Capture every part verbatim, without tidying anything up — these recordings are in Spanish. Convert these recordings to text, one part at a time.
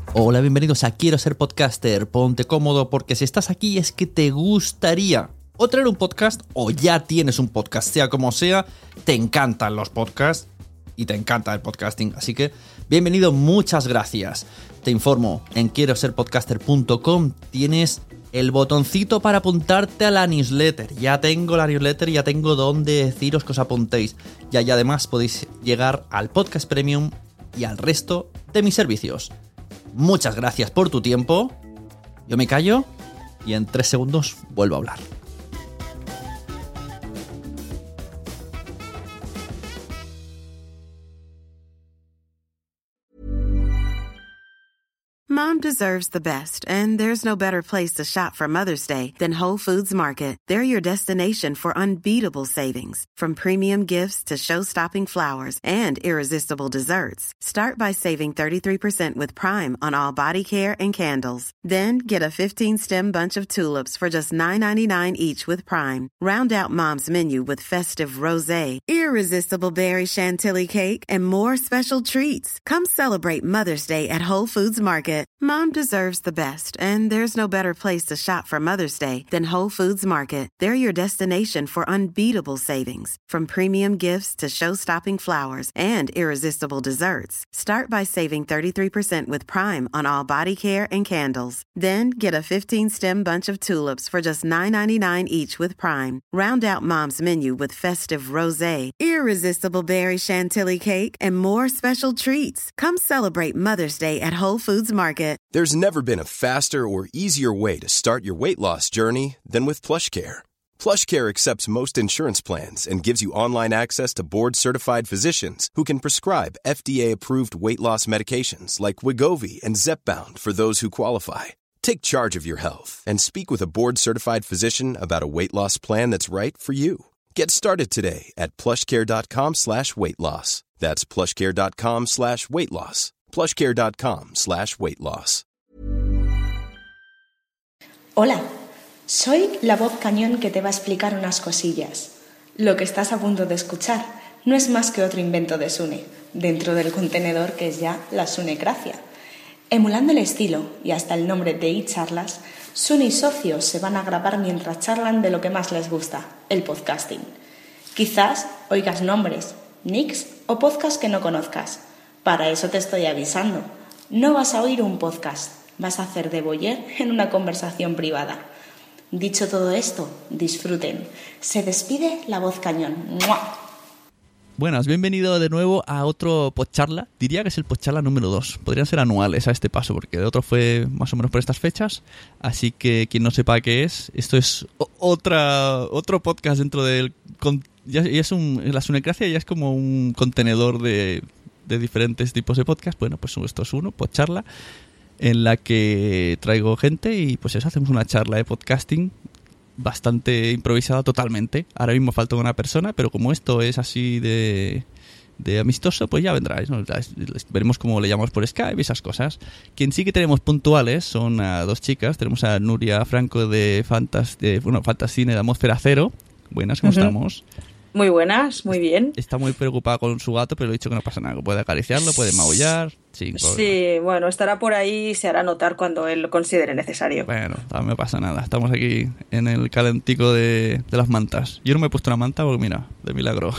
Hola, bienvenidos a Quiero Ser Podcaster. Ponte cómodo porque si estás aquí es que te gustaría o traer un podcast o ya tienes un podcast, sea como sea, te encantan los podcasts y te encanta el podcasting. Así que bienvenido, muchas gracias. Te informo, en quiero ser podcaster punto com tienes el botoncito para apuntarte a la newsletter. Ya tengo la newsletter, ya tengo donde deciros que os apuntéis. Ya y además podéis llegar al podcast premium y al resto de mis servicios. Muchas gracias por tu tiempo. Yo me callo y en tres segundos vuelvo a hablar. Mom deserves the best, and there's no better place to shop for Mother's Day than Whole Foods Market. They're your destination for unbeatable savings, from premium gifts to show-stopping flowers and irresistible desserts. Start by saving thirty-three percent with Prime on all body care and candles. Then get a fifteen-stem bunch of tulips for just nine ninety-nine each with Prime. Round out Mom's menu with festive rosé, irresistible berry chantilly cake, and more special treats. Come celebrate Mother's Day at Whole Foods Market. Mom deserves the best, and there's no better place to shop for Mother's Day than Whole Foods Market. They're your destination for unbeatable savings, from premium gifts to show-stopping flowers and irresistible desserts. Start by saving thirty-three percent with Prime on all body care and candles. Then get a fifteen-stem bunch of tulips for just nine ninety-nine each with Prime. Round out Mom's menu with festive rosé, irresistible berry chantilly cake, and more special treats. Come celebrate Mother's Day at Whole Foods Market. There's never been a faster or easier way to start your weight loss journey than with PlushCare. PlushCare accepts most insurance plans and gives you online access to board-certified physicians who can prescribe F D A-approved weight loss medications like Wegovy and Zepbound for those who qualify. Take charge of your health and speak with a board-certified physician about a weight loss plan that's right for you. Get started today at plushcare.com slash weight loss. That's plushcare.com slash weight loss. plushcare.com slash weight loss. Hola, soy la voz cañón que te va a explicar unas cosillas. Lo que estás a punto de escuchar no es más que otro invento de Sune, dentro del contenedor que es ya la Sunecracia. Emulando el estilo y hasta el nombre de iCharlas, Sune y socios se van a grabar mientras charlan de lo que más les gusta, el podcasting. Quizás oigas nombres, nicks o podcasts que no conozcas. Para eso te estoy avisando. No vas a oír un podcast, vas a hacer de voyeur en una conversación privada. Dicho todo esto, disfruten. Se despide la voz cañón. ¡Mua! Buenas, bienvenido de nuevo a otro podcharla. Diría que es el podcharla número dos. Podrían ser anuales a este paso, porque el otro fue más o menos por estas fechas. Así que quien no sepa qué es, esto es otra otro podcast dentro del... Ya, ya es un, la Sunecracia ya es como un contenedor de... de diferentes tipos de podcast. Bueno, pues esto es uno, podcharla, en la que traigo gente y pues eso, hacemos una charla de podcasting bastante improvisada totalmente. Ahora mismo falta una persona, pero como esto es así de, de amistoso, pues ya vendrá, ¿no? Veremos cómo le llamamos por Skype y esas cosas. Quien sí que tenemos puntuales son a dos chicas. Tenemos a Nuria Franco de Fantas, de, bueno, Fantascine de Atmósfera Cero. Buenas, ¿cómo uh-huh. estamos? Muy buenas, muy bien. Está muy preocupada con su gato, pero le he dicho que no pasa nada, que puede acariciarlo, puede maullar. Sí, sí, bueno, estará por ahí y se hará notar cuando él lo considere necesario. Bueno, no me pasa nada. Estamos aquí en el calentico de, de las mantas. Yo no me he puesto una manta porque, mira, de milagro.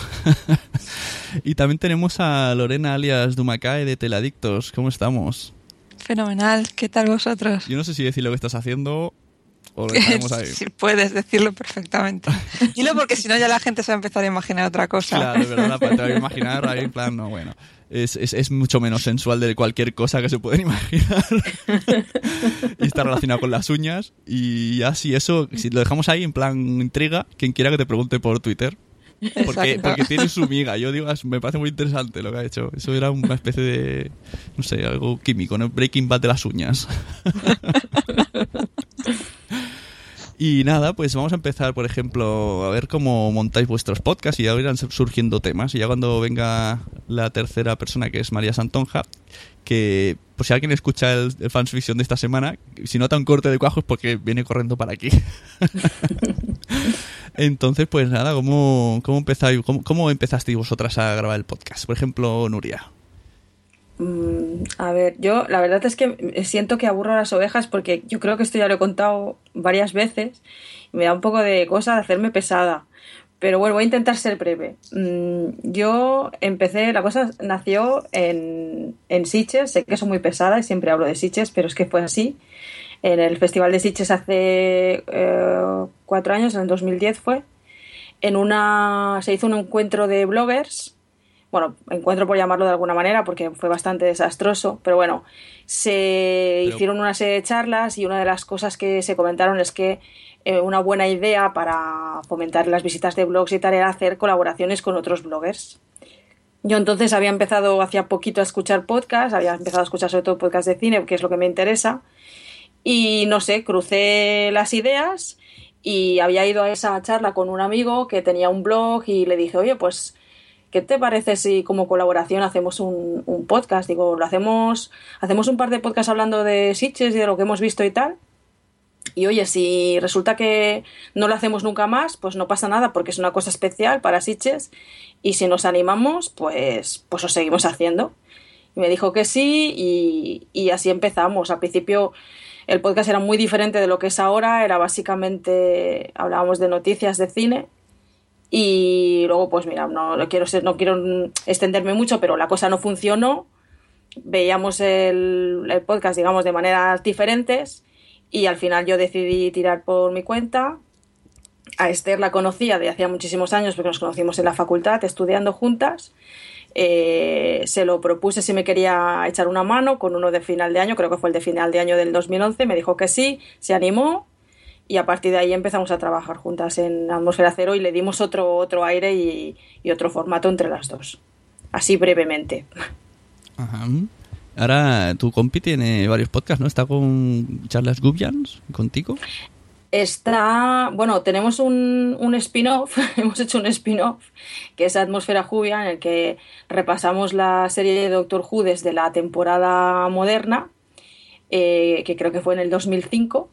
Y también tenemos a Lorena alias Dumacae de Teladictos. ¿Cómo estamos? Fenomenal. ¿Qué tal vosotros? Yo no sé si decir lo que estás haciendo... o lo dejamos ahí. Sí, puedes decirlo perfectamente. Dilo porque si no ya la gente se va a empezar a imaginar otra cosa. Claro, es verdad, te va a imaginar ahí en plan, no, bueno. Es, es, es mucho menos sensual de cualquier cosa que se pueden imaginar. Y está relacionado con las uñas. Y así eso, si lo dejamos ahí en plan intriga, quien quiera que te pregunte por Twitter. Porque, porque tiene su miga. Yo digo, me parece muy interesante lo que ha hecho. Eso era una especie de, no sé, algo químico, ¿no? Breaking Bad de las uñas. Y nada, pues vamos a empezar, por ejemplo, a ver cómo montáis vuestros podcasts y ya irán surgiendo temas. Y ya cuando venga la tercera persona, que es María Santonja, que, pues si alguien escucha el, el Fansfiction de esta semana, si nota un corte de cuajo es porque viene corriendo para aquí. Entonces, pues nada, ¿cómo, cómo, empezáis, cómo, cómo empezasteis vosotras a grabar el podcast? Por ejemplo, Nuria. a ver, yo la verdad es que siento que aburro a las ovejas porque yo creo que esto ya lo he contado varias veces y me da un poco de cosa de hacerme pesada. Pero bueno, voy a intentar ser breve. Yo empecé, la cosa nació en, en Sitges, sé que soy muy pesada y siempre hablo de Sitges, pero es que fue así. En el Festival de Sitges hace eh, cuatro años, en el dos mil diez fue, en una, se hizo un encuentro de bloggers, bueno, encuentro por llamarlo de alguna manera porque fue bastante desastroso, pero bueno, se pero... hicieron una serie de charlas y una de las cosas que se comentaron es que eh, una buena idea para fomentar las visitas de blogs y tal era hacer colaboraciones con otros bloggers. Yo entonces había empezado hacía poquito a escuchar podcasts, había empezado a escuchar sobre todo podcasts de cine, que es lo que me interesa, y no sé, crucé las ideas y había ido a esa charla con un amigo que tenía un blog y le dije, oye, pues, ¿qué te parece si como colaboración hacemos un, un podcast? Digo, lo hacemos, hacemos un par de podcasts hablando de Sitges y de lo que hemos visto y tal. Y oye, si resulta que no lo hacemos nunca más, pues no pasa nada porque es una cosa especial para Sitges y si nos animamos, pues, pues lo seguimos haciendo. Y me dijo que sí y, y así empezamos. Al principio el podcast era muy diferente de lo que es ahora, era básicamente, hablábamos de noticias de cine y luego pues mira, no, no, quiero, ser, no quiero extenderme mucho, pero la cosa no funcionó, veíamos el, el podcast digamos de maneras diferentes y al final yo decidí tirar por mi cuenta. A Esther la conocía de hacía muchísimos años porque nos conocimos en la facultad estudiando juntas. Eh, se lo propuse si me quería echar una mano con uno de final de año, creo que fue el de final de año del dos mil once, me dijo que sí, se animó y a partir de ahí empezamos a trabajar juntas en Atmósfera Cero y le dimos otro, otro aire y, y otro formato entre las dos, así brevemente. Ajá. Ahora tu compi tiene varios podcasts, ¿no? Está con Charlas Gubians, contigo. Está, bueno, tenemos un, un spin-off, hemos hecho un spin-off que es Atmósfera Jubia, en el que repasamos la serie de Doctor Who desde la temporada moderna, eh, que creo que fue en el dos mil cinco,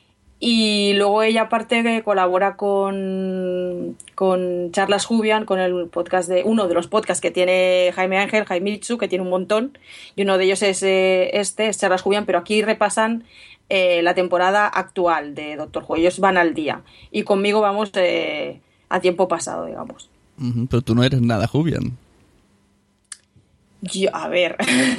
y luego ella aparte que colabora con, con Charlas Jubian, con el podcast de uno de los podcasts que tiene Jaime Ángel, Jaime Itsu, que tiene un montón, y uno de ellos es eh, este, es Charlas Jubian, pero aquí repasan Eh, la temporada actual de Doctor Who. Ellos van al día y conmigo vamos eh, a tiempo pasado, digamos. Uh-huh, pero tú no eres nada Jubian. Yo, a ver,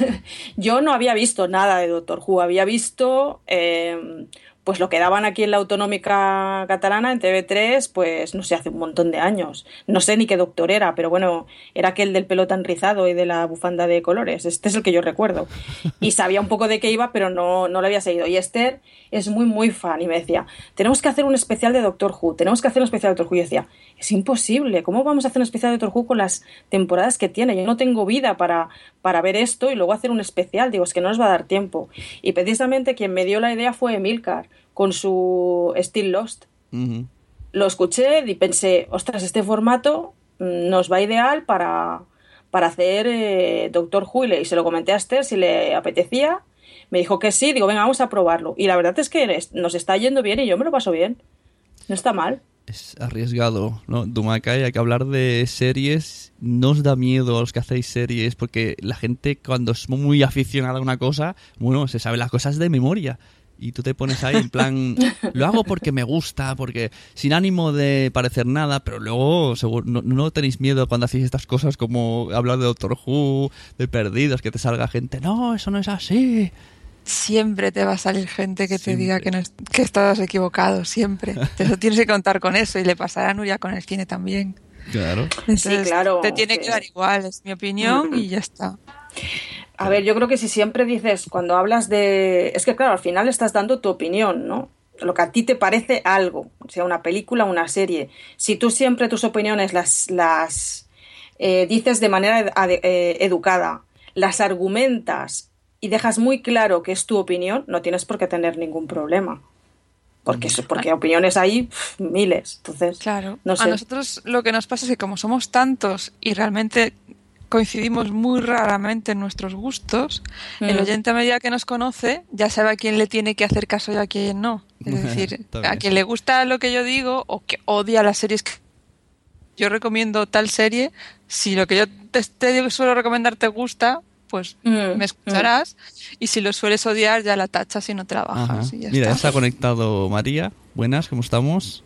yo no había visto nada de Doctor Who, había visto eh, pues lo que daban aquí en la Autonómica Catalana, en T V tres, pues no sé, hace un montón de años. No sé ni qué doctor era, pero bueno, era aquel del pelo tan rizado y de la bufanda de colores. Este es el que yo recuerdo. Y sabía un poco de qué iba, pero no, no lo había seguido. Y Esther es muy, muy fan y me decía, tenemos que hacer un especial de Doctor Who, tenemos que hacer un especial de Doctor Who. Y yo decía, es imposible, ¿cómo vamos a hacer un especial de Doctor Who con las temporadas que tiene? Yo no tengo vida para, para ver esto y luego hacer un especial. Digo, es que no nos va a dar tiempo. Y precisamente quien me dio la idea fue Emilcar, con su Still Lost. Uh-huh. Lo escuché y pensé, ostras, este formato nos va ideal para, para hacer eh, Doctor Who, y se lo comenté a Esther si le apetecía, me dijo que sí, digo, venga, vamos a probarlo, y la verdad es que nos está yendo bien y yo me lo paso bien, no está mal. Es arriesgado, ¿no? Dumacay, hay que hablar de series, no os da miedo a los que hacéis series, porque la gente cuando es muy aficionada a una cosa, bueno, se sabe las cosas de memoria. Y tú te pones ahí en plan, lo hago porque me gusta, porque sin ánimo de parecer nada, pero luego seguro, no, no tenéis miedo cuando hacéis estas cosas como hablar de Doctor Who, de Perdidos, que te salga gente, no, eso no es así. Siempre te va a salir gente que siempre te diga que, no es, que estás equivocado, siempre. Eso tienes que contar con eso y le pasará a Nuria con el cine también. Claro. Entonces, sí, claro. Te tiene que dar igual, es mi opinión y ya está. A ver, yo creo que si siempre dices, cuando hablas de... Es que claro, al final estás dando tu opinión, ¿no? Lo que a ti te parece algo, sea una película o una serie. Si tú siempre tus opiniones las, las eh, dices de manera ed- eh, educada, las argumentas y dejas muy claro que es tu opinión, no tienes por qué tener ningún problema. Porque, porque opiniones hay pff, miles. Entonces, claro. No sé. A nosotros lo que nos pasa es que como somos tantos y realmente coincidimos muy raramente en nuestros gustos, mm. el oyente a medida que nos conoce ya sabe a quién le tiene que hacer caso y a quién no. Es decir, a quien le gusta lo que yo digo o que odia las series que yo recomiendo tal serie, si lo que yo te, te suelo recomendar te gusta, pues Mm, me escucharás. Y si lo sueles odiar, ya la tachas y no trabajas. Y ya Mira, ya está. está conectado María. Buenas, ¿cómo estamos?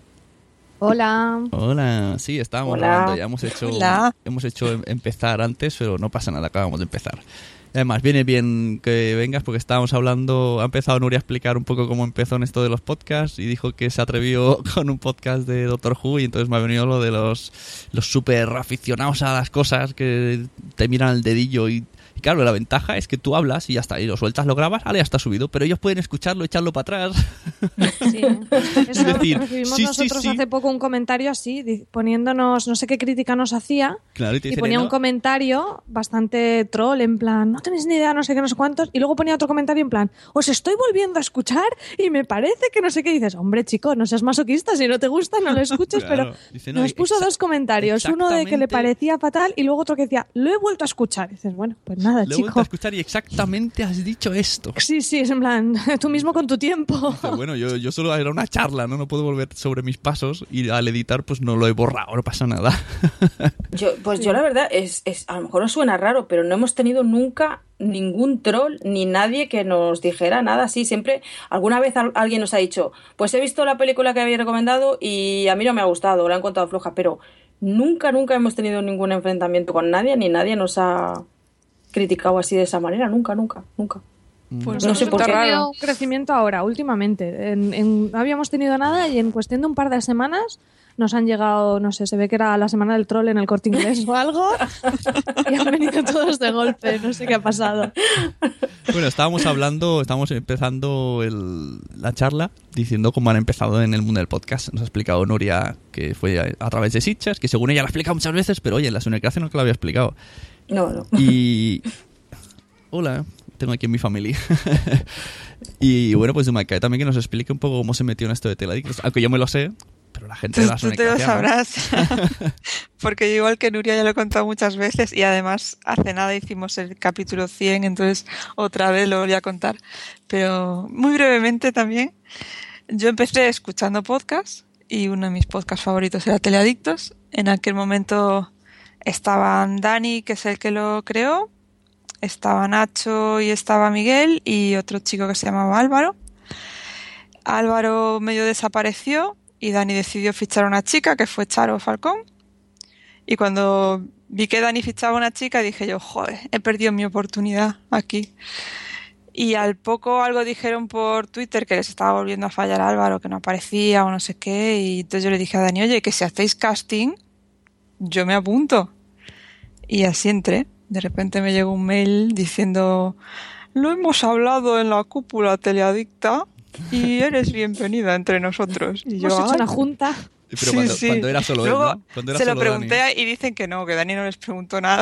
Hola. Hola, sí, estábamos Hola. grabando, ya hemos hecho, Hola. hemos hecho em- empezar antes, pero no pasa nada, acabamos de empezar. Además, viene bien que vengas porque estábamos hablando, ha empezado Nuria a explicar un poco cómo empezó en esto de los podcasts y dijo que se atrevió con un podcast de Doctor Who y entonces me ha venido lo de los, los súper aficionados a las cosas que te miran el dedillo y, y claro, la ventaja es que tú hablas y ya está, y lo sueltas, lo grabas, ahora ya está subido, pero ellos pueden escucharlo, echarlo para atrás. Sí. Eso decir, recibimos sí, sí, nosotros sí. hace poco un comentario así, di- poniéndonos, no sé qué crítica nos hacía, Claro, y te y dicen, ponía "No". un comentario bastante troll, en plan, no tenéis ni idea, no sé qué, no sé cuántos, y luego ponía otro comentario en plan, os estoy volviendo a escuchar y me parece que no sé qué. Y dices, hombre, chico, no seas masoquista, si no te gusta, no lo escuches, Claro. pero Dice, no, nos puso exa- dos comentarios, uno de que le exactamente. parecía fatal y luego otro que decía, lo he vuelto a escuchar. Y dices, bueno, pues nada, Lo he vuelto chico. a escuchar y exactamente has dicho esto. Sí, sí, es en plan, tú mismo con tu tiempo. Dice, bueno, yo, yo solo era una charla, ¿no? No puedo volver sobre mis pasos y al editar pues no lo he borrado, no pasa nada. Yo, pues yo la verdad, es, es a lo mejor os suena raro, pero no hemos tenido nunca ningún troll ni nadie que nos dijera nada así. Siempre, alguna vez al- alguien nos ha dicho, pues he visto la película que habéis recomendado y a mí no me ha gustado, la he encontrado floja, pero nunca, nunca hemos tenido ningún enfrentamiento con nadie, ni nadie nos ha criticado así de esa manera, nunca, nunca, nunca. Pues No sé resulta por qué. Hemos tenido raro. un crecimiento ahora, últimamente. En- en- no habíamos tenido nada y en cuestión de un par de semanas nos han llegado, no sé, se ve que era la semana del troll en el Corte Inglés o algo y han venido todos de golpe, no sé qué ha pasado. Bueno, estábamos hablando, estábamos empezando el- la charla diciendo cómo han empezado en el mundo del podcast. Nos ha explicado Nuria que fue a, a través de Sitges, que según ella lo ha explicado muchas veces, pero oye, en la Sunecracia no que lo había explicado. No, no. Y... Hola, tengo aquí en mi familia. Y bueno, pues de Macae también que nos explique un poco cómo se metió en esto de Teladictos. Aunque yo me lo sé, pero la gente de Tú, la tú te lo Sunecracia, ¿no? sabrás. Porque yo, igual que Nuria, ya lo he contado muchas veces y además hace nada hicimos el capítulo cien, entonces otra vez lo voy a contar. Pero muy brevemente también, yo empecé escuchando podcasts y uno de mis podcasts favoritos era Teleadictos. En aquel momento estaban Dani, que es el que lo creó, estaba Nacho y estaba Miguel y otro chico que se llamaba Álvaro. Álvaro medio desapareció y Dani decidió fichar a una chica que fue Charo Falcón. Y cuando vi que Dani fichaba a una chica dije yo, joder, he perdido mi oportunidad aquí. Y al poco algo dijeron por Twitter que les estaba volviendo a fallar a Álvaro, que no aparecía o no sé qué. Y entonces yo le dije a Dani, oye, que si hacéis casting, yo me apunto. Y así entré. De repente me llegó un mail diciendo, lo hemos hablado en la cúpula teleadicta y eres bienvenida entre nosotros. Y yo, Hemos hecho "Ay". una junta. Pero Sí, cuando, sí. cuando era solo él, Luego ¿no? Cuando era se lo solo pregunté Dani. y dicen que no, que Dani no les preguntó nada.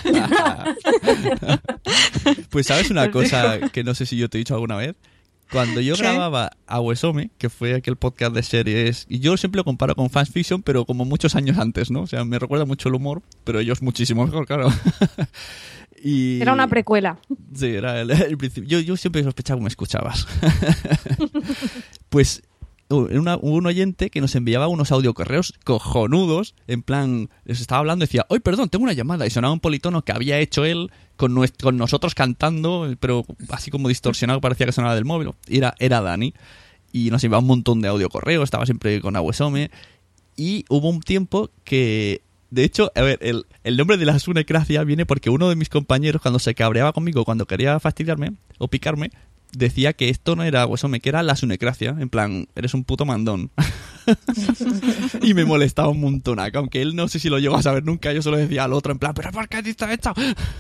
Pues sabes una Les cosa digo. que no sé si yo te he dicho alguna vez. Cuando yo ¿Qué? grababa a Wesome, que fue aquel podcast de series, y yo siempre lo comparo con Fans Fiction, pero como muchos años antes, ¿no? O sea, me recuerda mucho el humor, pero ellos muchísimo mejor, claro. Y... Era una precuela. Sí, era el, el principio. Yo, yo siempre sospechaba que me escuchabas. Pues una, hubo un oyente que nos enviaba unos audiocorreos cojonudos, en plan, les estaba hablando y decía, ¡ay, perdón, tengo una llamada! Y sonaba un politono que había hecho él con, nuestro, con nosotros cantando, pero así como distorsionado, parecía que sonaba del móvil. Y era, era Dani. Y nos enviaba un montón de audiocorreos, estaba siempre con Awesome. Y hubo un tiempo que... De hecho, a ver, el, el nombre de la Sunecracia viene porque uno de mis compañeros, cuando se cabreaba conmigo, cuando quería fastidiarme o picarme, decía que esto no era Wesome, que era la Sunecracia. En plan, eres un puto mandón. Y me molestaba un montón, aunque él no sé si lo llegó a saber nunca. Yo solo decía al otro, en plan, ¿pero por qué te has hecho?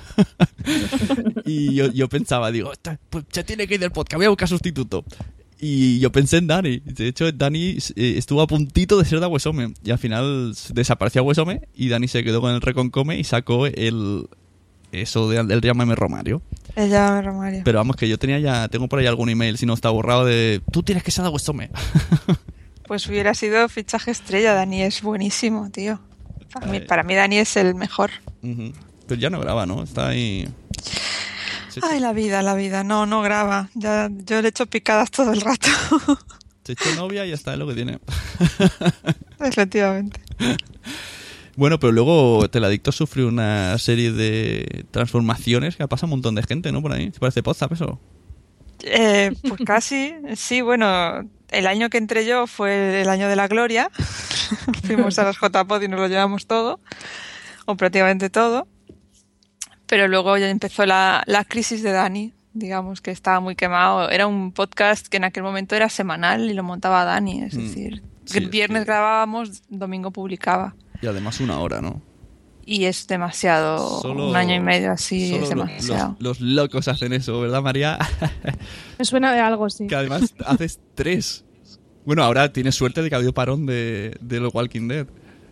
Y yo, yo pensaba, digo, pues se tiene que ir del podcast, voy a buscar sustituto. Y yo pensé en Dani. De hecho, Dani eh, estuvo a puntito de ser de Wesome. Y al final desapareció Wesome y Dani se quedó con el Reconcome y sacó el eso de, del Llámame Romario. El Llámame Romario. Pero vamos, que yo tenía ya, tengo por ahí algún email, si no está borrado, de tú tienes que ser de Wesome. Pues hubiera sido fichaje estrella. Dani es buenísimo, tío. Para mí, para mí Dani es el mejor. Uh-huh. Pero ya no graba, ¿no? Está ahí... Ay, la vida, la vida. No, no graba. Ya, yo le echo picadas todo el rato. Se echó novia y ya está, es lo que tiene. Efectivamente. Bueno, pero luego Teledictos sufrió una serie de transformaciones que pasa un montón de gente, ¿no? Por ahí. ¿Se parece WhatsApp eso? Eh, pues casi, sí, bueno, el año que entré yo fue el año de la gloria. Fuimos a las J P O D y nos lo llevamos todo, o prácticamente todo. Pero luego ya empezó la, la crisis de Dani, digamos que estaba muy quemado. Era un podcast que en aquel momento era semanal y lo montaba Dani, es decir, sí, el viernes sí. grabábamos, domingo publicaba. Y además una hora, ¿no? Y es demasiado, Solo, un año y medio así solo es demasiado. Los, los locos hacen eso, ¿verdad, María? Me suena de algo, sí. Que además haces tres. Bueno, ahora tienes suerte de que ha habido parón de, de los Walking Dead.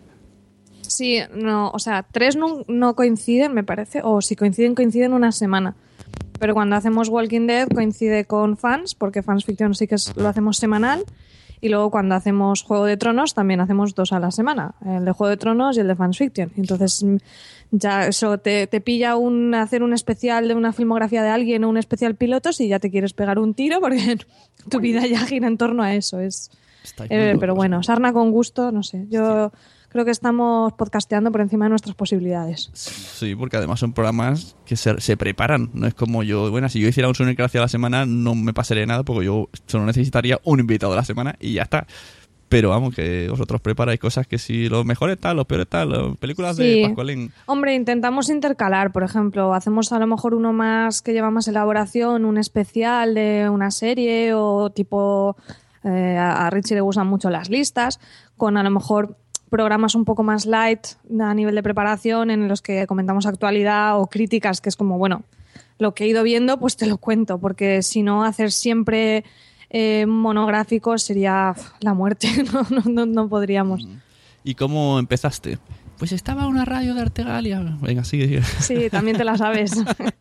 Sí, no, o sea, tres no, no coinciden, me parece, o si coinciden, coinciden una semana. Pero cuando hacemos Walking Dead coincide con Fans, porque Fans Fiction sí que es, lo hacemos semanal. Y luego cuando hacemos Juego de Tronos también hacemos dos a la semana, el de Juego de Tronos y el de Fans Fiction. Entonces ya eso te, te pilla un hacer un especial de una filmografía de alguien o un especial pilotos y ya te quieres pegar un tiro porque tu vida ya gira en torno a eso. Es, eh, pero bueno, sarna con gusto, no sé. Yo creo que estamos podcasteando por encima de nuestras posibilidades. Sí, porque además son programas que se, se preparan. No es como yo, bueno, si yo hiciera un Sonecracia a la semana no me pasaría nada porque yo solo necesitaría un invitado a la semana y ya está. Pero vamos, que vosotros preparáis cosas que si los mejores tal, los peores tal, las películas sí. de Pascualín. Hombre, intentamos intercalar, por ejemplo, hacemos a lo mejor uno más que lleva más elaboración, un especial de una serie o tipo, eh, a Richie le gustan mucho las listas, con a lo mejor programas un poco más light a nivel de preparación en los que comentamos actualidad o críticas, que es como, bueno, lo que he ido viendo, pues te lo cuento, porque si no, hacer siempre eh, monográficos sería la muerte, no, no, no, no podríamos. ¿Y cómo empezaste? Pues estaba en una radio de Artegalia. Venga, sigue, sigue. Sí, también te la sabes.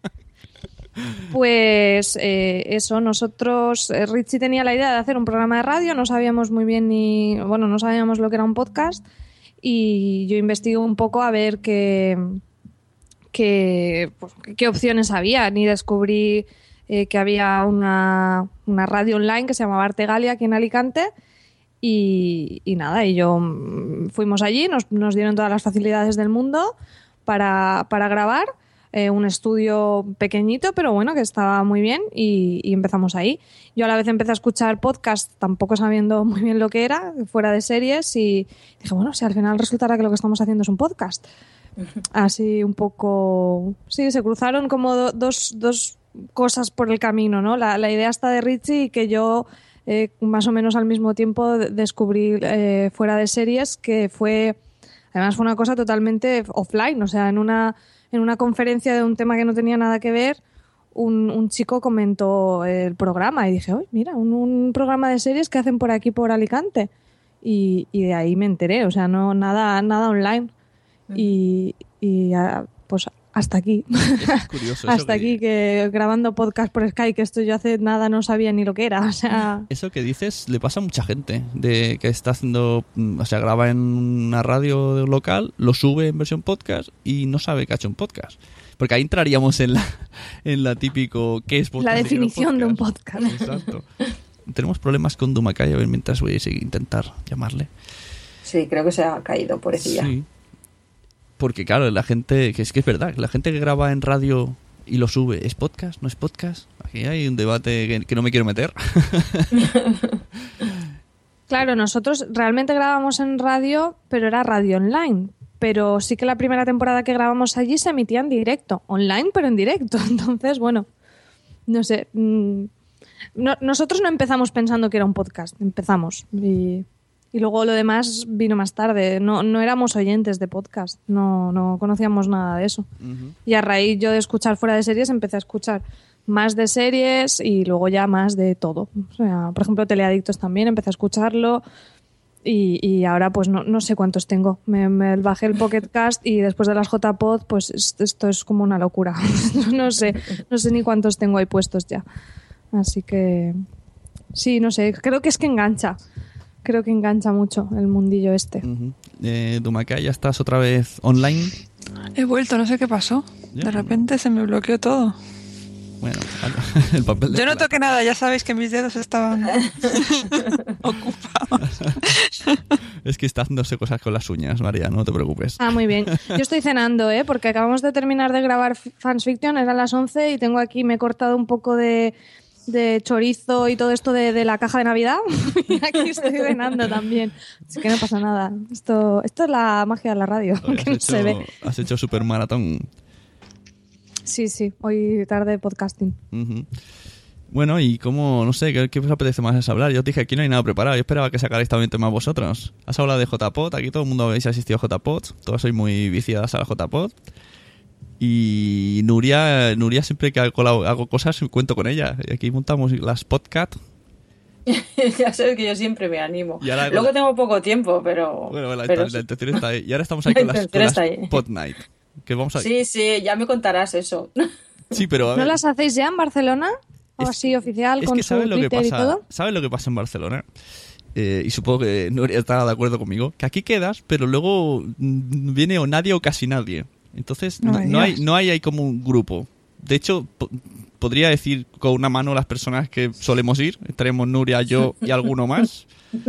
Pues eh, eso, nosotros, eh, Richie tenía la idea de hacer un programa de radio, no sabíamos muy bien ni, bueno, no sabíamos lo que era un podcast y yo investigué un poco a ver qué, qué, pues, qué opciones había, ni descubrí eh, que había una, una radio online que se llamaba Artegalia aquí en Alicante y, y nada, y yo fuimos allí, nos, nos dieron todas las facilidades del mundo para, para grabar. Eh, un estudio pequeñito, pero bueno, que estaba muy bien y, y empezamos ahí. Yo a la vez empecé a escuchar podcast, tampoco sabiendo muy bien lo que era, fuera de series, y dije, bueno, si al final resultará que lo que estamos haciendo es un podcast. Así un poco... Sí, se cruzaron como do, dos, dos cosas por el camino, ¿no? La, la idea está de Richie y que yo eh, más o menos al mismo tiempo descubrí eh, fuera de series, que fue... Además fue una cosa totalmente offline, o sea, en una... En una conferencia de un tema que no tenía nada que ver, un, un chico comentó el programa y dije, oye, mira, un, un programa de series que hacen por aquí, por Alicante. Y, y de ahí me enteré, o sea, no nada nada online. Uh-huh. Y, y pues hasta aquí. Es curioso. Hasta eso que... aquí, que grabando podcast por Skype, que esto yo hace nada no sabía ni lo que era. O sea... Eso que dices le pasa a mucha gente, de que está haciendo, o sea, graba en una radio local, lo sube en versión podcast y no sabe que ha hecho un podcast. Porque ahí entraríamos en la, en la típico, ¿qué es podcast? La definición de un podcast. Exacto. Tenemos problemas con Dumacay, a ver, mientras voy a intentar llamarle. Sí, creo que se ha caído, pobrecilla. Sí. Porque claro, la gente, que es que es verdad, la gente que graba en radio y lo sube, ¿es podcast? ¿No es podcast? Aquí hay un debate que, que no me quiero meter. Claro, nosotros realmente grabamos en radio, pero era radio online. Pero sí que la primera temporada que grabamos allí se emitía en directo, online, pero en directo. Entonces, bueno, no sé. Mmm, no, nosotros no empezamos pensando que era un podcast, empezamos. Y... Y luego lo demás vino más tarde. No, no éramos oyentes de podcast. No, no conocíamos nada de eso. Uh-huh. Y a raíz yo de escuchar fuera de series empecé a escuchar más de series y luego ya más de todo. O sea, por ejemplo, Teleadictos también empecé a escucharlo y, y ahora pues no, no sé cuántos tengo. Me, me bajé el Pocket Cast y después de las J P O D pues esto es como una locura. no sé, no sé ni cuántos tengo ahí puestos ya. Así que sí, no sé. Creo que es que engancha. Creo que engancha mucho el mundillo este. Uh-huh. eh, Dumacay, ¿ya estás otra vez online? He vuelto, no sé qué pasó. Ya, de repente no. Se me bloqueó todo. Bueno, el papel de Yo no Flash. toqué nada, ya sabéis que mis dedos estaban ocupados. Es que está haciéndose cosas con las uñas, María, no te preocupes. Ah, muy bien. Yo estoy cenando, ¿eh? Porque acabamos de terminar de grabar Fans Fiction, eran las once y tengo aquí, me he cortado un poco de, de chorizo y todo esto de, de la caja de Navidad y aquí estoy cenando también. Así que no pasa nada. Esto, esto es la magia de la radio, Hoy que no has, se hecho, ve. has hecho super maratón. Sí, sí, hoy tarde podcasting. Uh-huh. Bueno, y cómo, no sé, ¿qué, qué os apetece más hablar? Yo os dije, aquí no hay nada preparado. Yo esperaba que sacarais también temas vosotros. Has hablado de J P O D, aquí todo el mundo habéis asistido a J P O D. Todos sois muy viciadas a la J P O D. Y Nuria, Nuria siempre que hago, hago cosas, cuento con ella. Y aquí montamos las podcast. Ya sabes que yo siempre me animo. Y ahora- Luego tengo poco tiempo, pero... Bueno, la, pero la sí. intención está ahí. Y ahora estamos ahí La con las, intención con está las ahí. Pod Night. Que vamos a... Sí, sí, ya me contarás eso. Sí, pero a ¿No ver... las hacéis ya en Barcelona? ¿O Es- así oficial Es con que su sabes lo que Twitter y pasa, todo? ¿sabes lo que pasa en Barcelona? Eh, y supongo que Nuria estará de acuerdo conmigo, que aquí quedas, pero luego mm, viene o nadie o casi nadie. Entonces no, Ay, no hay, Dios. no hay ahí como un grupo. De hecho, po- podría decir con una mano las personas que solemos ir. Estaremos Nuria, yo y alguno más.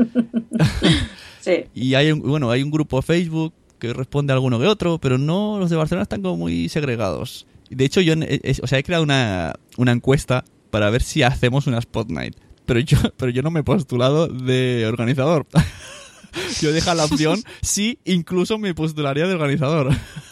Sí. Y hay un, bueno, hay un grupo de Facebook que responde a alguno que otro, pero no, los de Barcelona están como muy segregados. De hecho, yo eh, eh, o sea, he creado una, una encuesta para ver si hacemos una Spot Night. Pero yo, pero yo no me he postulado de organizador. Yo dejo la opción, sí, incluso me postularía de organizador.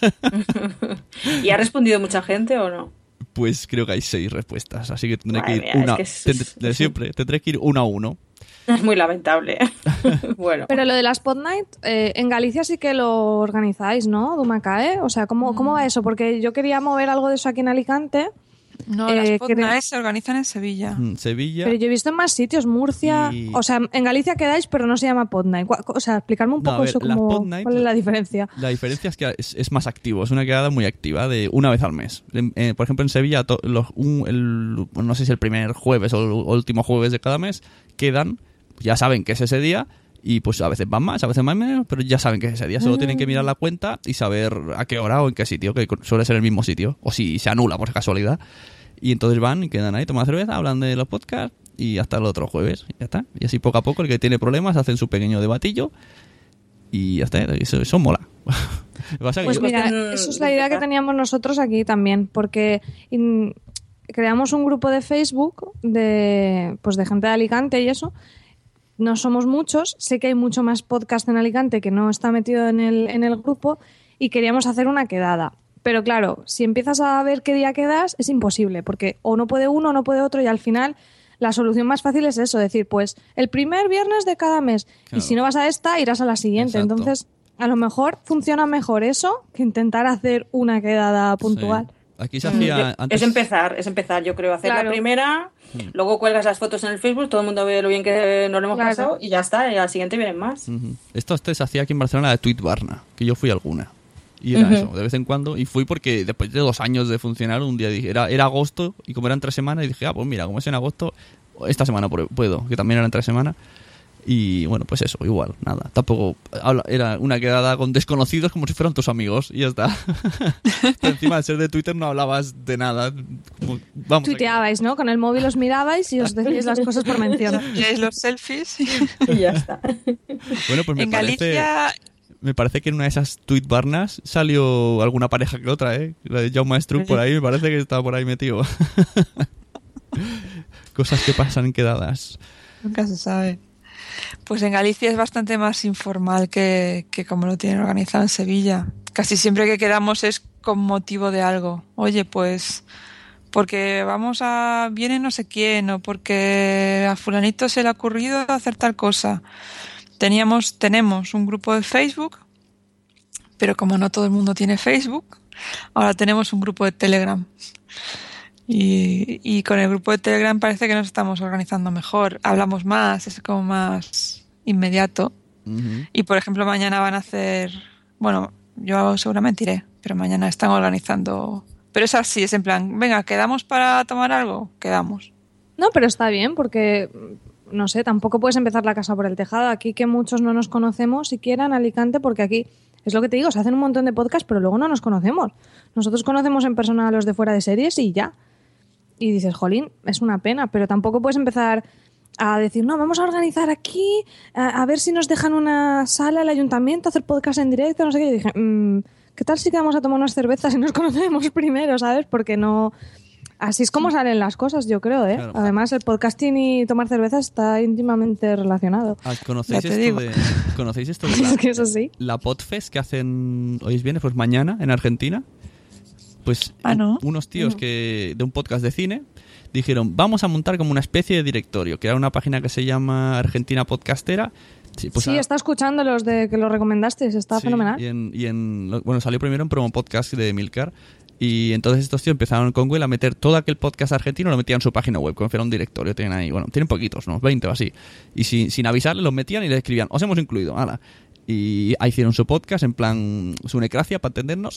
¿Y ha respondido mucha gente o no? Pues creo que hay seis respuestas, así que tendré Madre que ir mía, una, es que es- tendré- de es- siempre, tendré que ir uno a uno. Es muy lamentable. Bueno. Pero lo de la Spot Night, eh, en Galicia sí que lo organizáis, ¿no? Dumacae. O sea, ¿cómo, ¿cómo va eso? Porque yo quería mover algo de eso aquí en Alicante, No, Eh, las creo- Podnights se organizan en Sevilla. Mm, Sevilla. pero yo he visto en más sitios, Murcia. Y- O sea, en Galicia quedáis, pero no se llama Pod Night. Cu- O sea, explicarme un No, poco a ver, eso, la como, Pod Night- ¿cuál es la diferencia? La diferencia es que es, es más activo, es una quedada muy activa, de una vez al mes. En- eh, por ejemplo, en Sevilla, to- los, un- el- bueno, no sé si el primer jueves o el último jueves de cada mes, quedan, ya saben que es ese día, y pues a veces van más, a veces van menos, pero ya saben que es ese día. Solo tienen que mirar la cuenta y saber a qué hora o en qué sitio, que suele ser el mismo sitio, o si se anula por casualidad. Y entonces van y quedan ahí, toman cerveza, hablan de los podcasts y hasta el otro jueves. Ya está. Y así poco a poco el que tiene problemas hacen su pequeño debatillo y ya está. Eso, eso mola. Lo que pasa es que Pues yo- mira, cuestión eso es de la idea que empezar. teníamos nosotros aquí también, porque in- creamos un grupo de Facebook de, pues de gente de Alicante y eso. No somos muchos, sé que hay mucho más podcast en Alicante que no está metido en el, en el grupo y queríamos hacer una quedada. Pero claro, si empiezas a ver qué día quedas, es imposible, porque o no puede uno o no puede otro y al final la solución más fácil es eso, decir, pues el primer viernes de cada mes Claro. y si no vas a esta, irás a la siguiente. Exacto. Entonces, a lo mejor funciona mejor eso que intentar hacer una quedada puntual. Sí. Aquí se Yo- hacía antes. Es empezar, es empezar, yo creo, hacer Claro. la primera, luego cuelgas las fotos en el Facebook, todo el mundo ve lo bien que nos lo hemos Claro. pasado y ya está, y al siguiente vienen más. Ujú. Esto este se hacía aquí en Barcelona de Tweet Barna, que yo fui a alguna. Y era Ujú. eso, de vez en cuando. Y fui porque después de dos años de funcionar, un día dije, era, era agosto, y como eran tres semanas, y dije, ah, pues mira, como es en agosto, esta semana pu- puedo, que también eran tres semanas. Y bueno, pues eso, igual, nada. Tampoco habla- era una quedada con desconocidos como si fueran tus amigos, y ya está. Pero encima de ser de Twitter no hablabas de nada. Como, vamos a Tuiteabais, ¿no? Con el móvil os mirabais y os decíais las cosas por mención. Leéis los selfies. Y ya está. Bueno, pues me En parece, Galicia, me parece que en una de esas tweet barnas salió alguna pareja que otra, ¿eh? La de Jaume Struck por ahí, me parece que estaba por ahí metido. Cosas que pasan en quedadas. nunca se sabe. Pues en Galicia es bastante más informal que, que como lo tienen organizado en Sevilla. Casi siempre que quedamos es con motivo de algo. Oye, pues porque vamos a... viene no sé quién o porque a fulanito se le ha ocurrido hacer tal cosa. Teníamos, tenemos un grupo de Facebook, pero como no todo el mundo tiene Facebook, ahora tenemos un grupo de Telegram. Y, y con el grupo de Telegram parece que nos estamos organizando mejor. Hablamos más, es como más inmediato. Ujú. Y por ejemplo, mañana van a hacer... Bueno, yo seguramente iré, pero mañana están organizando... Pero es así, es en plan, venga, ¿quedamos para tomar algo? Quedamos. No, pero está bien porque, no sé, tampoco puedes empezar la casa por el tejado. Aquí que muchos no nos conocemos siquiera en Alicante, porque aquí, es lo que te digo, se hacen un montón de podcasts, pero luego no nos conocemos. Nosotros conocemos en persona a los de fuera de series y ya. y dices, jolín, es una pena, pero tampoco puedes empezar a decir, no, vamos a organizar aquí, a, a ver si nos dejan una sala al ayuntamiento, hacer podcast en directo, no sé qué. Y dije, mmm, ¿qué tal si que vamos a tomar unas cervezas y nos conocemos primero, ¿sabes? Porque no... Así es como salen las cosas, yo creo, ¿eh? Claro. Además, el podcasting y tomar cervezas está íntimamente relacionado. Ah, ¿Conocéis, esto de, ¿Conocéis esto de la, es que eso sí. la Podfest que hacen hoy es viernes, pues mañana en Argentina? Pues ah, ¿no? unos tíos que de un podcast de cine dijeron, vamos a montar como una especie de directorio, que era una página que se llama Argentina Podcastera. Sí, pues sí a... está escuchando los de que lo recomendaste, está sí, fenomenal. Y en, y en, bueno, salió primero en promo podcast de Emilcar. Y entonces estos tíos empezaron con Will a meter todo aquel podcast argentino, lo metían en su página web, como si era un directorio, tienen ahí, bueno, tienen poquitos, ¿no? veinte o así. Y sin, sin avisarle los metían y les escribían, os hemos incluido, hala. Y ahí hicieron su podcast en plan sunecracia para entendernos.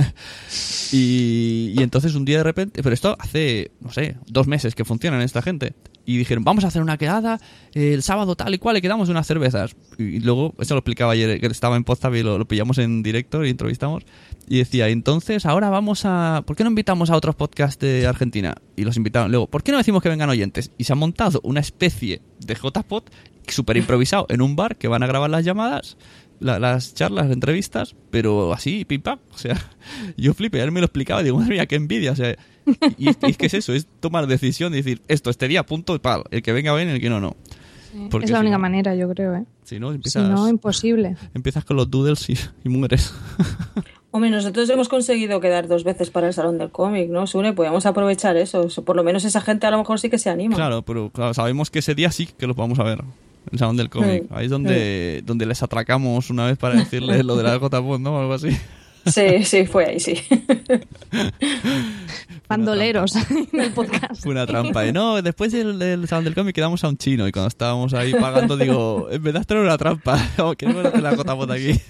y, y entonces un día de repente, pero esto hace, no sé, dos meses que funcionan esta gente. Y dijeron, vamos a hacer una quedada eh, el sábado tal y cual, y quedamos unas cervezas. Y luego, eso lo explicaba ayer, que estaba en Podstab y lo, lo pillamos en directo y entrevistamos. Y decía, entonces ahora vamos a... ¿Por qué no invitamos a otros podcasts de Argentina? Y los invitaron. Luego, ¿por qué no decimos que vengan oyentes? Y se ha montado una especie de J-Pod súper improvisado en un bar que van a grabar las llamadas, la, las charlas, las entrevistas, pero así, pim pam. O sea, yo flipé, él me lo explicaba y digo, madre mía, qué envidia. O sea, y, y es que es eso, es tomar decisión y decir, esto, este día, punto, pal. El que venga bien, el que no, no. Sí, es la si única no, manera, yo creo, ¿eh? Si no, empiezas, si no imposible. Empiezas con los doodles y, y mueres. Hombre, nosotros hemos conseguido quedar dos veces para el Salón del Cómic, ¿no, Sune? Podríamos aprovechar eso. Por lo menos esa gente a lo mejor sí que se anima. Claro, pero claro, sabemos que ese día sí que los vamos a ver. El Salón del Cómic. Sí, ahí es donde, sí. donde les atracamos una vez para decirles lo de la J-Pod, ¿no? O algo así. Sí, sí, fue ahí, sí. Bandoleros en el podcast. Fue una trampa. Y no, después del, del Salón del Cómic quedamos a un chino y cuando estábamos ahí pagando digo, en verdad esto era una trampa. Oh, queremos hacer la J-Pod aquí.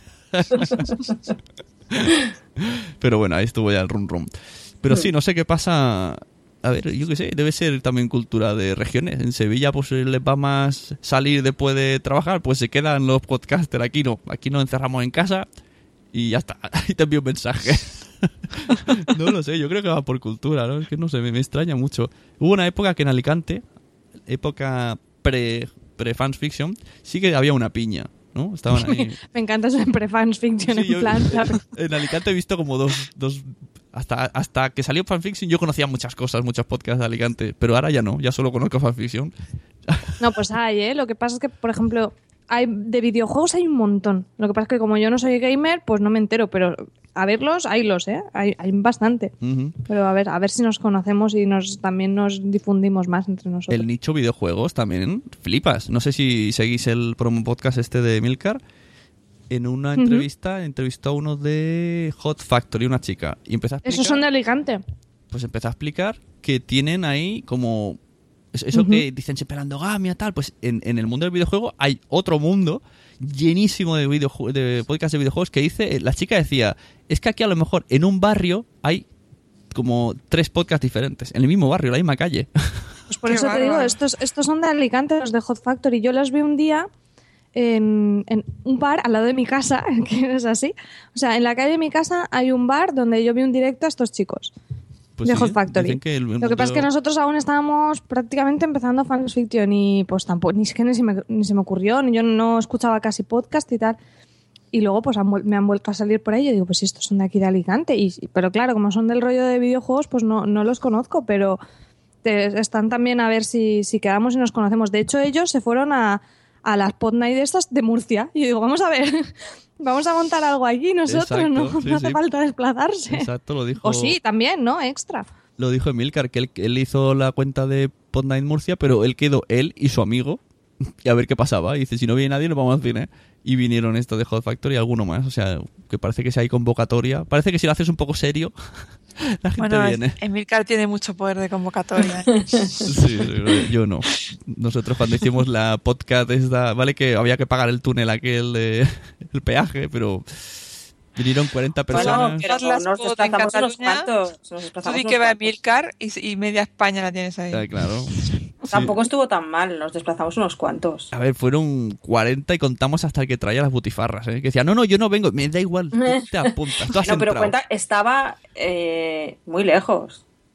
Pero bueno, ahí estuvo ya el rum rum. Pero sí, no sé qué pasa. A ver, yo qué sé, debe ser también cultura de regiones. En Sevilla pues les va más salir después de trabajar, pues se quedan los podcasters. Aquí no, aquí nos encerramos en casa y ya está. Ahí te envío un mensaje. No lo sé, yo creo que va por cultura, ¿no? Es que no sé, me, me extraña mucho. Hubo una época que en Alicante, época pre, pre-fans fiction, sí que había una piña, ¿no? Estaban ahí. Me encanta eso en pre-fans fiction, sí, en yo, plan. En Alicante he visto como dos... dos hasta, hasta que salió fanfiction yo conocía muchas cosas, muchos podcasts de Alicante, pero ahora ya no, ya solo conozco fanfiction. No, pues hay, ¿eh? Lo que pasa es que, por ejemplo, hay de videojuegos hay un montón. Lo que pasa es que como yo no soy gamer, pues no me entero, pero a verlos, haylos, ¿eh? Hay, hay bastante. Uh-huh. Pero a ver, a ver si nos conocemos y nos también nos difundimos más entre nosotros. El nicho videojuegos también flipas. No sé si seguís el promo podcast este de Emilcar. En una entrevista, uh-huh. entrevistó a uno de Hot Factory, una chica. Y empezó a explicar, ¿esos son de Alicante? Pues empezó a explicar que tienen ahí como... Eso uh-huh. que dicen siempre la endogamia, tal. Pues en, en el mundo del videojuego hay otro mundo llenísimo de, videojue- de podcasts de videojuegos que dice... La chica decía, es que aquí a lo mejor en un barrio hay como tres podcasts diferentes. En el mismo barrio, en la misma calle. Pues por eso te digo, estos, estos son de Alicante, los de Hot Factory. Yo los vi un día... En, en un bar al lado de mi casa, que es así. O sea, en la calle de mi casa hay un bar donde yo vi un directo a estos chicos pues de sí, Hot Factory. Que el, el Lo que pasa es que nosotros aún estábamos prácticamente empezando Fans Fiction y pues tampoco, ni, ni, se me, ni se me ocurrió, ni yo no escuchaba casi podcast y tal. Y luego pues han, me han vuelto a salir por ahí y digo, pues estos son de aquí de Alicante. Y, pero claro, como son del rollo de videojuegos, pues no, no los conozco, pero te, están también a ver si, si quedamos y nos conocemos. De hecho, ellos se fueron a a las Pod Night de estas de Murcia. Y yo digo, vamos a ver, vamos a montar algo allí nosotros, Exacto, ¿no? Sí, no hace sí. falta desplazarse. Exacto, lo dijo. O sí, también, ¿no? Extra. Lo dijo Emilcar, que él, él hizo la cuenta de Pod Night Murcia, pero él quedó él y su amigo y a ver qué pasaba. Y dice, si no viene nadie, nos vamos al cine. Y vinieron estos de Hot Factory y alguno más. O sea, que parece que si hay convocatoria. Parece que si lo haces un poco serio, la gente bueno, viene. Emilcar tiene mucho poder de convocatoria. Sí, yo no. Nosotros cuando hicimos la podcast esta, vale que había que pagar el túnel aquel, de, el peaje, pero... Vinieron cuarenta personas. Bueno, pero las nos desplazamos unos cuantos. Tú di que va Emilcar y, y media España la tienes ahí. Ah, claro. Tampoco sí. estuvo tan mal, nos desplazamos unos cuantos. A ver, fueron cuarenta y contamos hasta el que traía las butifarras, ¿eh? Que decía, no, no, yo no vengo, me da igual, tú te apuntas, tú has No, pero entrado. cuenta, estaba eh, muy lejos.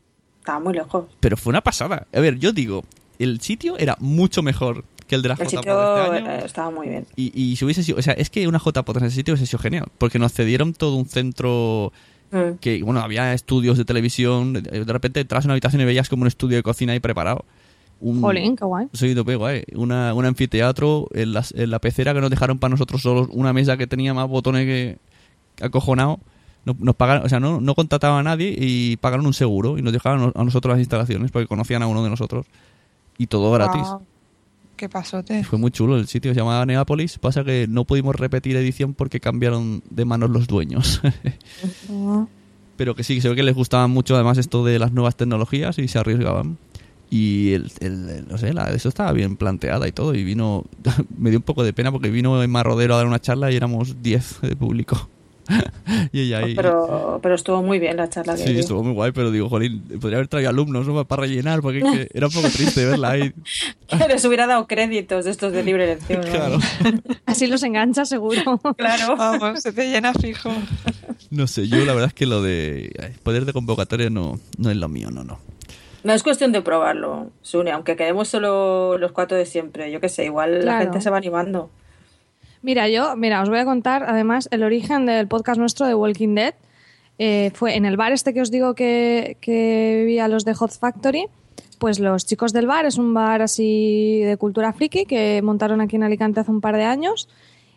estaba muy lejos. Pero fue una pasada. A ver, yo digo, el sitio era mucho mejor que el de la El J P O D sitio de este año. estaba muy bien. Y, y si hubiese sido, o sea, es que una J P O D en ese sitio hubiese sido genial, porque nos cedieron todo un centro mm. que, bueno, había estudios de televisión, de repente entras en una habitación y veías como un estudio de cocina ahí preparado. Un, Jolín, qué guay. Soy de guay. Una, un anfiteatro en la, en la pecera que nos dejaron para nosotros solos, una mesa que tenía más botones que acojonado. Nos, nos pagaron, o sea, no, no contrataban a nadie y pagaron un seguro y nos dejaron a nosotros las instalaciones porque conocían a uno de nosotros y todo gratis. Wow. Qué pasote. Fue muy chulo el sitio, se llamaba Neápolis. Pasa que no pudimos repetir edición porque cambiaron de manos los dueños. Pero que sí, se ve que les gustaba mucho además esto de las nuevas tecnologías y se arriesgaban. Y el, el, el no sé, la, eso estaba bien planteada y todo. Y vino, me dio un poco de pena porque vino Emma Rodero a dar una charla y éramos diez de público. Y ella ahí, pero, pero estuvo muy bien la charla. Que sí, dio. Estuvo muy guay, pero digo, jolín, podría haber traído alumnos, ¿no? Para rellenar, porque que era un poco triste verla ahí. Que les hubiera dado créditos de estos de libre elección. ¿no? Claro. Así los engancha seguro. Claro. Vamos, se te llena fijo. No sé, yo la verdad es que lo de ay, poder de convocatoria no, no es lo mío, no, no. No es cuestión de probarlo, Sune, aunque quedemos solo los cuatro de siempre. Yo qué sé, igual Claro. la gente se va animando. Mira, yo, mira, os voy a contar además el origen del podcast nuestro de Walking Dead. Eh, fue en el bar este que os digo que, que vivía los de Hot Factory. Pues los chicos del bar, es un bar así de cultura friki que montaron aquí en Alicante hace un par de años.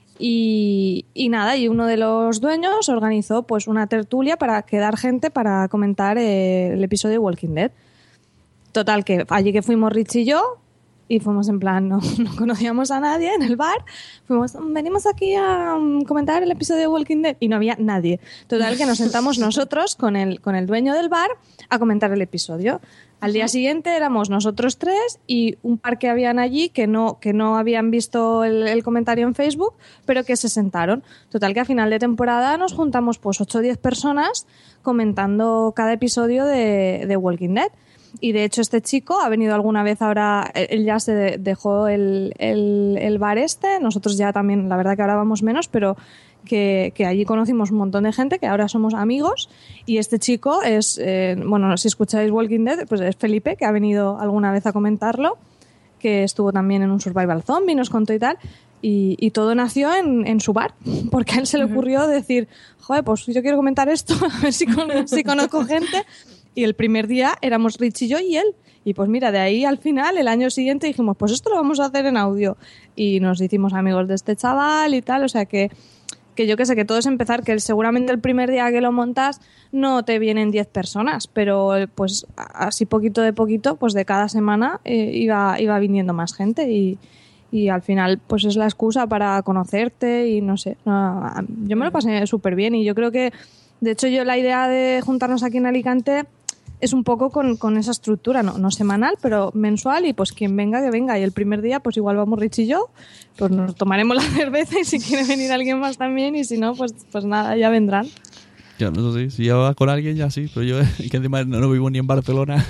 Y, y nada, y uno de los dueños organizó pues una tertulia para quedar gente para comentar eh, el episodio de Walking Dead. Total, que allí que fuimos Rich y yo, y fuimos en plan, no, no conocíamos a nadie en el bar, fuimos, venimos aquí a um, comentar el episodio de Walking Dead, y no había nadie. Total, que nos sentamos nosotros con el, con el dueño del bar a comentar el episodio. Al día siguiente éramos nosotros tres y un par que habían allí que no, que no habían visto el, el comentario en Facebook, pero que se sentaron. Total, que a final de temporada nos juntamos pues ocho o diez personas comentando cada episodio de, de Walking Dead. Y de hecho este chico ha venido alguna vez ahora, él ya se dejó el, el, el bar este, nosotros ya también, la verdad que ahora vamos menos, pero que, que allí conocimos un montón de gente, que ahora somos amigos, y este chico es, eh, bueno, si escucháis Walking Dead, pues es Felipe, que ha venido alguna vez a comentarlo, que estuvo también en un Survival Zombie, nos contó y tal, y, y todo nació en, en su bar, porque a él se le ocurrió decir, joder, pues yo quiero comentar esto, a ver si, con, si conozco gente. Y el primer día éramos Rich y yo y él. Y pues mira, de ahí al final, el año siguiente dijimos, pues esto lo vamos a hacer en audio. Y nos hicimos amigos de este chaval y tal. O sea que, que yo que sé, que todo es empezar, que seguramente el primer día que lo montas no te vienen diez personas. Pero pues así poquito de poquito, pues de cada semana eh, iba, iba viniendo más gente. Y, y al final pues es la excusa para conocerte y no sé. No, yo me lo pasé súper bien y yo creo que, de hecho, yo la idea de juntarnos aquí en Alicante es un poco con, con esa estructura, no, no semanal, pero mensual, y pues quien venga, que venga. Y el primer día, pues igual vamos Rich y yo, pues nos tomaremos la cerveza y si quiere venir alguien más también, y si no, pues, pues nada, ya vendrán. Ya, no sé, si ya va con alguien ya sí, pero yo que encima no, no vivo ni en Barcelona.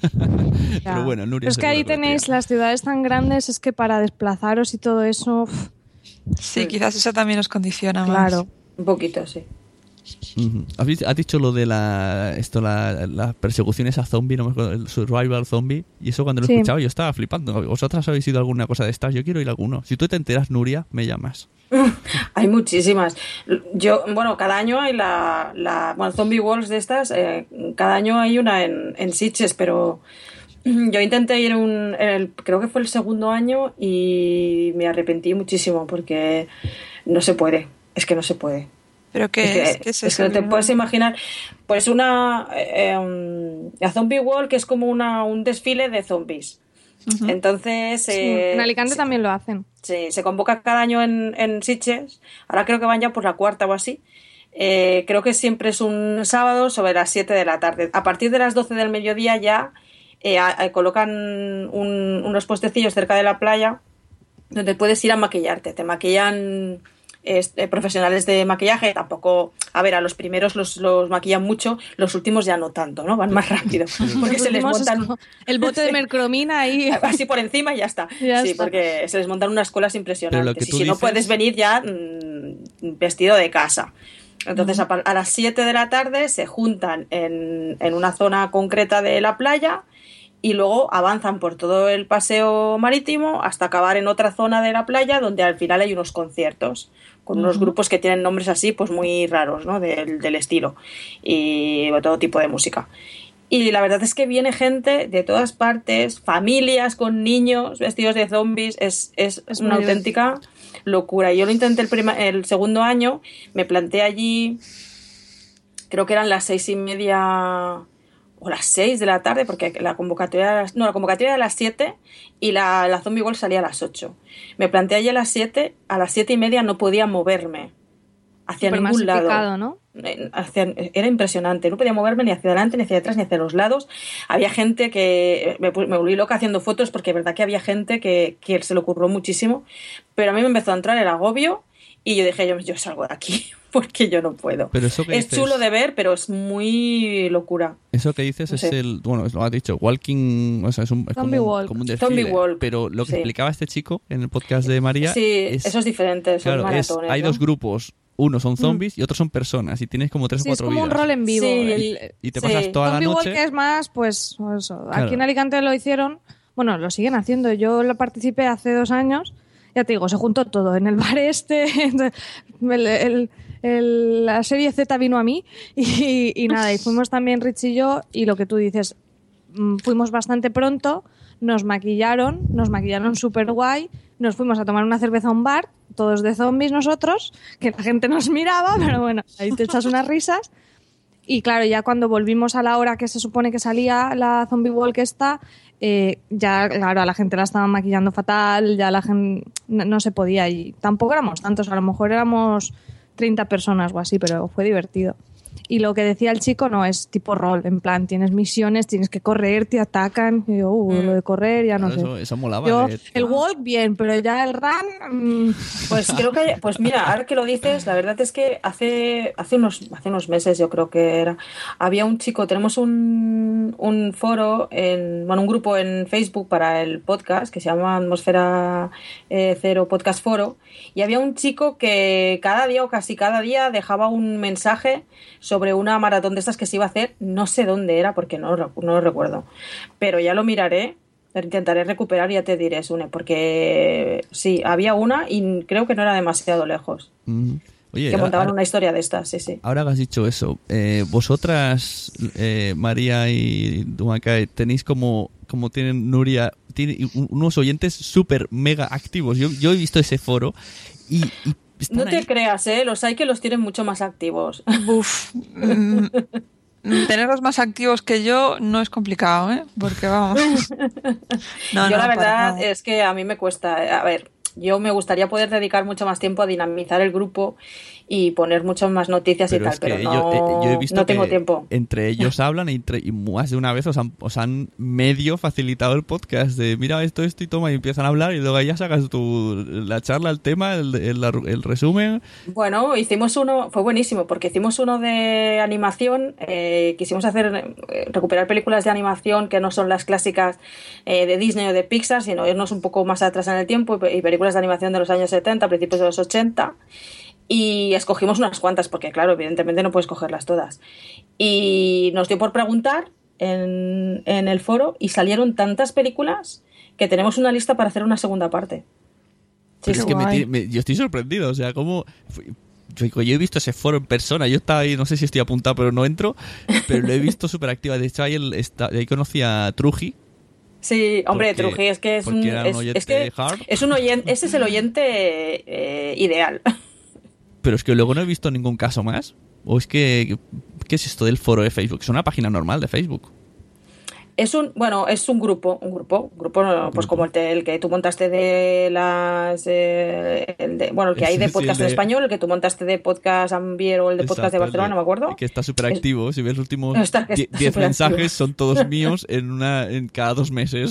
Pero bueno, Nuria. Pero es que ahí tenéis las ciudades tan grandes, es que para desplazaros y todo eso... Uf, Sí, quizás eso también nos condiciona más. claro. Un poquito, sí. Uh-huh. ¿Has, visto, has dicho lo de la esto la, las persecuciones a zombie, no me acuerdo, el survival zombie, y eso cuando lo Sí. escuchaba yo estaba flipando. ¿Vosotras habéis ido a alguna cosa de estas? Yo quiero ir a alguno. Si tú te enteras, Nuria, me llamas. Hay muchísimas. Yo, bueno, cada año hay la, la bueno, Zombie Walls de estas, eh, cada año hay una en, en Sitges, pero yo intenté ir un, en el, creo que fue el segundo año y me arrepentí muchísimo porque no se puede, es que no se puede. ¿Pero qué es? Que, es? ¿Qué es, es eso? que no te puedes imaginar. Pues una eh, um, la Zombie Wall, que es como una, un desfile de zombies. Uh-huh. Entonces... Sí, eh, en Alicante se, también lo hacen. Sí, se convoca cada año en, en Sitges. Ahora creo que van ya por la cuarta o así. Eh, creo que siempre es un sábado sobre las siete de la tarde. A partir de las doce del mediodía ya eh, a, a, colocan un, unos puestecillos cerca de la playa donde puedes ir a maquillarte. Te maquillan... Este, profesionales de maquillaje, tampoco, a ver, a los primeros los, los maquillan mucho, los últimos ya no tanto, ¿no? Van más rápido, porque se les montan el bote de mercromina ahí así por encima y ya está. Ya sí, está. Porque se les montan unas colas impresionantes. Y si dices... no puedes venir ya mmm, vestido de casa. Entonces, a, a las siete de la tarde se juntan en, en una zona concreta de la playa y luego avanzan por todo el paseo marítimo hasta acabar en otra zona de la playa donde al final hay unos conciertos con unos uh-huh. grupos que tienen nombres así pues muy raros, ¿no? Del, del estilo y de todo tipo de música. Y la verdad es que viene gente de todas partes, familias con niños vestidos de zombies, es, es, es una auténtica locura. Yo lo intenté el, prima, el segundo año, me planté allí, creo que eran las seis y media o las seis de la tarde, porque la convocatoria era, no, la convocatoria era a las siete y la, la Zombie World salía a las ocho. Me planté allí a las siete, a las siete y media no podía moverme hacia Super ningún lado. ¿No? Hacia, era impresionante, no podía moverme ni hacia adelante, ni hacia atrás, ni hacia los lados. Había gente que me, me volví loca haciendo fotos porque es verdad que había gente que, que se le ocurrió muchísimo, pero a mí me empezó a entrar el agobio y yo dije, yo, yo salgo de aquí porque yo no puedo. Pero eso que es dices, chulo de ver, pero es muy locura. Eso que dices no es sé. el, bueno, lo has dicho, walking, o sea, es, un, es como, un, como un desfile. Zombie walk. Pero lo que sí. explicaba este chico en el podcast de María, sí, es, eso es diferente, son claro, maratones, es, hay ¿no? dos grupos. Uno son zombies mm. y otros son personas. Y tienes como tres sí, o cuatro es como vidas. un rol en vivo. Sí, el, y te sí. pasas toda Zombie la noche. Walk es más, pues, eso. Claro. Aquí en Alicante lo hicieron. Bueno, lo siguen haciendo. Yo lo participé hace dos años. Ya te digo, se juntó todo. En el bar este, el, el, el, la serie Z vino a mí. Y, y nada, y fuimos también Rich y yo. Y lo que tú dices, fuimos bastante pronto. Nos maquillaron, nos maquillaron súper guay. Nos fuimos a tomar una cerveza a un bar, todos de zombies nosotros, que la gente nos miraba, pero bueno, ahí te echas unas risas. Y claro, ya cuando volvimos a la hora que se supone que salía la Zombie Walk esta, eh, ya, claro, a la gente la estaban maquillando fatal, ya la gente no, no se podía. Y tampoco éramos tantos, a lo mejor éramos treinta personas o así, pero fue divertido. Y lo que decía el chico no es tipo rol, en plan, tienes misiones, tienes que correr, te atacan. Y yo, uh, mm. lo de correr ya no claro, sé. Eso, eso molaba. Yo, eh. el walk bien, pero ya el run... Mmm. Pues creo que, pues mira, ahora que lo dices, la verdad es que hace, hace, unos, hace unos meses yo creo que era, había un chico, tenemos un, un foro, en, bueno, un grupo en Facebook para el podcast que se llama Atmósfera eh, Cero Podcast Foro, y había un chico que cada día o casi cada día dejaba un mensaje sobre una maratón de estas que se iba a hacer, no sé dónde era porque no, no lo recuerdo, pero ya lo miraré, intentaré recuperar y ya te diré, Sune, porque sí, había una y creo que no era demasiado lejos. Mm. Oye, que montaban ahora, una historia de estas, sí, sí. Ahora que has dicho eso, eh, vosotras, eh, María y Dumacae, tenéis como, como tienen Nuria, tiene unos oyentes súper mega activos. Yo, yo he visto ese foro y... y no te ahí. creas, ¿eh? Los hay que los tienen mucho más activos. Uf. Mm, tenerlos más activos que yo no es complicado, ¿eh? Porque vamos. No, yo no, la verdad para... es que a mí me cuesta. A ver, yo me gustaría poder dedicar mucho más tiempo a dinamizar el grupo y poner muchas más noticias pero y tal, es que pero no, yo, eh, yo he visto no tengo que tiempo. Entre ellos hablan y, entre, y más de una vez os han, os han medio facilitado el podcast de mira esto, esto y toma y empiezan a hablar y luego ya sacas tu, la charla, el tema, el, el, el resumen. Bueno, hicimos uno, fue buenísimo porque hicimos uno de animación, eh, quisimos hacer eh, recuperar películas de animación que no son las clásicas eh, de Disney o de Pixar, sino irnos un poco más atrás en el tiempo y, y películas de animación de los años setenta, principios de los ochenta. Y escogimos unas cuantas, porque claro, evidentemente no puedes cogerlas todas. Y nos dio por preguntar en, en el foro y salieron tantas películas que tenemos una lista para hacer una segunda parte. Sí, es que me, me, yo estoy sorprendido, o sea, como... Yo, yo he visto ese foro en persona, yo estaba ahí, no sé si estoy apuntado, pero no entro, pero lo he visto súper activa. De hecho, ahí, el, está, ahí conocí a Truji. Sí, hombre, porque, Truji es que es un, un es, es que hard. es un oyente, ese es el oyente eh, ideal. Pero es que luego no he visto ningún caso más. ¿O es que qué es esto del foro de Facebook? Es una página normal de Facebook. Es un, bueno, es un grupo, un grupo, un grupo, pues grupo. como el, te, el que tú montaste de las, eh, el de, bueno, el que hay de podcast sí, de... en español, el que tú montaste de podcast Ambier o el de Exacto, podcast de Barcelona, de, no me acuerdo. Que está súper activo, es, si ves los últimos diez mensajes son todos míos en una, en cada dos meses.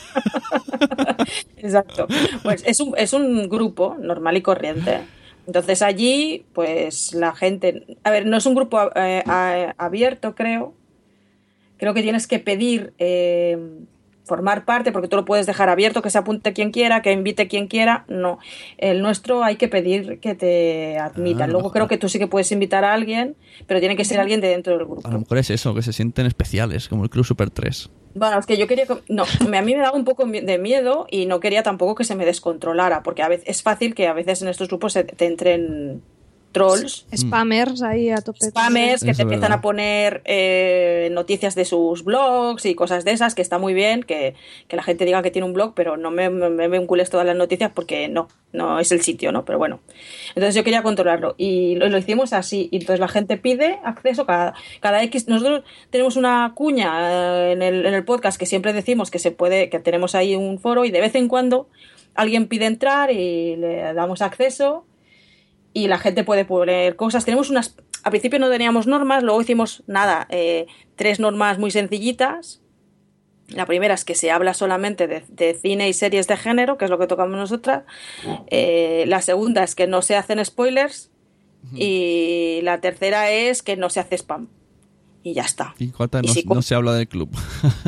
Exacto, pues es un, es un grupo normal y corriente. Entonces allí, pues la gente, a ver, no es un grupo eh, a, abierto, creo. Creo que tienes que pedir eh, formar parte, porque tú lo puedes dejar abierto, que se apunte quien quiera, que invite quien quiera. No, el nuestro hay que pedir que te admitan. Ah, Luego no, creo que tú sí que puedes invitar a alguien, pero tiene que ser alguien de dentro del grupo. A lo mejor es eso, que se sienten especiales, como el Club Super tres. Bueno, es que yo quería... No, a mí me daba un poco de miedo y no quería tampoco que se me descontrolara, porque a veces es fácil que a veces en estos grupos se te entren trolls. Spammers ahí a tope. Spammers que Eso te es empiezan verdad. a poner eh, noticias de sus blogs y cosas de esas, que está muy bien, que, que la gente diga que tiene un blog, pero no me, me, me vincules todas las noticias porque no, no es el sitio, ¿no? Pero bueno. Entonces yo quería controlarlo y lo, lo hicimos así. Y entonces la gente pide acceso cada, cada X. Nosotros tenemos una cuña eh, en, el, en el podcast que siempre decimos que se puede, que tenemos ahí un foro y de vez en cuando alguien pide entrar y le damos acceso. Y la gente puede poner cosas. Tenemos unas... Al principio no teníamos normas, luego hicimos, nada, eh, tres normas muy sencillitas. La primera es que se habla solamente de, de cine y series de género, que es lo que tocamos nosotras. Eh, la segunda es que no se hacen spoilers. Y la tercera es que no se hace spam. Y ya está. Y cuarta, Y no, si no se habla del club.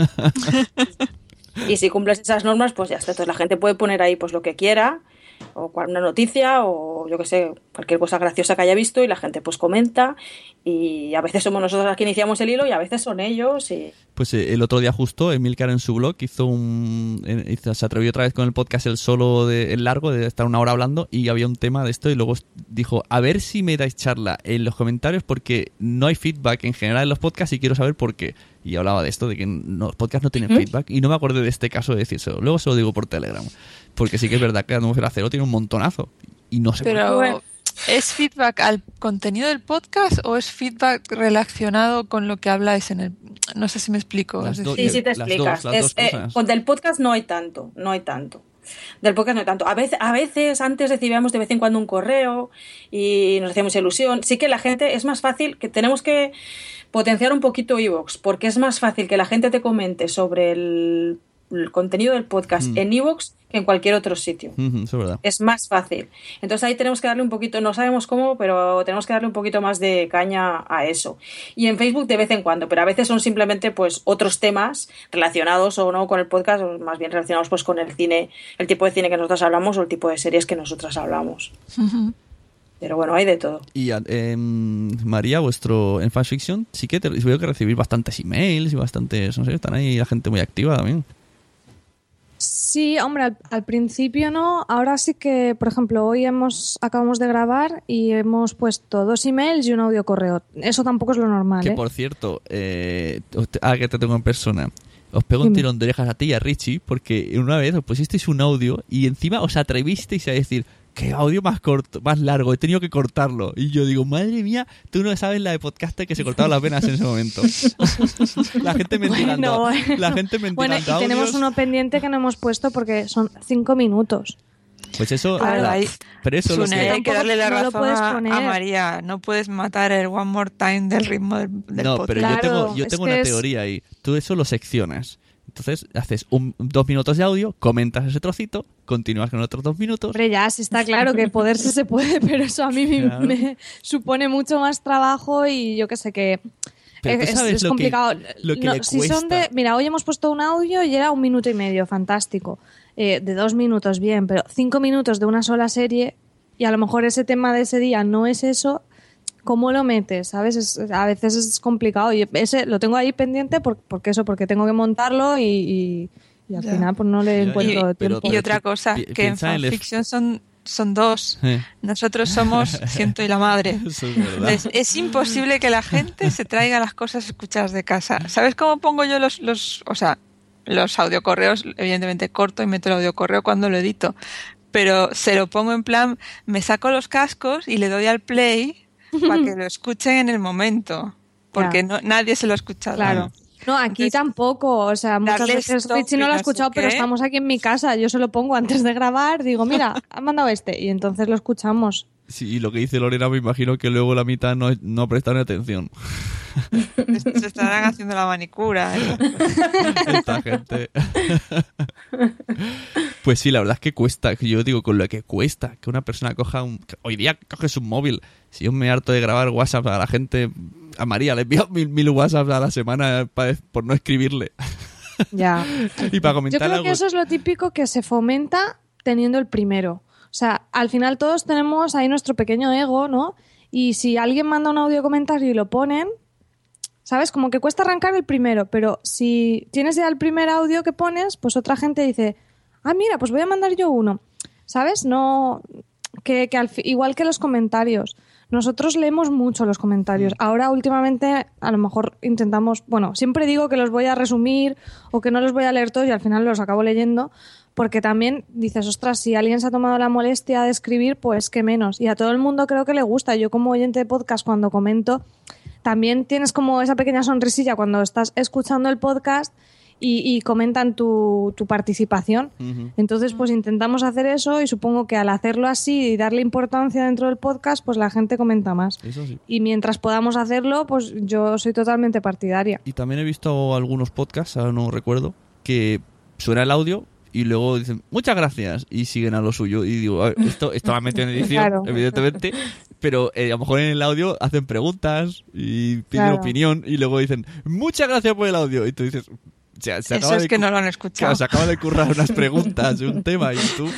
Y si cumples esas normas, pues ya está. Entonces la gente puede poner ahí pues lo que quiera, o una noticia, o yo que sé, cualquier cosa graciosa que haya visto, y la gente pues comenta, y a veces somos nosotros las que iniciamos el hilo y a veces son ellos. Y... Pues eh, el otro día justo, Emilcar en su blog hizo un... eh, hizo- se atrevió otra vez con el podcast el solo, de, el largo, de estar una hora hablando, y había un tema de esto, y luego dijo, a ver si me dais charla en los comentarios, porque no hay feedback en general en los podcasts y quiero saber por qué. Y hablaba de esto, de que no, los podcasts no tienen ¿Mm? feedback, y no me acordé de este caso de decírselo. Luego se lo digo por Telegram, porque sí que es verdad que Atmósfera Cero tiene un montonazo, y no sé por qué. Pero, ¿es feedback al contenido del podcast o es feedback relacionado con lo que habláis en el...? No sé si me explico. Las es dos- decir, Sí, sí te las explicas. dos, las Es, dos eh, cosas. con del podcast no hay tanto, no hay tanto. Del podcast no hay tanto. A veces, a veces antes recibíamos de vez en cuando un correo y nos hacíamos ilusión. Sí que la gente, es más fácil, que tenemos que potenciar un poquito iVoox, porque es más fácil que la gente te comente sobre el, el contenido del podcast Mm. en iVoox que en cualquier otro sitio. Ujú, eso es verdad. Es más fácil. Entonces ahí tenemos que darle un poquito, no sabemos cómo, pero tenemos que darle un poquito más de caña a eso. Y en Facebook de vez en cuando, pero a veces son simplemente pues otros temas relacionados o no con el podcast, o más bien relacionados pues con el cine, el tipo de cine que nosotras hablamos o el tipo de series que nosotras hablamos. ujú. Pero bueno, hay de todo. Y eh, María, vuestro en fanfiction, sí que te, veo que recibís bastantes emails y bastantes, no sé, están ahí la gente muy activa también. Sí, hombre, al, al principio no. Ahora sí que, por ejemplo, hoy hemos acabamos de grabar y hemos puesto dos emails y un audio correo. Eso tampoco es lo normal, Que ¿eh? por cierto, eh, os te- ah, que te tengo en persona. Os pego un Dime. tirón de orejas a ti y a Richie, porque una vez os pusisteis un audio y encima os atrevisteis a decir, qué audio más corto, más largo, he tenido que cortarlo. Y yo digo, madre mía, tú no sabes la de podcaster que se cortaba las venas en ese momento. La gente mentirando. Bueno, bueno. La gente mentirando Bueno, y tenemos audios. uno pendiente que no hemos puesto porque son cinco minutos. Pues eso, Claro, la- ahí- pero eso lo Sune, que... hay que darle la no lo razón puedes a, poner. a María. No puedes matar el one more time del ritmo del, del No, podcast. pero yo Claro, tengo, yo es tengo que una es- teoría ahí. Tú eso lo seccionas. Entonces haces un, dos minutos de audio, comentas ese trocito, continúas con otros dos minutos. Hombre, ya sí está claro que poderse se puede, pero eso a mí me, Claro. me supone mucho más trabajo y yo que sé que Pero tú es, sabes es lo que- complicado. lo que No, le si son cuesta. de, mira, hoy hemos puesto un audio y era un minuto y medio, fantástico. Eh, de dos minutos, bien, pero cinco minutos de una sola serie y a lo mejor ese tema de ese día no es eso. ¿Cómo lo metes? ¿Sabes? Es- a veces es complicado y ese lo tengo ahí pendiente por- porque eso, porque tengo que montarlo y, y- y al Ya. final pues no le Ya, encuentro ya, pero- tiempo. Y pero otra tú cosa, pi- que en piensa en el- fanfiction son, son dos. Eh, Nosotros somos ciento y la madre. Eso es verdad. Es, es imposible que la gente se traiga las cosas escuchadas de casa. ¿Sabes cómo pongo yo los, los, o sea, los audiocorreos? Evidentemente corto y meto el audiocorreo cuando lo edito. Pero se lo pongo en plan, me saco los cascos y le doy al play para que lo escuchen en el momento. Porque no, nadie se lo ha escuchado. Claro. No, aquí Entonces, tampoco. O sea, muchas darle veces stop Richie no y lo ha no sé escuchado, pero qué. estamos aquí en mi casa. Yo se lo pongo antes de grabar. Digo, mira, ha mandado este. Y entonces lo escuchamos. Sí, y lo que dice Lorena me imagino que luego la mitad no, no prestan atención. Se estarán haciendo la manicura. ¿eh? Esta gente. Pues sí, la verdad es que cuesta. Que yo digo, con lo que cuesta que una persona coja un... que hoy día coges un móvil. Si yo me harto de grabar WhatsApp a la gente... A María le envío mil, mil WhatsApps a la semana pa- por no escribirle. Ya. Y para Yo comentar creo algo... que eso es lo típico que se fomenta teniendo el primero. O sea, al final todos tenemos ahí nuestro pequeño ego, ¿no? Y si alguien manda un audio comentario y lo ponen, ¿sabes? Como que cuesta arrancar el primero, pero si tienes ya el primer audio que pones, pues otra gente dice, ah, mira, pues voy a mandar yo uno, ¿sabes? No, que, que al fi- igual que los comentarios. Nosotros leemos mucho los comentarios. Ahora, últimamente, a lo mejor intentamos... Bueno, siempre digo que los voy a resumir o que no los voy a leer todos y al final los acabo leyendo, porque también dices, ostras, si alguien se ha tomado la molestia de escribir, pues qué menos. Y a todo el mundo creo que le gusta. Yo como oyente de podcast, cuando comento, también tienes como esa pequeña sonrisilla cuando estás escuchando el podcast y, y comentan tu, tu participación. Ujú. Entonces, pues intentamos hacer eso y supongo que al hacerlo así y darle importancia dentro del podcast, pues la gente comenta más. Eso sí. Y mientras podamos hacerlo, pues yo soy totalmente partidaria. Y también he visto algunos podcasts, ahora no recuerdo, que suena el audio y luego dicen muchas gracias y siguen a lo suyo. Y digo, a ver, esto, esto lo han metido en edición, Claro. evidentemente, pero eh, a lo mejor en el audio hacen preguntas y piden Claro. opinión y luego dicen muchas gracias por el audio. Y tú dices, o sea, se Eso acaba es de que cu- no lo han claro, escuchado. se acaba de currar unas preguntas de un tema y tú...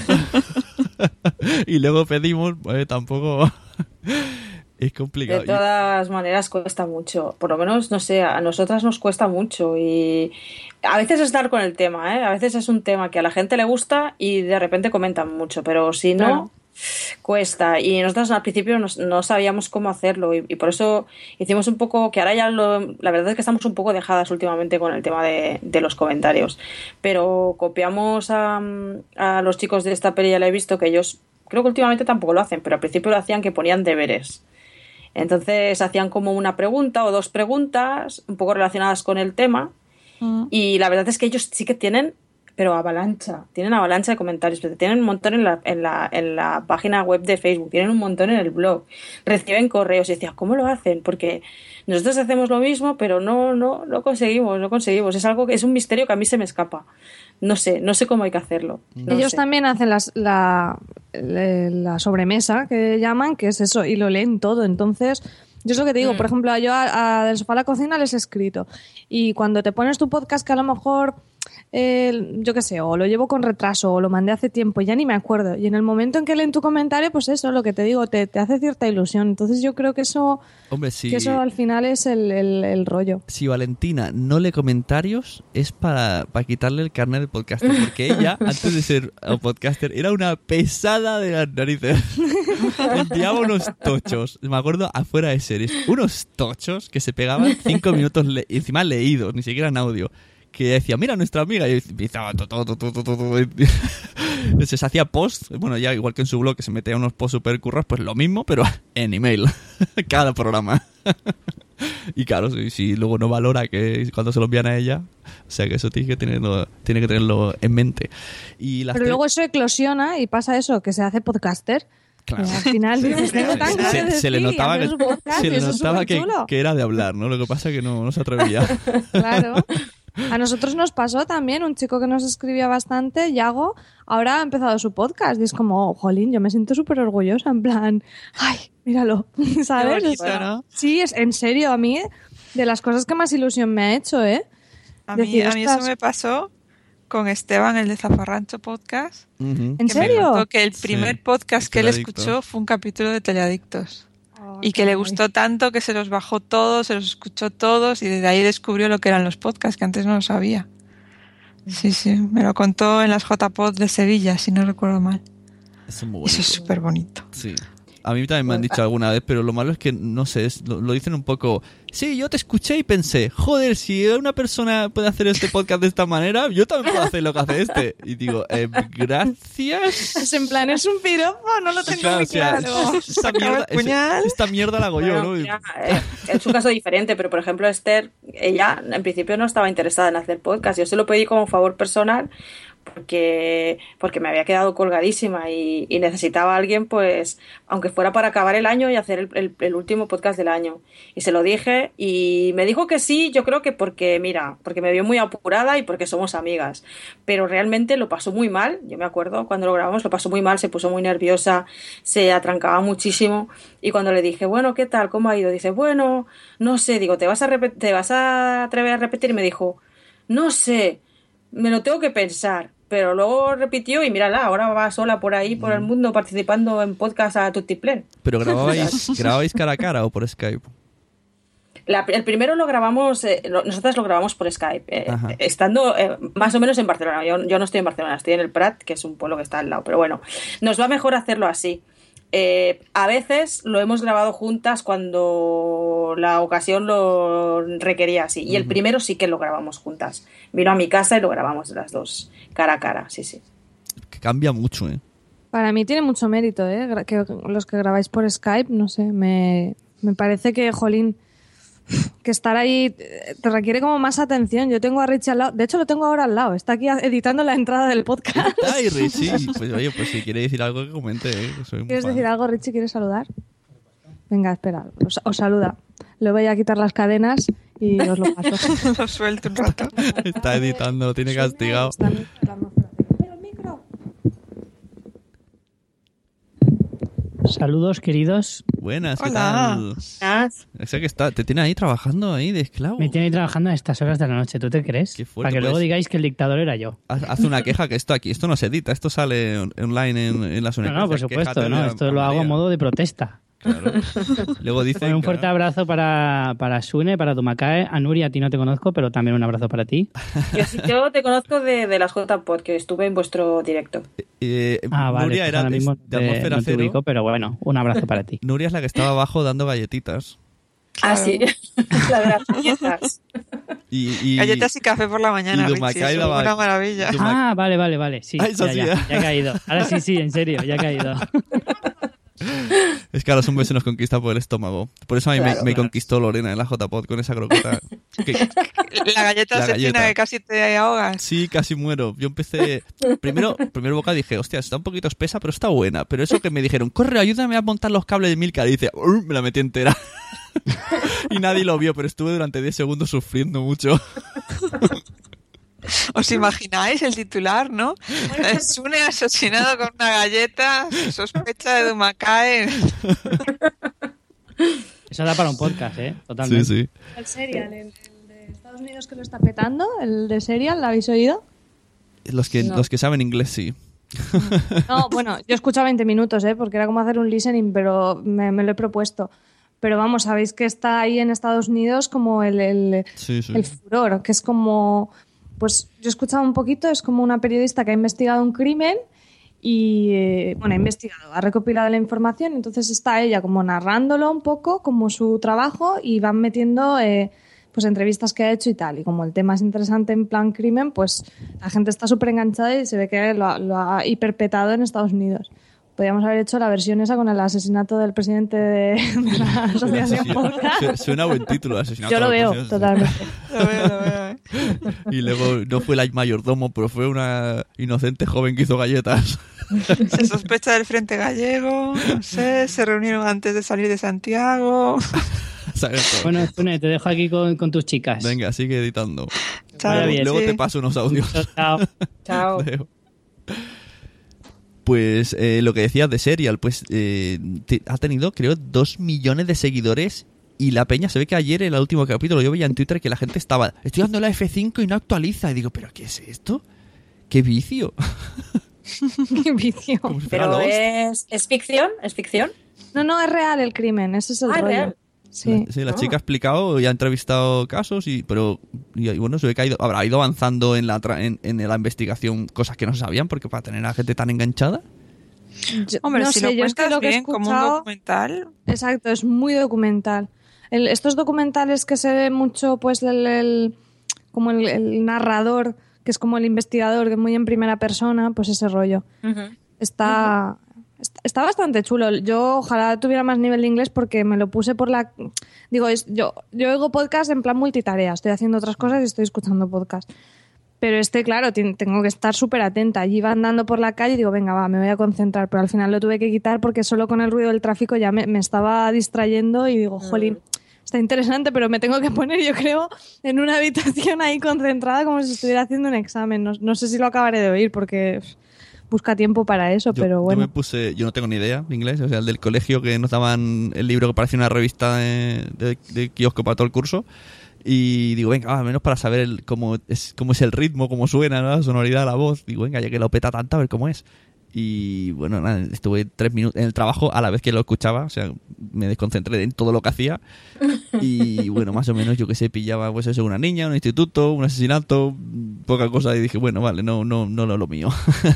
y luego pedimos, pues tampoco... es complicado. De todas maneras cuesta mucho, por lo menos, no sé, a nosotras nos cuesta mucho y a veces es dar con el tema, ¿eh? A veces es un tema que a la gente le gusta y de repente comentan mucho, pero si no, Claro. cuesta. Y nosotros al principio no, no sabíamos cómo hacerlo y, y por eso hicimos un poco, que ahora ya lo, la verdad es que estamos un poco dejadas últimamente con el tema de, de los comentarios, pero copiamos a, a los chicos de esta peli, ya la he visto, que ellos creo que últimamente tampoco lo hacen, pero al principio lo hacían, que ponían deberes. Entonces hacían como una pregunta o dos preguntas un poco relacionadas con el tema Mm. y la verdad es que ellos sí que tienen, pero avalancha, tienen avalancha de comentarios, pero tienen un montón en la, en la, en la página web de Facebook, tienen un montón en el blog, reciben correos y decía, ¿cómo lo hacen? Porque nosotros hacemos lo mismo, pero no, no, no conseguimos, no conseguimos, es algo que es un misterio que a mí se me escapa. No sé, no sé cómo hay que hacerlo. No Ellos sé. también hacen las, la, la, la sobremesa, que llaman, que es eso, y lo leen todo. Entonces, yo es lo que te digo, por ejemplo, yo a, a Del Sofá a la Cocina les he escrito. Y cuando te pones tu podcast, que a lo mejor, eh, yo qué sé, o lo llevo con retraso, o lo mandé hace tiempo, ya ni me acuerdo. Y en el momento en que leen tu comentario, pues eso, lo que te digo, te, te hace cierta ilusión. Entonces yo creo que eso, Hombre, si, que eso al final es el, el, el rollo. si Valentina no lee comentarios es para, para quitarle el carnet de podcaster, porque ella, antes de ser podcaster, era una pesada de las narices. Enviaba unos tochos, me acuerdo, afuera de series, unos tochos que se pegaban cinco minutos, le- encima leídos, ni siquiera en audio. Que decía, mira nuestra amiga, y empezaba todo, todo, todo, todo, todo. Se hacía post, bueno, ya igual que en su blog, que se metía unos posts super curros, pues lo mismo, pero en email, cada programa. Y claro, si, si luego no valora que cuando se lo envían a ella, o sea que eso tiene que tenerlo, tiene que tenerlo en mente. Y las Pero tres- luego eso eclosiona y pasa eso, que se hace podcaster. Claro. Y al final dices, tengo tan ganas se, de se le decir y notaba, haces que, un podcast se y le eso es notaba que, superchulo. que era de hablar, ¿no? Lo que pasa es que no, no se atrevía. Claro. A nosotros nos pasó también un chico que nos escribía bastante, Yago, ahora ha empezado su podcast y es como, oh, jolín, yo me siento súper orgullosa, en plan, ay, míralo, ¿sabes? Qué bonito, Es- ¿no? Sí, es en serio, a mí de las cosas que más ilusión me ha hecho, ¿eh? A mí, Decir, a mí eso ostras. me pasó con Esteban, el de Zafarrancho Podcast. Ujú. ¿En que me serio? contó que el Sí, primer podcast que él Teleadictos. escuchó fue un capítulo de Teleadictos. Oh, Y qué que le guay. gustó tanto que se los bajó todos, se los escuchó todos y desde ahí descubrió lo que eran los podcasts, que antes no lo sabía. Sí, sí, me lo contó en las J-Pod de Sevilla, si no recuerdo mal. Eso es muy Eso es bonito. súper bonito. Sí. A mí también me han dicho alguna vez, pero lo malo es que, no sé, es- lo, lo dicen un poco... Sí, yo te escuché y pensé, joder, si una persona puede hacer este podcast de esta manera, yo también puedo hacer lo que hace este. Y digo, eh, gracias. Es en plan, es un piropo, no lo tengo Claro, muy o sea, claro. esta Acaba mierda, el puñal. es- esta mierda la hago yo, Bueno, ¿no? Y- mira, eh, es un caso diferente, pero por ejemplo Esther, ella en principio no estaba interesada en hacer podcast, yo se lo pedí como favor personal porque, porque me había quedado colgadísima y, y necesitaba a alguien, pues, aunque fuera para acabar el año y hacer el, el- el último podcast del año. Y se lo dije y me dijo que sí, yo creo que porque, mira, porque me vio muy apurada y porque somos amigas. Pero realmente lo pasó muy mal, yo me acuerdo cuando lo grabamos, lo pasó muy mal, se puso muy nerviosa, se atrancaba muchísimo. Y cuando le dije, bueno, ¿qué tal? ¿Cómo ha ido? Dice, bueno, no sé, digo, ¿te vas a, repet- te vas a atrever a repetir? Y me dijo, no sé. me lo tengo que pensar. Pero luego repitió y mírala, ahora va sola por ahí, por el mundo, participando en podcast a tutiplén. ¿Pero grababais, grababais cara a cara o por Skype? La, el primero lo grabamos, eh, lo, nosotras lo grabamos por Skype, eh, estando eh, más o menos en Barcelona. Yo, yo no estoy en Barcelona, estoy en el Prat, que es un pueblo que está al lado. Pero bueno, nos va mejor hacerlo así. Eh, a veces lo hemos grabado juntas cuando la ocasión lo requería así. Y el primero sí que lo grabamos juntas. Vino a mi casa y lo grabamos las dos, cara a cara, sí, sí. Que cambia mucho, ¿eh? Para mí tiene mucho mérito, ¿eh? Que los que grabáis por Skype, no sé, me, me parece que, jolín, que estar ahí te requiere como más atención. Yo tengo a Richie al lado, de hecho lo tengo ahora al lado, está aquí editando la entrada del podcast. Ay, Richie, pues oye, pues si quiere decir algo que comente, ¿eh? Que soy muy ¿Quieres fan. decir algo, Richie? ¿Quieres saludar? Venga, espera, os, os saluda. Le voy a quitar las cadenas y os lo paso. Lo suelto un rato. Está editando, lo tiene castigado. Está hablando fuera de- Pero el micro. Saludos, queridos. Buenas, ¿qué Hola. tal? O sea que está, te tiene ahí trabajando ahí de esclavo. Me tiene trabajando a estas horas de la noche, ¿tú te crees? Qué fuerte, Para que pues. luego digáis que el dictador era yo. Haz, haz una queja que esto aquí, esto no se edita, esto sale on- online en, en las No, universidades. no, por supuesto, ¿no? Esto lo hago a modo de protesta. Claro. Luego dicen Bueno, un que- fuerte abrazo para, para Sune, para Tumacae. A Nuria, a ti no te conozco, pero también un abrazo para ti. Yo, sí- yo te conozco de, de las J-Pod, que estuve en vuestro directo. eh, Ah, vale, Nuria pues era ahora de, mismo de te- atmósfera no te cero. ubico, pero bueno, un abrazo para ti. Nuria es la que estaba abajo dando galletitas. Ah, sí, la de las galletas. Y, y, Galletas y café por la mañana, y Richie, Dumacay eso, daba- una maravilla. Duma- Ah, vale, vale, vale. Sí, Ah, eso ya, sí, ya, ¿eh? ya he caído. Ahora sí, sí, en serio, ya he caído. Es que a los hombres se nos conquista por el estómago. Por eso a mí me- Claro. me, conquistó Lorena en la J-Pod con esa croqueta. Que- La galleta La asesina galleta. que casi te ahogas. sí, casi muero. Yo empecé... Primero, primer boca dije, hostia, está un poquito espesa, pero está buena. Pero eso que me dijeron, corre, ayúdame a montar los cables de Milka. Y dice, "Ur", me la metí entera. Y nadie lo vio, pero estuve durante diez segundos sufriendo mucho. ¿Os imagináis el titular, no? Sune asesinado con una galleta, se sospecha de Dumacay. Eso da para un podcast, ¿eh? Totalmente. Sí, sí. El Serial, el, el de Estados Unidos que lo está petando, el de Serial, ¿lo habéis oído? Los que, No. los que saben inglés, sí. No, bueno, yo he escuchado veinte minutos, ¿eh? Porque era como hacer un listening, pero me, me lo he propuesto. Pero vamos, sabéis que está ahí en Estados Unidos como el, el, Sí, sí. el furor, que es como... Pues yo he escuchado un poquito, es como una periodista que ha investigado un crimen y, eh, bueno, ha investigado, ha recopilado la información, entonces está ella como narrándolo un poco, como su trabajo, y van metiendo eh, pues entrevistas que ha hecho y tal. Y como el tema es interesante en plan crimen, pues la gente está súper enganchada y se ve que lo, ha- lo ha hiperpetado en Estados Unidos. Podríamos haber hecho la versión esa con el asesinato del presidente de, de la asociación Sí, Podcast. su- Suena buen título, asesinato. Yo lo de veo, los totalmente. Lo veo, lo veo, ¿eh? Y luego no fue la mayordomo, pero fue una inocente joven que hizo galletas. Se sospecha del Frente Gallego, no sé, se reunieron antes de salir de Santiago. ¿Sabes todo? Bueno, Sune, te dejo aquí con, con tus chicas. Venga, sigue editando. Chao, Vaya bien. Luego sí. te paso unos audios. Chao. Chao. Leo. Pues eh, lo que decías de Serial, pues eh, te- ha tenido, creo, dos millones de seguidores. Y la peña, se ve que ayer en el último capítulo yo veía en Twitter que la gente estaba, estoy dando la F cinco y no actualiza. Y digo, ¿pero qué es esto? ¡Qué vicio! Qué vicio. Como si fuera Pero Lost. es, es ficción, es ficción. No, no, es real el crimen, ese es el Ah, es rollo. real. Sí. Sí, la Ah. chica ha explicado y ha entrevistado casos, y pero y, y bueno, se ve que ha ido, habrá ido avanzando en la, tra- en, en la investigación cosas que no se sabían, porque para tener a la gente tan enganchada. Yo- Hombre, no si sé, lo yo es que cuentas lo que he bien, como un escuchado- documental, Exacto, es muy documental. El- estos documentales que se ve mucho, pues, el, el- como el, el narrador, que es como el investigador, que es muy en primera persona, pues ese rollo. Está, está, está bastante chulo. Yo ojalá tuviera más nivel de inglés porque me lo puse por la... Digo, es, yo, yo oigo podcast en plan multitarea. Estoy haciendo otras cosas y estoy escuchando podcast. Pero este, claro, ti- tengo que estar súper atenta. Allí iba andando por la calle y digo, venga, va, me voy a concentrar. Pero al final lo tuve que quitar porque solo con el ruido del tráfico ya me, me estaba distrayendo y digo, jolín, está interesante, pero me tengo que poner, yo creo, en una habitación ahí concentrada como si estuviera haciendo un examen. No, no sé si lo acabaré de oír porque pff, busca tiempo para eso, Yo, pero yo bueno. me puse, yo no tengo ni idea de inglés, o sea, el del colegio que nos daban el libro que parecía una revista de, de, de kiosco para todo el curso. Y digo, venga, al menos para saber el, cómo, es, cómo es el ritmo, cómo suena, ¿no? La sonoridad de la voz. Digo, venga, ya que lo peta tanto, a ver cómo es. Y bueno, nada, estuve tres minutos en el trabajo a la vez que lo escuchaba. O sea, me desconcentré en todo lo que hacía. Y bueno, más o menos, yo que sé, pillaba pues eso, una niña, un instituto, un asesinato, poca cosa. Y dije, bueno, vale, no, no, no lo, lo mío.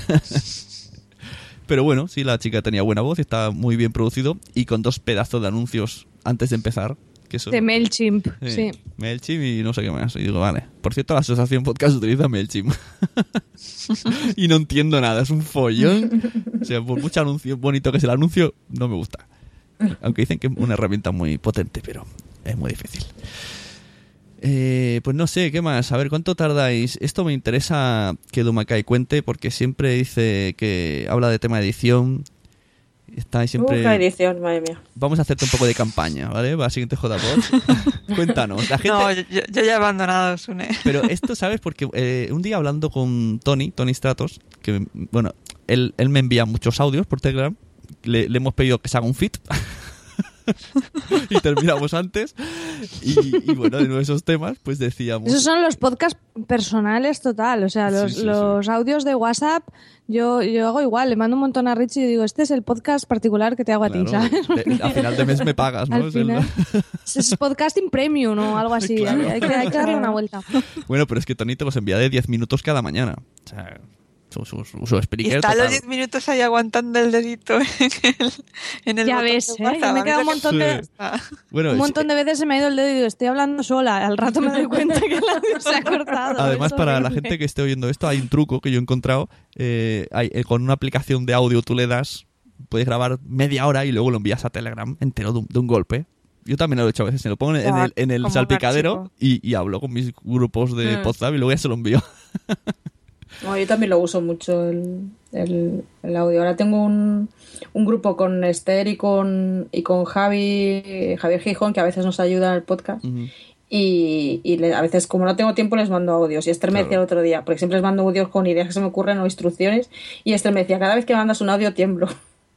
Pero bueno, sí, la chica tenía buena voz y estaba muy bien producido. Y con dos pedazos de anuncios antes de empezar. Que son, de MailChimp, sí. sí. MailChimp y no sé qué más. Y digo, vale. Por cierto, la asociación podcast utiliza MailChimp. Y no entiendo nada, es un follón. O sea, por mucho anuncio bonito que sea el anuncio, no me gusta. Aunque dicen que es una herramienta muy potente, pero es muy difícil. Eh, pues no sé, ¿qué más? A ver, ¿cuánto tardáis? Esto me interesa que Dumakai cuente, porque siempre dice que habla de tema de edición. Está ahí siempre... Uh, la edición, madre mía. Vamos a hacerte un poco de campaña, ¿vale? Va, siguiente J P O D. Cuéntanos. La gente... No, yo, yo ya he abandonado Sune. Pero esto, ¿sabes? Porque eh, un día hablando con Tony, Tony Stratos, que, bueno, él, él me envía muchos audios por Telegram, le, le hemos pedido que se haga un feed y terminamos antes. Y, y bueno, de esos temas, pues decíamos... Esos son los podcasts personales total, o sea, los, sí, sí, los sí. audios de WhatsApp, yo, yo hago igual, le mando un montón a Richie y digo, este es el podcast particular que te hago Claro, a ti, ¿sabes? de, al final de mes me pagas, ¿no? Al Es el- final, es podcasting premium o algo así, Claro. hay, que, hay que darle una vuelta. Bueno, pero es que Tony te los envía de diez minutos cada mañana. O sea, su, su, su, su Y speaker está a los total. diez minutos ahí aguantando el dedito en el, en el Ya botón ves, de ¿eh? WhatsApp. Yo me A mí quedo un lo que montón me de- gusta. Bueno, Un es- montón de veces se me ha ido el dedo y digo, estoy hablando sola, al rato me doy cuenta que el audio se ha cortado. Además, es para la horrible. gente que esté oyendo esto, hay un truco que yo he encontrado. Eh, hay, eh, con una aplicación de audio tú le das, puedes grabar media hora y luego lo envías a Telegram entero de un, de un golpe. Yo también lo he hecho a veces, se lo pongo en, en el, en el Como un salpicadero archivo. y, y hablo con mis grupos de Mm. WhatsApp y luego ya se lo envío. No, yo también lo uso mucho el, el, el audio. Ahora tengo un, un grupo con Esther y con, y con Javi, Javier Gijón, que a veces nos ayuda en el podcast. Ujú. Y, y le- a veces, como no tengo tiempo, les mando audios. Y Esther me Claro. decía el otro día, porque siempre les mando audios con ideas que se me ocurren o instrucciones. Y Esther me decía, cada vez que mandas un audio tiemblo.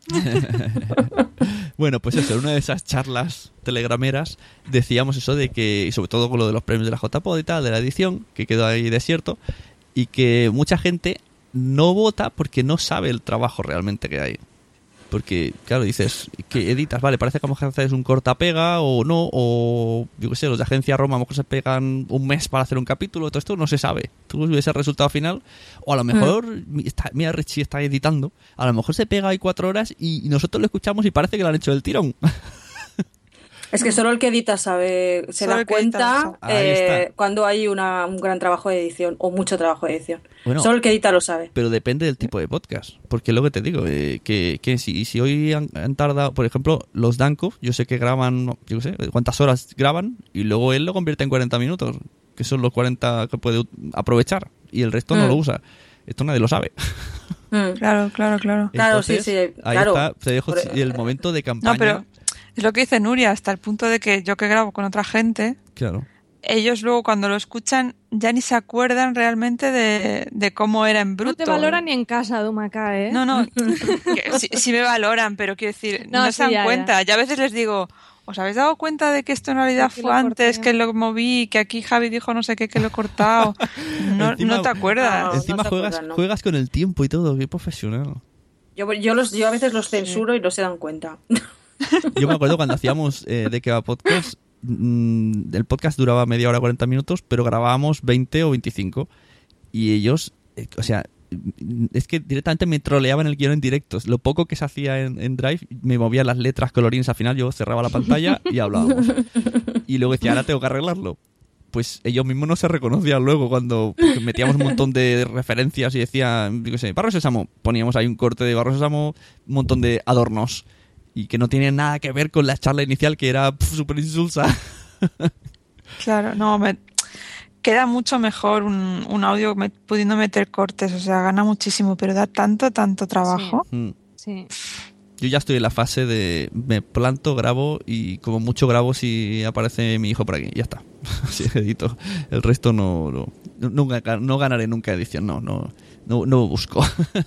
Bueno, pues eso, en una de esas charlas telegrameras decíamos eso de que, y sobre todo con lo de los premios de la J P O D y tal, de la edición, que quedó ahí desierto, y que mucha gente no vota porque no sabe el trabajo realmente que hay. Porque, claro, dices, que editas, vale, parece que a lo mejor haces un cortapega o no, o yo qué sé, los de Agencia Roma a lo mejor se pegan un mes para hacer un capítulo, todo esto no se sabe. Tú ves el resultado final, o a lo mejor, está, mira, Richie está editando, a lo mejor se pega ahí cuatro horas y, y nosotros lo escuchamos y parece que lo han hecho del tirón. Es que solo el que edita sabe, se Solo da el que edita lo cuenta sabe. Ahí eh, está. cuando hay una, un gran trabajo de edición o mucho trabajo de edición. Bueno. Solo el que edita lo sabe. Pero depende del tipo de podcast. Porque es lo que te digo, eh, que, que si, si hoy han, han tardado, por ejemplo, los Danko, yo sé que graban, yo qué sé, cuántas horas graban y luego él lo convierte en cuarenta minutos, que son los cuarenta que puede aprovechar y el resto no Mm. lo usa. Esto nadie lo sabe. Mm. Claro, claro, claro. Claro, sí, Entonces, sí, ahí claro. está, te dejo Por- el momento de campaña. No, pero es lo que dice Nuria, hasta el punto de que yo que grabo con otra gente, Claro. ellos luego cuando lo escuchan ya ni se acuerdan realmente de, de cómo era en bruto. No te valoran ni en casa, Dumacá, ¿eh? No, no, que sí, sí me valoran, pero quiero decir, no, No, se sí, dan ya, cuenta. Ya a veces les digo, ¿os habéis dado cuenta de que esto en realidad Aquí fue lo antes, corté. que lo moví, que aquí Javi dijo no sé qué, que lo he cortado? No, Encima- no te acuerdas. No, Encima se juegas, acuerdan, ¿no? juegas con el tiempo y todo, qué profesional. Yo, yo, los, yo a veces los censuro y no se dan cuenta. Yo me acuerdo cuando hacíamos eh, de que va podcast, mm, el podcast duraba media hora, cuarenta minutos, pero grabábamos veinte o veinticinco. Y ellos, eh, o sea, es que directamente me troleaban el guión en directo. Lo poco que se hacía en, en Drive, me movía las letras colorines al final, yo cerraba la pantalla y hablábamos. Y luego decía, ahora tengo que arreglarlo. Pues ellos mismos no se reconocían luego cuando porque metíamos un montón de referencias y decían, yo qué sé, Barros Sésamo. Poníamos ahí un corte de Barros Sésamo, un montón de adornos. Y que no tiene nada que ver con la charla inicial, que era súper insulsa. Claro, no, me queda mucho mejor un, un audio me- pudiendo meter cortes, o sea, gana muchísimo, pero da tanto, tanto trabajo. Mm. Sí. Yo ya estoy en la fase de me planto, grabo y como mucho grabo si aparece mi hijo por aquí. Ya está. Así edito. El resto no, no, nunca, no ganaré nunca edición, no, no, no, no busco.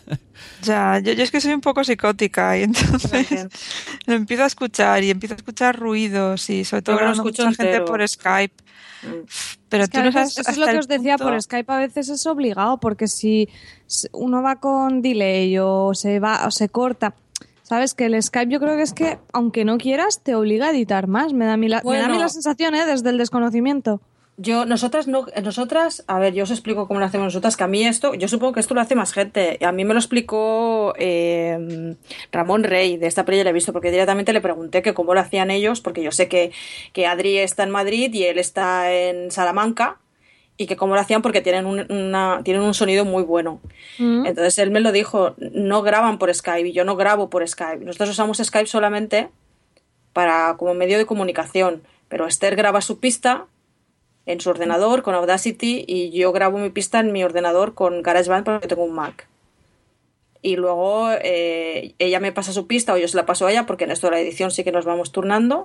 Ya, yo, yo es que soy un poco psicótica y entonces lo empiezo a escuchar y empiezo a escuchar ruidos y sobre todo Yo lo grabando escucho mucha gente entero. por Skype. Pero Es que tú a no veces- sabes eso es lo hasta que el os decía punto- por Skype, a veces es obligado, porque si s- uno va con delay o se va o se corta, sabes que el Skype yo creo que es que, aunque no quieras, te obliga a editar más. Me da a mí la, me da a mí Bueno. la sensación, ¿eh? Desde el desconocimiento. Yo, nosotras no, nosotras, a ver, yo os explico cómo lo hacemos nosotras, que a mí esto, yo supongo que esto lo hace más gente. A mí me lo explicó eh, Ramón Rey, de esta peli ya la he visto, porque directamente le pregunté que cómo lo hacían ellos, porque yo sé que, que Adri está en Madrid y él está en Salamanca, y que cómo lo hacían porque tienen un, una, tienen un sonido muy bueno. Mm. Entonces él me lo dijo, no graban por Skype, y yo no grabo por Skype. Nosotros usamos Skype solamente para como medio de comunicación, pero Esther graba su pista en su ordenador con Audacity y yo grabo mi pista en mi ordenador con GarageBand porque tengo un Mac. Y luego eh, ella me pasa su pista o yo se la paso a ella, porque en esto de la edición sí que nos vamos turnando.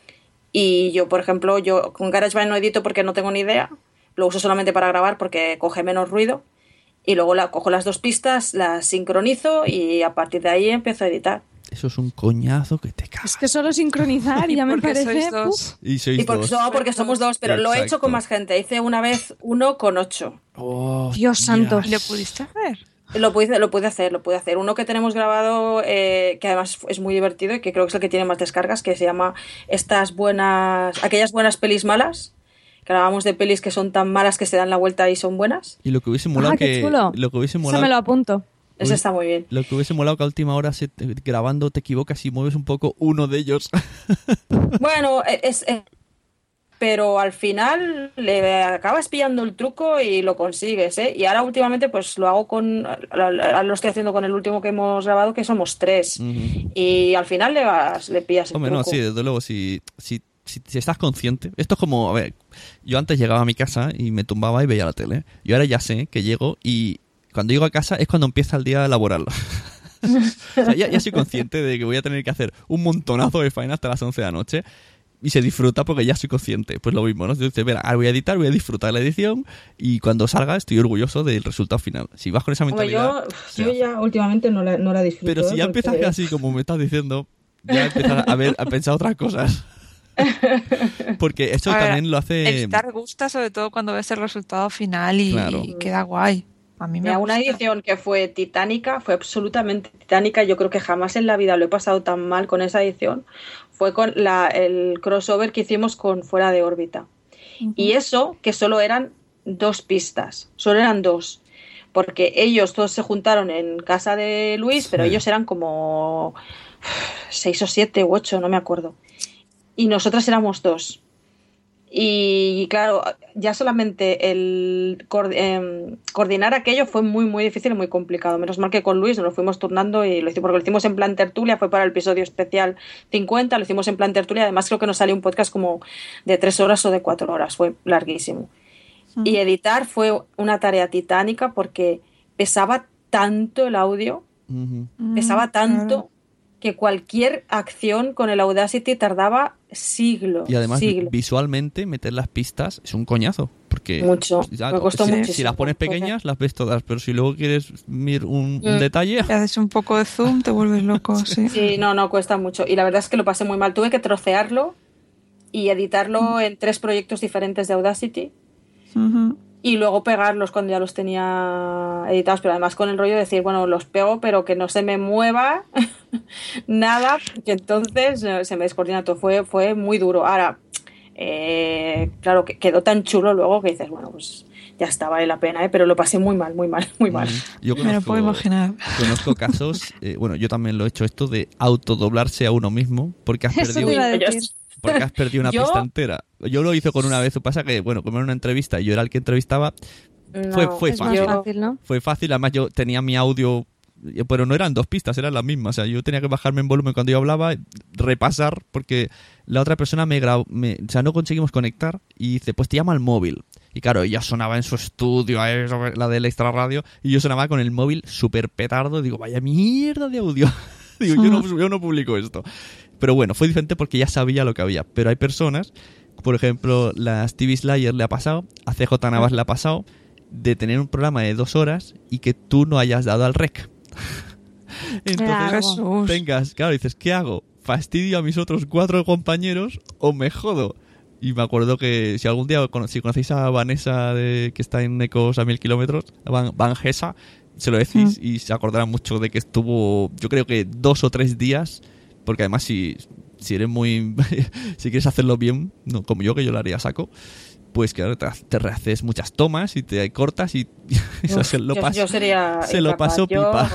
Y yo, por ejemplo, yo con GarageBand no edito porque no tengo ni idea, lo uso solamente para grabar porque coge menos ruido. Y luego la, cojo las dos pistas, las sincronizo y a partir de ahí empiezo a editar. Eso es un coñazo que te cagas. Es que solo sincronizar y ya me porque parece... sois uf. dos. Y sois Y porque, dos. no, porque somos dos, pero lo he hecho Exacto. con más gente. Hice una vez uno con ocho. Oh, Dios santo. ¿Y lo pudiste hacer? Lo pude, lo pude hacer, lo pude hacer. Uno que tenemos grabado, eh, que además es muy divertido y que creo que es el que tiene más descargas, que se llama Estas buenas, aquellas buenas pelis malas. Que hablábamos de pelis que son tan malas que se dan la vuelta y son buenas. Y lo que hubiese molado Ah, qué que chulo. lo que hubiese Esa molado me lo apunto. Ese Uy. está muy bien. lo que hubiese molado que a última hora se te- grabando te equivocas y mueves un poco uno de ellos. Bueno, es, es- pero al final le acabas pillando el truco y lo consigues, ¿eh? Y ahora últimamente pues lo hago con, ahora lo estoy haciendo con el último que hemos grabado, que somos tres. Ujú. Y al final le vas, le pillas el Hombre, no, truco. sí, desde luego, si, si, si, si estás consciente. Esto es como, a ver, yo antes llegaba a mi casa y me tumbaba y veía la tele. Y ahora ya sé que llego y cuando llego a casa es cuando empieza el día laboral. O sea, ya, ya soy consciente de que voy a tener que hacer un montonazo de faena hasta las once de la noche. Y se disfruta porque ya soy consciente. Pues lo mismo, ¿no? Dices, mira, ahora voy a editar, voy a disfrutar la edición y cuando salga estoy orgulloso del resultado final. Si vas con esa Hombre, mentalidad... yo, se yo hace. ya últimamente no la, no la disfruto. Pero si ya ¿eh? Porque- empiezas así como me estás diciendo, ya empiezas a, ver, a pensar otras cosas. Porque eso A ver, también lo hace... Editar gusta sobre todo cuando ves el resultado final y, Claro. y queda guay. A mí me Mira, gusta. una edición que fue titánica, fue absolutamente titánica. Yo creo que jamás en la vida lo he pasado tan mal con esa edición. Fue con la, el crossover que hicimos con Fuera de órbita. Y eso que solo eran dos pistas, solo eran dos. Porque ellos todos se juntaron en casa de Luis, pero Sí. ellos eran como seis o siete u ocho, no me acuerdo. Y nosotras éramos dos. Y claro, ya solamente el co- eh, coordinar aquello fue muy, muy difícil y muy complicado. Menos mal que con Luis nos lo fuimos turnando y lo hicimos, porque lo hicimos en plan tertulia, fue para el episodio especial cincuenta, lo hicimos en plan tertulia. Además, creo que nos salió un podcast como de tres horas o de cuatro horas, fue larguísimo. Y editar fue una tarea titánica porque pesaba tanto el audio, Ujú. Mm, pesaba tanto. claro. Que cualquier acción con el Audacity tardaba siglos. Y además, vi- siglos. visualmente, meter las pistas es un coñazo. Porque Mucho. ya, Me costó si, muchísimo. si las pones pequeñas, las ves todas. Pero si luego quieres ver un, un Mm. detalle... Si haces un poco de zoom te vuelves loco, sí. Sí, no, no, cuesta mucho. Y la verdad es que lo pasé muy mal. Tuve que trocearlo y editarlo en tres proyectos diferentes de Audacity Ujú. y luego pegarlos cuando ya los tenía editados. Pero además con el rollo de decir, bueno, los pego, pero que no se me mueva nada, que entonces eh, se me descoordina todo. Fue, fue muy duro. Ahora, eh, claro, que quedó tan chulo luego que dices, bueno, pues ya está, vale la pena, ¿eh? Pero lo pasé muy mal, muy mal, muy mal. Yo Me lo puedo imaginar. Conozco casos, eh, bueno, yo también lo he hecho esto de autodoblarse a uno mismo porque has Eso perdido, te iba a Yo- decir. porque has perdido una Yo- pista entera. Yo lo hice con una vez, pasa que, bueno, como era una entrevista y yo era el que entrevistaba, fue, No, fue Es más fácil. yo- fácil, ¿no? Fue fácil, además yo tenía mi audio, pero no eran dos pistas, eran las mismas. O sea, yo tenía que bajarme en volumen cuando yo hablaba, repasar, porque la otra persona me grabó, me, o sea, no conseguimos conectar y dice, pues te llama al móvil. Y claro, ella sonaba en su estudio, a eso, la del extra radio, y yo sonaba con el móvil súper petardo. Digo, vaya mierda de audio. Digo, yo no, yo no publico esto. Pero bueno, fue diferente porque ya sabía lo que había. Pero hay personas, por ejemplo, la Stevie Slayer le ha pasado, a C J Navas le ha pasado, de tener un programa de dos horas y que tú no hayas dado al rec. Entonces, Jesús. vengas, claro, dices, ¿qué hago? ¿Fastidio a mis otros cuatro compañeros o me jodo? Y me acuerdo que si algún día, si conocéis a Vanessa de, que está en Ecos a mil kilómetros, Van, Van Gesa, se lo decís mm. y se acordará mucho de que estuvo, yo creo que dos o tres días, porque además si, si eres muy, si quieres hacerlo bien, no como yo, que yo lo haría a saco, pues claro, te, te rehaces muchas tomas y te cortas y eso Uf, se lo yo, pasó. Yo sería se lo pasó yo, pipa.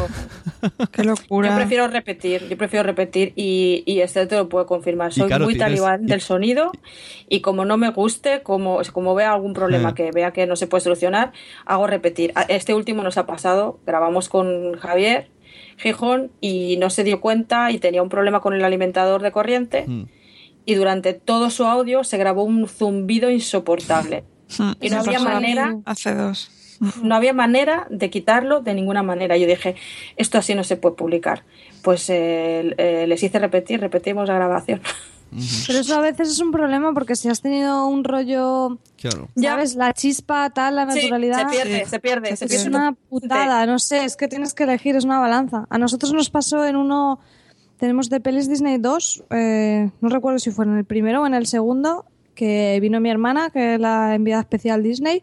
Qué locura. Yo prefiero repetir, yo prefiero repetir y, y este te lo puedo confirmar. Soy claro, muy tienes... talibán del sonido y como no me guste, como, como vea algún problema eh. que vea que no se puede solucionar, hago repetir. Este último nos ha pasado, grabamos con Javier Gijón y no se dio cuenta y tenía un problema con el alimentador de corriente. Mm. Y durante todo su audio se grabó un zumbido insoportable. Y no había manera... Hace dos. No había manera de quitarlo de ninguna manera. Yo dije, esto así no se puede publicar. Pues eh, eh, les hice repetir, repetimos la grabación. Pero eso a veces es un problema porque si has tenido un rollo, claro. ¿sabes? La chispa, tal, la naturalidad. Sí, se pierde, sí. se pierde. Se es pierde. una putada, no sé, es que tienes que elegir, es una balanza. A nosotros nos pasó en uno... Tenemos de pelis Disney dos, eh, no recuerdo si fue en el primero o en el segundo, que vino mi hermana, que es la enviada especial Disney,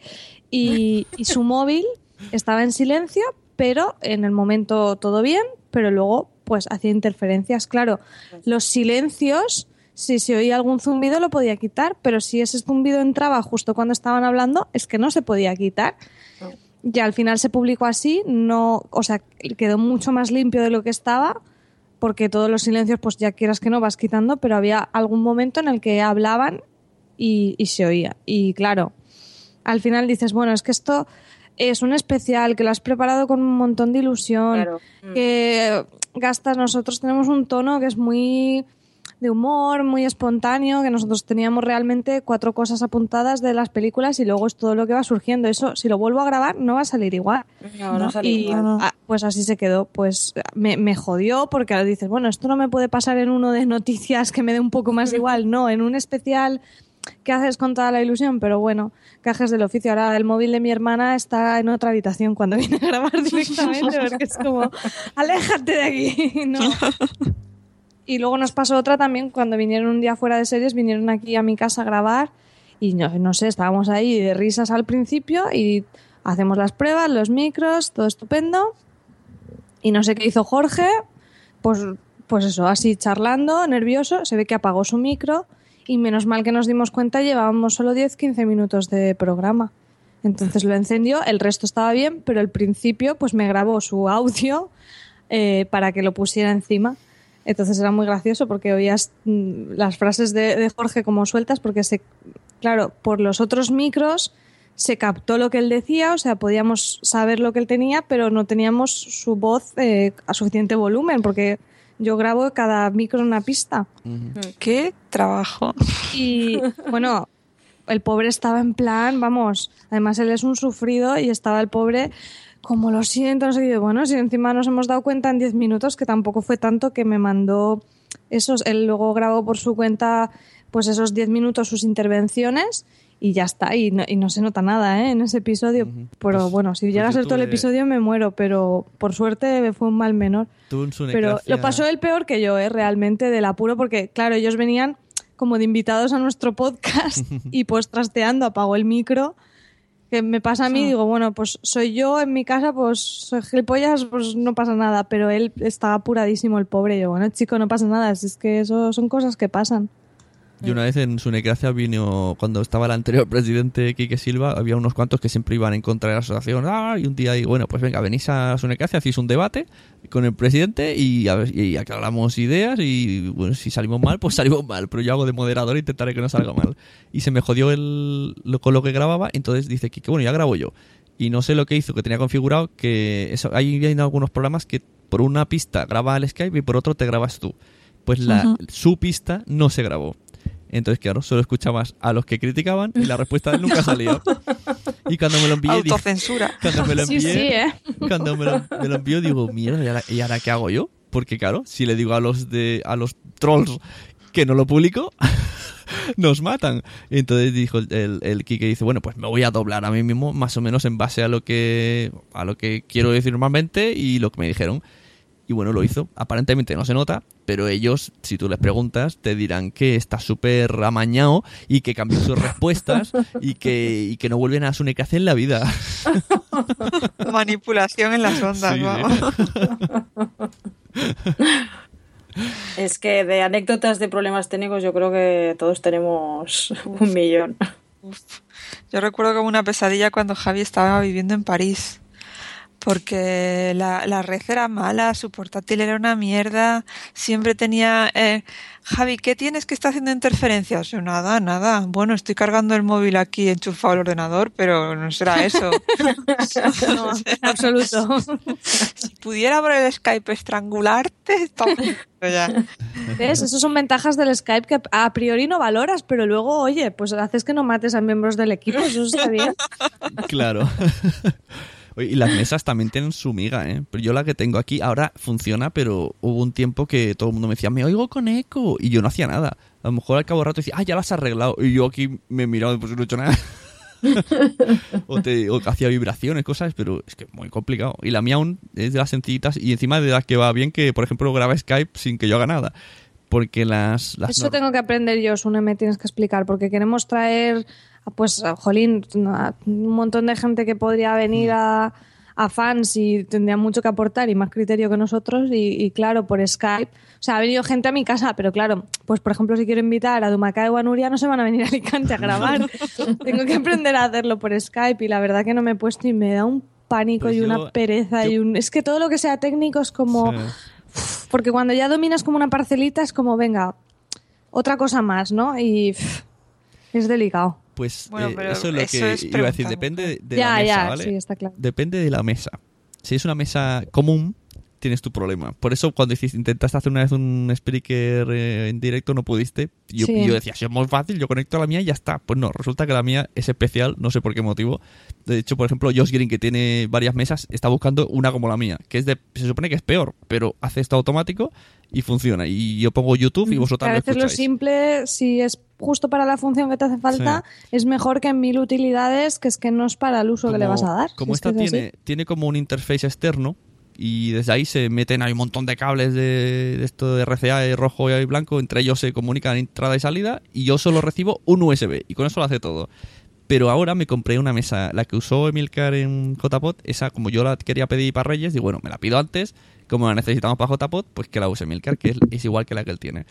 y, y su móvil estaba en silencio, pero en el momento todo bien, pero luego pues hacía interferencias. Claro, los silencios, si se oía algún zumbido lo podía quitar, pero si ese zumbido entraba justo cuando estaban hablando, es que no se podía quitar. Y al final se publicó así, no, o sea, quedó mucho más limpio de lo que estaba, porque todos los silencios, pues ya quieras que no, vas quitando, pero había algún momento en el que hablaban y, y se oía. Y claro, al final dices, bueno, es que esto es un especial, que lo has preparado con un montón de ilusión, claro. que gastas, nosotros tenemos un tono que es muy de humor, muy espontáneo, que nosotros teníamos realmente cuatro cosas apuntadas de las películas y luego es todo lo que va surgiendo. Eso, si lo vuelvo a grabar, no va a salir igual. No, no, no sale y igual. No. Pues así se quedó. Pues me, me jodió porque ahora dices, bueno, esto no me puede pasar en uno de noticias que me dé un poco más igual. No, en un especial que haces con toda la ilusión, pero bueno, cajes del oficio. Ahora el móvil de mi hermana está en otra habitación cuando viene a grabar directamente porque es como, aléjate de aquí. No. Y luego nos pasó otra también cuando vinieron un día fuera de series, vinieron aquí a mi casa a grabar y no, no sé, estábamos ahí de risas al principio y hacemos las pruebas, los micros, todo estupendo. Y no sé qué hizo Jorge, pues, pues eso, así charlando, nervioso, se ve que apagó su micro y menos mal que nos dimos cuenta, llevábamos solo diez a quince minutos de programa. Entonces lo encendió, el resto estaba bien, pero al principio pues me grabó su audio eh, para que lo pusiera encima. Entonces era muy gracioso porque oías mm, las frases de, de Jorge como sueltas porque, se, claro, por los otros micros se captó lo que él decía, o sea, podíamos saber lo que él tenía, pero no teníamos su voz eh, a suficiente volumen porque yo grabo cada micro en una pista. Uh-huh. ¡Qué trabajo! Y, bueno, el pobre estaba en plan, vamos, además él es un sufrido y estaba el pobre... Como lo siento, no sé qué. Bueno, si encima nos hemos dado cuenta en diez minutos, que tampoco fue tanto, que me mandó esos. Él luego grabó por su cuenta pues esos diez minutos sus intervenciones y ya está. Y no, y no se nota nada ¿eh? en ese episodio. Uh-huh. Pero pues, bueno, si llega pues a ser tuve... todo el episodio me muero, pero por suerte fue un mal menor. Pero lo pasó él peor que yo, ¿eh? realmente, del apuro, porque claro, ellos venían como de invitados a nuestro podcast y pues trasteando apagó el micro. Que me pasa a mí, sí. digo, bueno, pues soy yo en mi casa, pues soy gilipollas, pues no pasa nada, pero él estaba apuradísimo, el pobre. Y yo, bueno, chico, no pasa nada, es que eso son cosas que pasan. Y una vez en Sunecracia vino, cuando estaba el anterior presidente Quique Silva, había unos cuantos que siempre iban en contra de la asociación. Ah, y un día digo, bueno, pues venga, venís a Sunecracia, hacéis un debate con el presidente y, a ver, y aclaramos ideas y bueno, si salimos mal, pues salimos mal, pero yo hago de moderador e intentaré que no salga mal. Y se me jodió el, lo, con lo que grababa, entonces dice Quique, bueno, ya grabo yo. Y no sé lo que hizo, que tenía configurado que eso, hay, hay algunos programas que por una pista graba el Skype y por otro te grabas tú. Pues la, uh-huh. su pista no se grabó. Entonces, claro, solo escuchabas a los que criticaban y la respuesta de él nunca salía. Y cuando me lo envié... Autocensura. Dije, cuando me lo envié, sí, sí, ¿eh? Cuando me lo, me lo envió, digo, mierda, ¿y ahora, ¿y ahora qué hago yo? Porque, claro, si le digo a los de a los trolls que no lo publico, nos matan. Entonces dijo el, el, el Quique, dice, bueno, pues me voy a doblar a mí mismo más o menos en base a lo que a lo que quiero decir normalmente y lo que me dijeron. Y bueno, lo hizo. Aparentemente no se nota, pero ellos, si tú les preguntas, te dirán que está súper amañado y que cambió sus respuestas y que, y que no vuelven a su necracia en la vida. Manipulación en las ondas, Sí, vamos. Es que de anécdotas de problemas técnicos yo creo que todos tenemos un millón. Uf. Yo recuerdo como una pesadilla cuando Javi estaba viviendo en París. Porque la, la red era mala, su portátil era una mierda, siempre tenía... Eh, Javi, ¿qué tienes que está haciendo interferencias? Yo, nada, nada. Bueno, estoy cargando el móvil aquí enchufado al ordenador, pero no será eso. No, en absoluto. Si pudiera por el Skype estrangularte, está ya. ¿Ves? Esas son ventajas del Skype que a priori no valoras, pero luego, oye, pues haces que no mates a miembros del equipo, eso está bien. Claro. Oye, y las mesas también tienen su miga, ¿eh? Pero yo la que tengo aquí ahora funciona, pero hubo un tiempo que todo el mundo me decía, me oigo con eco, y yo no hacía nada. A lo mejor al cabo de rato decía, ah, ya las has arreglado, y yo aquí me he mirado, pues no he hecho nada. o, te, o hacía vibraciones, cosas, pero es que es muy complicado. Y la mía aún es de las sencillitas, y encima de las que va bien que, por ejemplo, graba Skype sin que yo haga nada. Porque las... las Eso no... tengo que aprender yo, Sune, me tienes que explicar, porque queremos traer, pues, jolín, un montón de gente que podría venir a, a fans y tendría mucho que aportar y más criterio que nosotros y, y claro, por Skype. O sea, ha venido gente a mi casa, pero claro, pues por ejemplo, si quiero invitar a Dumacae o a Nuria, no se van a venir a Alicante a grabar. Tengo que aprender a hacerlo por Skype y la verdad que no me he puesto y me da un pánico Pues y yo- una pereza yo- y un... Es que todo lo que sea técnico es como... Sí. Porque cuando ya dominas como una parcelita es como, venga, otra cosa más, ¿no? Y pff, es delicado. Pues Bueno, eh, pero eso es lo eso que es iba a decir, preguntar. depende de, de ya, la mesa, ya, ¿vale? sí, está claro. Depende de la mesa. Si es una mesa común, tienes tu problema. Por eso cuando hiciste, intentaste hacer una vez un speaker eh, en directo no pudiste. Y yo, Sí. y yo decía, si es muy fácil, yo conecto a la mía y ya está. Pues no, resulta que la mía es especial, no sé por qué motivo. De hecho, por ejemplo, Josh Green, que tiene varias mesas, está buscando una como la mía, que es de, se supone que es peor, pero hace esto automático y funciona. Y yo pongo YouTube y vosotras Que a lo veces lo escucháis. simple, si es justo para la función que te hace falta, es mejor que en mil utilidades, que es que no es para el uso que le vas a dar. Como Si es que esta es así. tiene, tiene como un interface externo y desde ahí se meten hay un montón de cables de, de esto de R C A, rojo y blanco, entre ellos se comunican entrada y salida y yo solo recibo un U S B y con eso lo hace todo. Pero ahora me compré una mesa, la que usó Emilcar en J P O D, esa como yo la quería pedir para Reyes, digo, bueno, me la pido antes, como la necesitamos para J P O D, pues que la use Emilcar, que es, es igual que la que él tiene.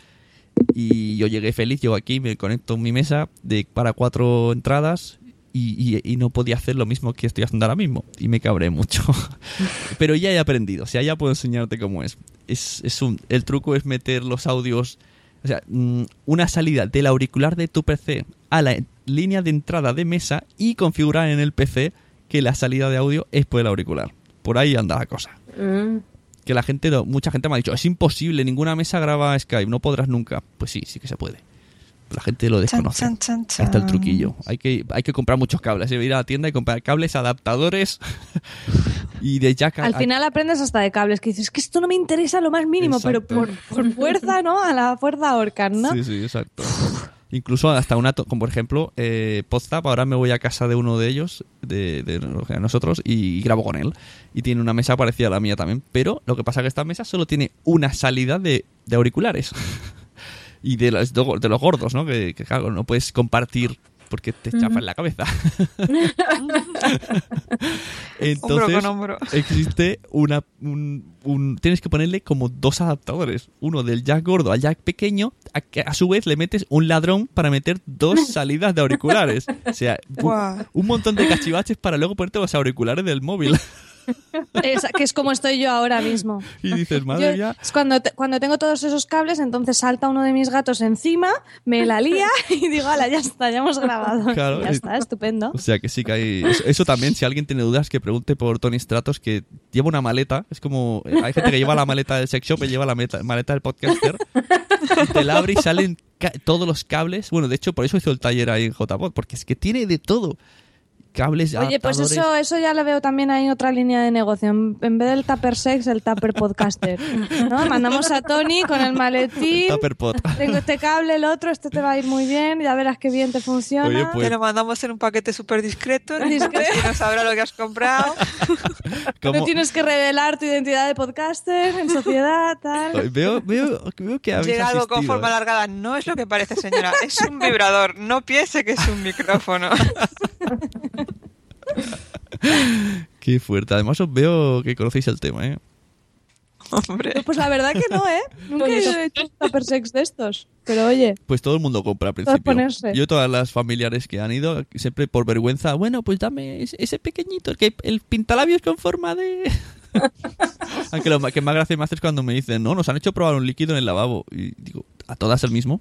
Y yo llegué feliz, llego aquí, me conecto en mi mesa de, para cuatro entradas y, y, y no podía hacer lo mismo que estoy haciendo ahora mismo. Y me cabré mucho. Pero ya he aprendido, o sea, ya puedo enseñarte cómo es. es, es un, el truco es meter los audios, o sea, una salida del auricular de tu P C a la línea de entrada de mesa y configurar en el P C que la salida de audio es por el auricular. Por ahí anda la cosa. Mm. Que la gente, mucha gente me ha dicho, es imposible, ninguna mesa graba Skype, no podrás nunca. Pues sí, sí que se puede. La gente lo desconoce. Chan, chan, chan, Ahí está el chan. truquillo. Hay que, hay que comprar muchos cables. Hay que ir a la tienda y comprar cables, adaptadores y de jack. Al a- final aprendes hasta de cables, que dices, es que esto no me interesa lo más mínimo, Exacto. pero por, por fuerza, ¿no? A la fuerza ahorcan, ¿no? Sí, sí, exacto. Incluso hasta una, to- como por ejemplo, eh, Podzap, ahora me voy a casa de uno de ellos, de, de nosotros, y grabo con él. Y tiene una mesa parecida a la mía también. Pero lo que pasa es que esta mesa solo tiene una salida de, de auriculares. Y de los, de los gordos, ¿no? Que, que claro, no puedes compartir porque te chafas la cabeza. Entonces, Hombro con hombro. existe una... Un, un- tienes que ponerle como dos adaptadores. Uno del jack gordo al jack pequeño, a, que a su vez le metes un ladrón para meter dos salidas de auriculares. O sea, un, Buah. un montón de cachivaches para luego ponerte los auriculares del móvil. Es- que es como estoy yo ahora mismo. Y dices, madre Yo- mía... es cuando, te- cuando tengo todos esos cables, entonces salta uno de mis gatos encima, me la lía y digo, ala, ya está, ya hemos grabado. Claro, ya y- está, estupendo. O sea que sí que hay... Eso, eso también, si alguien tiene dudas, que pregunte por Tony Stratos, que lleva una maleta. Es como... Hay gente que lleva la maleta del sex shop y lleva la meta- maleta del podcaster. Y te la abre y salen ca- todos los cables. Bueno, de hecho, por eso hizo el taller ahí en J P O D, porque es que tiene de todo. cables, Oye, pues adaptadores. eso, eso ya le veo también ahí otra línea de negocio. En, en vez del Tupper Sex, el Tupper Podcaster. ¿No? Mandamos a Tony con el maletín. Tupper Pod. Tengo este cable, el otro, este te va a ir muy bien, ya verás qué bien te funciona. Oye, pues- Te lo mandamos en un paquete súper discreto. Discreto. Así no sabrá lo que has comprado. Como- No tienes que revelar tu identidad de podcaster en sociedad, tal. Veo, veo, veo que habéis Llega algo con asistido, forma ¿eh? alargada. No es lo que parece, señora. Es un vibrador. No piense que es un micrófono. Qué fuerte. Además os veo que conocéis el tema, ¿eh? Hombre. Pues la verdad que no, ¿eh? Nunca he hecho un Tupper Sex de estos. Pero oye, Pues todo el mundo compra al Todo principio. ponerse. Yo, todas las familiares que han ido, siempre por vergüenza, bueno, pues dame ese, ese pequeñito, el, que, el pintalabios con forma de... Aunque lo que más gracia me hace es cuando me dicen, no, nos han hecho probar un líquido en el lavabo. Y digo, ¿a todas el mismo?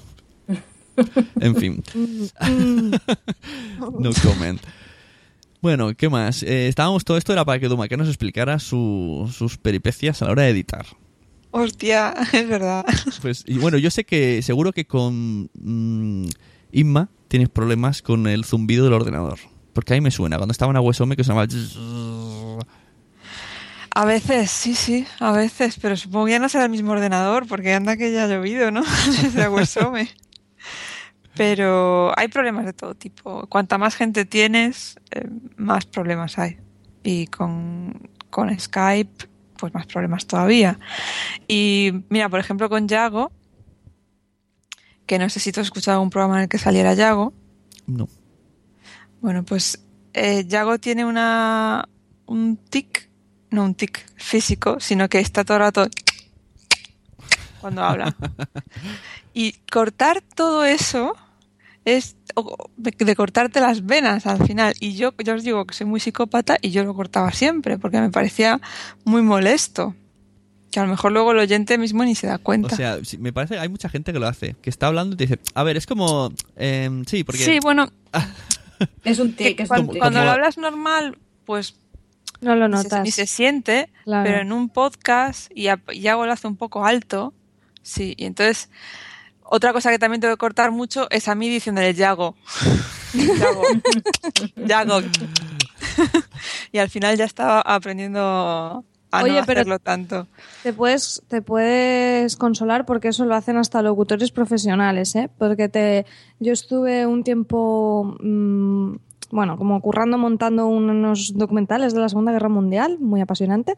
En fin. No comment. Bueno, ¿qué más? Eh, estábamos, todo esto era para que Duma que nos explicara su- sus peripecias a la hora de editar. Hostia, es verdad. Pues, y bueno, yo sé que seguro que con mm, Inma tienes problemas con el zumbido del ordenador. Porque a mí me suena, cuando estaba en Aguesome que sonaba... A veces, sí, sí, a veces. Pero supongo que ya no será el mismo ordenador porque anda que ya ha llovido, ¿no? Desde Aguesome. Pero hay problemas de todo tipo. Cuanta más gente tienes, eh, más problemas hay. Y con, con Skype, pues más problemas todavía. Y mira, por ejemplo, con Yago, que no sé si tú has escuchado algún programa en el que saliera Yago. No. Bueno, pues eh, Yago tiene una un tic, no un tic físico, sino que está todo el rato cuando habla. Y cortar todo eso es de, de cortarte las venas al final. Y yo, yo os digo que soy muy psicópata y yo lo cortaba siempre porque me parecía muy molesto. Que a lo mejor luego el oyente mismo ni se da cuenta. O sea, sí, me parece que hay mucha gente que lo hace, que está hablando y te dice, a ver, es como... eh, sí, porque... Sí, bueno, Es un que tic, es cuando, un tic. cuando como- lo hablas normal, pues no lo ni se, notas. ni se siente, Claro. pero en un podcast y a- y hago lo hace un poco alto, sí, y entonces otra cosa que también tengo que cortar mucho es a mí diciéndole Yago. Yago. Yago. Y al final ya estaba aprendiendo a Oye, no pero- hacerlo tanto. Te puedes, te puedes consolar porque eso lo hacen hasta locutores profesionales, ¿eh? Porque te, yo estuve un tiempo, mmm, bueno, como currando, montando unos documentales de la Segunda Guerra Mundial, muy apasionante,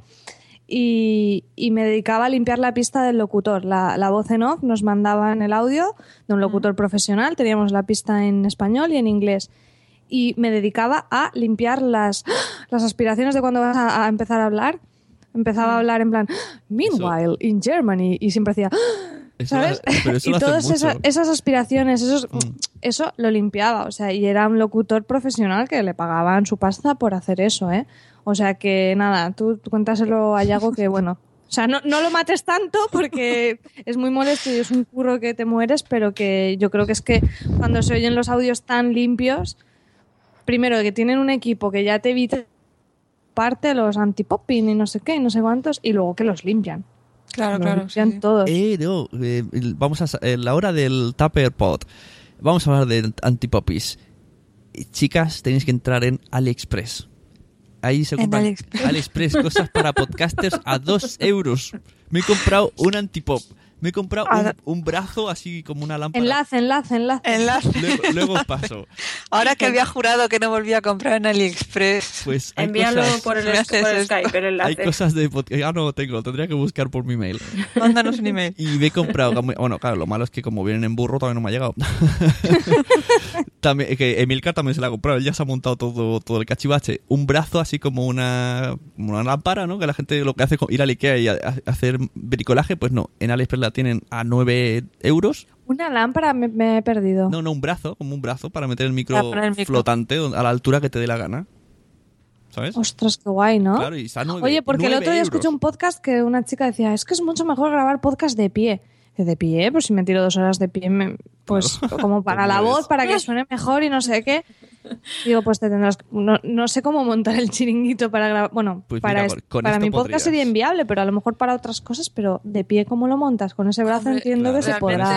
y, y me dedicaba a limpiar la pista del locutor. La, la voz en off nos mandaban el audio de un locutor profesional, teníamos la pista en español y en inglés. Y me dedicaba a limpiar las, las aspiraciones de cuando vas a, a empezar a hablar. Empezaba a hablar en plan, meanwhile, in Germany, y siempre hacía, Eso ¿sabes? lo- pero eso Y lo hacen todas mucho. esa- esas aspiraciones, esos, Mm. eso lo limpiaba, o sea, y era un locutor profesional que le pagaban su pasta por hacer eso, ¿eh? O sea que nada, tú, tú cuéntaselo a Yago que, bueno, o sea, no, no lo mates tanto porque es muy molesto y es un curro que te mueres, pero que yo creo que es que cuando se oyen los audios tan limpios, primero que tienen un equipo que ya te evita parte los anti-popping y no sé qué, y no sé cuántos, y luego que los limpian. Claro, Los claro. limpian sí, sí. todos. Eh, no, eh, el- vamos a sa- en la hora del Tupper Pod. Vamos a hablar de antipopis. Eh, Chicas, tenéis que entrar en AliExpress. Ahí se En compran AliExpress. AliExpress cosas para podcasters a dos euros. Me he comprado un antipop. Me he comprado un, Ah, un brazo así como una lámpara. Enlace, enlace, enlace. Enlace. Luego, luego os paso. Ahora que había jurado que no volvía a comprar en AliExpress. Pues hay Envíalo cosas, por el, Me haces por el esto. Skype, el hay enlace. cosas de podcast. Ah, no lo tengo, lo tendría que buscar por mi mail. Mándanos un email. Y me he comprado, como- bueno, claro, lo malo es que como vienen en burro todavía no me ha llegado. También, que Emilcar también se la ha comprado, él ya se ha montado todo, todo el cachivache. Un brazo así como una, como una lámpara, ¿no? Que la gente lo que hace es ir al Ikea y a- a hacer bricolaje, pues no, en AliExpress la tienen a nueve euros. Una lámpara me, me he perdido. No, no, un brazo, como un brazo para meter el micro, Para poner el micro. flotante a la altura que te dé la gana. ¿Sabes? Ostras, qué guay, ¿no? Claro, y está a nueve- Oye, porque el nueve otro día euros. escuché un podcast que una chica decía, es que es mucho mejor grabar podcast de pie. Dice, ¿de pie? Pues si me tiro dos horas de pie, me- pues como para Te la mueres. voz, para que suene mejor y no sé qué. Digo, pues te tendrás... que- No, no sé cómo montar el chiringuito para grabar... Bueno, Pues para, mira, es- con para esto mi podcast podrías. sería inviable, pero a lo mejor para otras cosas, pero de pie, ¿cómo lo montas? Con ese brazo Hombre, entiendo que se realmente- podrá... Sí.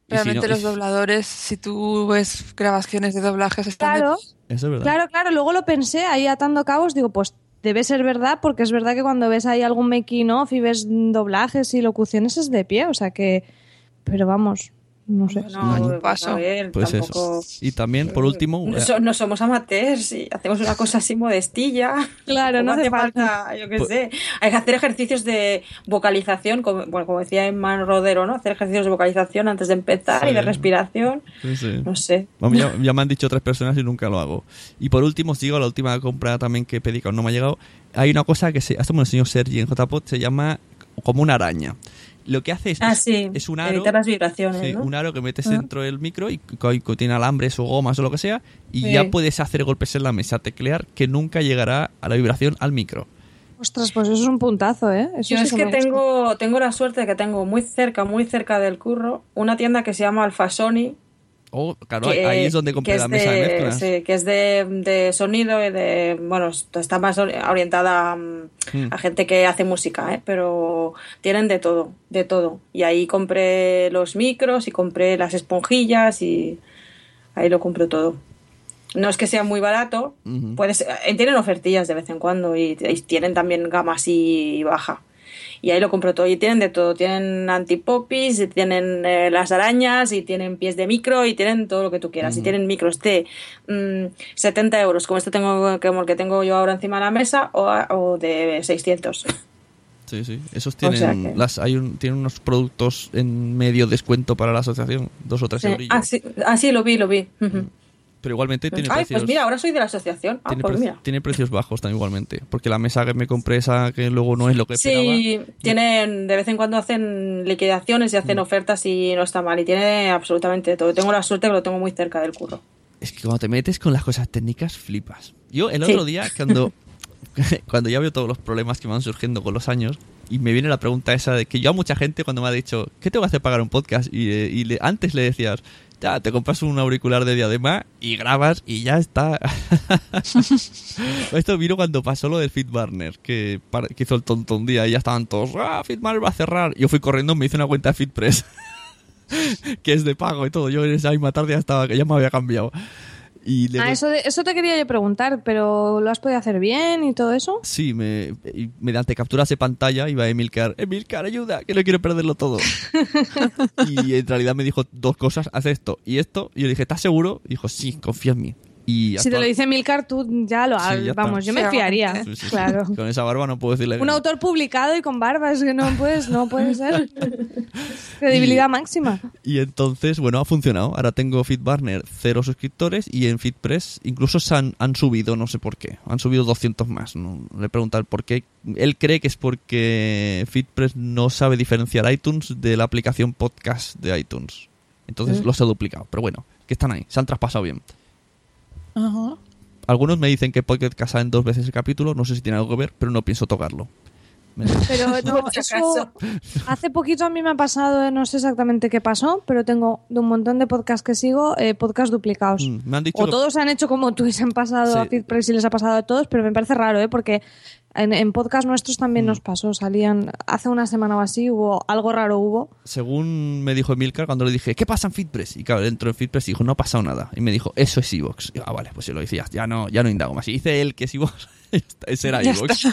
Realmente si no, los dobladores, si tú ves grabaciones de doblajes, están Claro, de... Eso es verdad. claro, claro. Luego lo pensé ahí atando cabos, digo, pues debe ser verdad, porque es verdad que cuando ves ahí algún making of y ves doblajes y locuciones es de pie, o sea que... Pero vamos, no sé. No, No, paso. a ver, Pues tampoco... eso. Y también, por último... No, so- no somos amateurs y hacemos una cosa así modestilla. Claro, no hace yo qué Pues- sé. Hay que hacer ejercicios de vocalización, como, bueno, como decía Emma Rodero, ¿no? Hacer ejercicios de vocalización antes de empezar Sí. y de respiración. Sí, sí. No sé. Vamos, ya, ya me han dicho tres personas y nunca lo hago. Y por último, sigo la última compra también que pedí, que aún no me ha llegado. Hay una cosa que se, hasta me lo enseñó Sergi en J P O D, se llama como una araña. Lo que hace es, Ah, es, sí. es un aro, Evitar las vibraciones, sí, ¿no? un aro que metes Ah. dentro del micro y que contiene alambres o gomas o lo que sea, y Sí. ya puedes hacer golpes en la mesa, teclear, que nunca llegará a la vibración al micro. Ostras, pues eso es un puntazo, ¿eh? Eso Yo sí es que me gusta. tengo, tengo la suerte de que tengo muy cerca, muy cerca del curro, una tienda que se llama Alfa Sony. Oh, claro, que- ahí es donde compré que la es mesa de, de- mezclas. sí, que es de, de sonido y de... Bueno, está más ori- orientada a, Hmm. a gente que hace música, ¿eh? Pero tienen de todo, de todo. Y ahí compré los micros y compré las esponjillas y ahí lo compro todo. No es que sea muy barato, Ujú. puedes, eh, tienen ofertillas de vez en cuando y, y tienen también gama así baja. Y ahí lo compro todo. Y tienen de todo. Tienen antipopis, y tienen eh, las arañas, y tienen pies de micro, y tienen todo lo que tú quieras. Y tienen micros de mm, setenta euros, como este tengo, como el que tengo yo ahora encima de la mesa, o, a- o de seiscientos. Sí, sí. Esos O tienen, sea que- las, hay un, tienen unos productos en medio descuento para la asociación, dos o tres Sí. eurillos. Ah, sí, ah, sí, lo vi, lo vi. Ujú. Pero igualmente tiene Ay, precios. pues mira, ahora soy de la asociación. Ah, tiene, pues pre- mira. tiene precios bajos también igualmente. Porque la mesa que me compré, esa que luego no es lo que esperaba. Sí, tienen, de vez en cuando hacen liquidaciones y Mm. hacen ofertas y no está mal. Y tiene absolutamente todo. Tengo la suerte que lo tengo muy cerca del curro. Es que cuando te metes con las cosas técnicas, flipas. Yo el Sí. otro día, cuando, cuando ya veo todos los problemas que me van surgiendo con los años, y me viene la pregunta esa de que yo a mucha gente cuando me ha dicho, ¿qué tengo que hacer para pagar un podcast? Y, eh, y le- antes le decías, ya, te compras un auricular de diadema y grabas y ya está. Esto vino cuando pasó lo del FitBurner, que, par- que hizo el tonto un día y ya estaban todos, ah, FitBurner va a cerrar. Yo fui corriendo, me hice una cuenta de FitPress, que es de pago y todo. Yo en esa misma tarde ya estaba, que ya me había cambiado. Y le Ah, doy- eso, de- eso te quería yo preguntar, pero ¿lo has podido hacer bien y todo eso? Sí, me, y mediante capturas de pantalla iba a Emilcar, Emilcar, ayuda, que no quiero perderlo todo. Y en realidad me dijo dos cosas, haz esto y esto. Y yo le dije, ¿estás seguro? Y dijo, sí, confía en mí. Y Si te actual- lo dice Milcar, tú ya lo Sí, has- ya está. vamos, yo me Sí, fiaría. Sí, sí, sí. Claro. Con esa barba no puedo decirle que Un no. autor publicado y con barbas, que no puedes, no puede ser. Credibilidad Y- máxima. Y entonces, bueno, ha funcionado. Ahora tengo FitBurner cero suscriptores y en FitPress incluso se han, han subido, no sé por qué. Han subido doscientos más. No le he preguntado el por qué. Él cree que es porque FitPress no sabe diferenciar iTunes de la aplicación podcast de iTunes. Entonces los ha duplicado. Pero bueno, que están ahí. Se han traspasado bien. Ajá. Algunos me dicen que Pocket Cast en dos veces el capítulo. No sé si tiene algo que ver, pero no pienso tocarlo. Me- Pero no, Por si eso acaso. hace poquito a mí me ha pasado, eh, no sé exactamente qué pasó, pero tengo de un montón de podcasts que sigo, eh, podcasts duplicados. Mm, me han dicho O que- todos se han hecho como tú y se han pasado Sí. a FitPress y les ha pasado a todos, pero me parece raro, ¿eh? Porque en, en podcast nuestros también Mm. nos pasó, salían hace una semana o así, hubo algo raro hubo. Según me dijo Emilcar cuando le dije, ¿qué pasa en FitPress? Y claro, dentro de FitPress dijo, no ha pasado nada. Y me dijo, eso es iVoox. Y yo, ah, vale, pues si lo decías, ya no, ya no indago más. Y dice él que es iVoox, ese era Ya iVoox.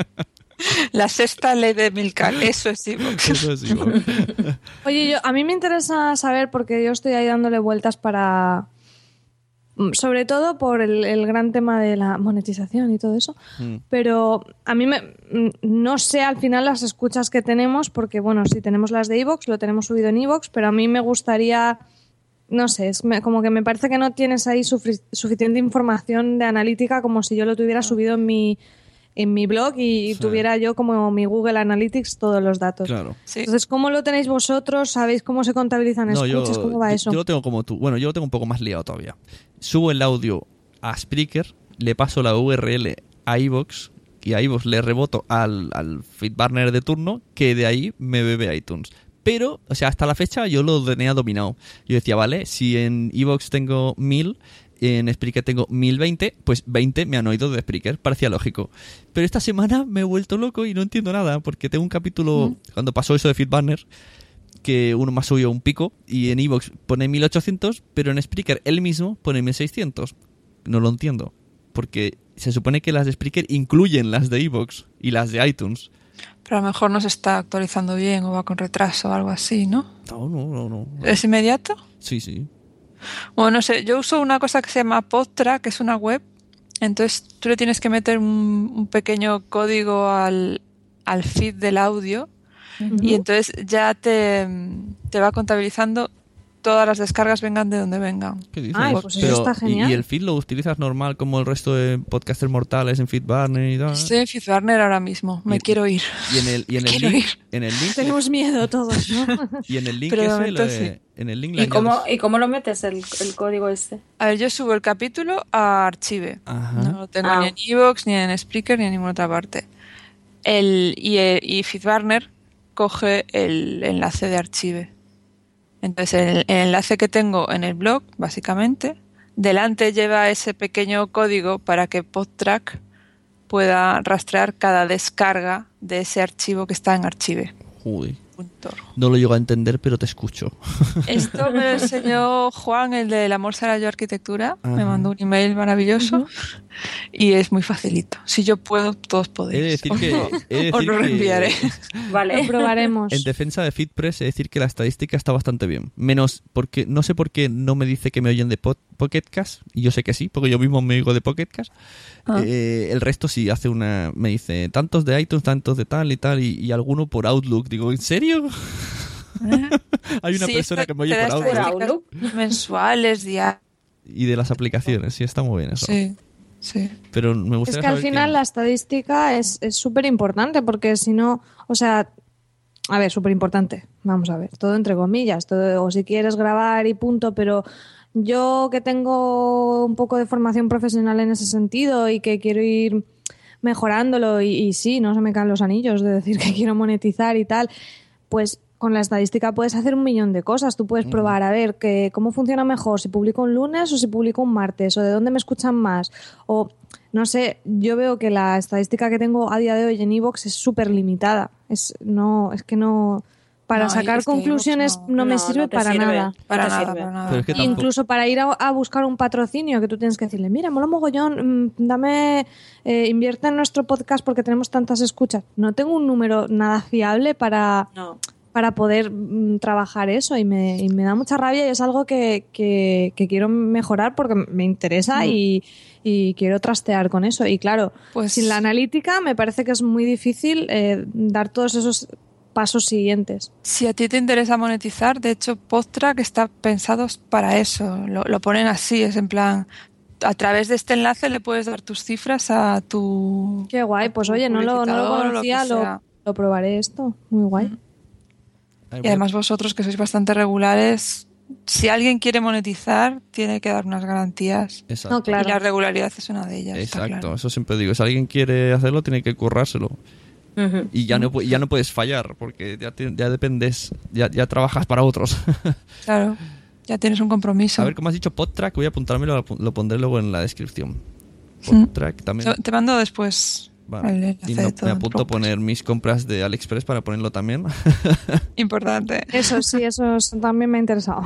La sexta ley de Milcar, eso es iVoox. Eso es iVoox. Oye, yo, a mí me interesa saber, porque yo estoy ahí dándole vueltas para... mm, sobre todo por el, el gran tema de la monetización y todo eso, Mm. pero a mí me, mm, no sé al final las escuchas que tenemos, porque bueno, si tenemos las de iVoox, lo tenemos subido en iVoox, pero a mí me gustaría, no sé, es me- como que me parece que no tienes ahí sufri- suficiente información de analítica como si yo lo tuviera subido en mi, en mi blog y Sí. tuviera yo como mi Google Analytics todos los datos. Claro. Sí. Entonces, ¿cómo lo tenéis vosotros? ¿Sabéis cómo se contabilizan No, escuchas? yo, ¿Cómo va yo- eso? yo lo tengo como tú. Bueno, yo lo tengo un poco más liado todavía. Subo el audio a Spreaker, le paso la U R L a iVoox y a iVoox le reboto al, al FitBurner de turno, que de ahí me bebe iTunes. Pero, o sea, hasta la fecha yo lo tenía dominado. Yo decía, vale, si en iVoox tengo mil, en Spreaker tengo mil veinte, pues veinte me han oído de Spreaker, parecía lógico. Pero esta semana me he vuelto loco y no entiendo nada, porque tengo un capítulo, cuando pasó eso de FitBurner, que uno me ha subido un pico y en iVoox pone mil ochocientos, pero en Spreaker él mismo pone mil seiscientos. No lo entiendo, porque se supone que las de Spreaker incluyen las de iVoox y las de iTunes. Pero a lo mejor no se está actualizando bien o va con retraso o algo así, ¿no? No, no, no, no. ¿Es inmediato? Sí, sí. Bueno, no sé, yo uso una cosa que se llama PodTrack, que es una web. Entonces tú le tienes que meter un, un pequeño código al, al feed del audio uh-huh. y entonces ya te, te va contabilizando todas las descargas, vengan de donde vengan. ¿Qué dices? Ay, pues eso Pero, está genial. ¿y, ¿Y el feed lo utilizas normal como el resto de podcasters mortales en FeedBurner y tal? Estoy en FeedBurner ahora mismo, me y, quiero ir. Y en el, y en el quiero link, ir. En el link tenemos miedo todos, ¿no? Y en el link Pero ese, lo de, sí. en el link ¿Y cómo, ¿Y cómo lo metes el, el código este? A ver, yo subo el capítulo a Archive. Ajá. No lo tengo Ah. ni en iVoox, ni en Spreaker, ni en ninguna otra parte. El, y, y FeedBurner coge el enlace de Archive. Entonces, el, el enlace que tengo en el blog, básicamente, delante lleva ese pequeño código para que PodTrack pueda rastrear cada descarga de ese archivo que está en Archive. Uy. Punto. No lo llego a entender, pero te escucho. Esto me lo enseñó Juan, el de El amor será yo arquitectura. Ajá. Me mandó un email maravilloso. Uh-huh. Y es muy facilito. Si yo puedo, todos podéis. He de decir os que... lo, He de decir os lo que reenviaré. Vale. Lo probaremos. En defensa de FeedPress, he de decir que la estadística está bastante bien. Menos porque... No sé por qué no me dice que me oyen de pod, Pocket Cast. Y yo sé que sí, porque yo mismo me oigo de Pocket Cast. Ah. Eh, el resto sí hace una... Me dice tantos de iTunes, tantos de tal y tal. Y, y alguno por Outlook. Digo, ¿en serio? Hay una sí, persona que me oye por Outlook. Outlook. Mensuales, diarios. Y de las aplicaciones, sí, está muy bien eso. Sí, sí. Pero me gustaría es que al saber final quién... la estadística es súper importante porque si no, o sea, a ver, súper importante, vamos a ver, todo entre comillas, todo, o si quieres grabar y punto, pero yo que tengo un poco de formación profesional en ese sentido y que quiero ir mejorándolo y, y sí, no se me caen los anillos de decir que quiero monetizar y tal, pues con la estadística puedes hacer un millón de cosas. Tú puedes probar a ver que, cómo funciona mejor, si publico un lunes o si publico un martes, o de dónde me escuchan más. O, no sé, yo veo que la estadística que tengo a día de hoy en iVoox es súper limitada. Es, no, es que no... Para no, sacar es que conclusiones no, no me no, sirve no te para sirve. nada. Para, no nada, sirve. para nada. Pero es que tampoco... Incluso para ir a, a buscar un patrocinio, que tú tienes que decirle, mira, mola mogollón, mmm, dame, eh, invierte en nuestro podcast porque tenemos tantas escuchas. No tengo un número nada fiable para... No. para poder mm, trabajar eso y me, y me da mucha rabia y es algo que, que, que quiero mejorar porque me interesa mm. y, y quiero trastear con eso. Y claro, pues sin la analítica me parece que es muy difícil eh, dar todos esos pasos siguientes. Si a ti te interesa monetizar, de hecho PodTrack está pensado para eso, lo, lo ponen así, es en plan... A través de este enlace le puedes dar tus cifras a tu... Qué guay, pues oye, no lo, no lo conocía, lo, lo, lo probaré esto, muy guay. Mm. Y además vosotros que sois bastante regulares, si alguien quiere monetizar, tiene que dar unas garantías. Exacto. No, claro. Y la regularidad es una de ellas. Exacto, claro. Eso siempre digo. Si alguien quiere hacerlo, tiene que currárselo. Uh-huh. Y ya no, ya no puedes fallar, porque ya, te, ya dependes, ya, ya trabajas para otros. Claro, ya tienes un compromiso. A ver, como has dicho, PodTrack, voy a apuntármelo, lo pondré luego en la descripción. PodTrack también. Te mando después... Vale. Y me, me apunto a poner mis compras de AliExpress para ponerlo también. Importante. Eso sí, eso también me ha interesado.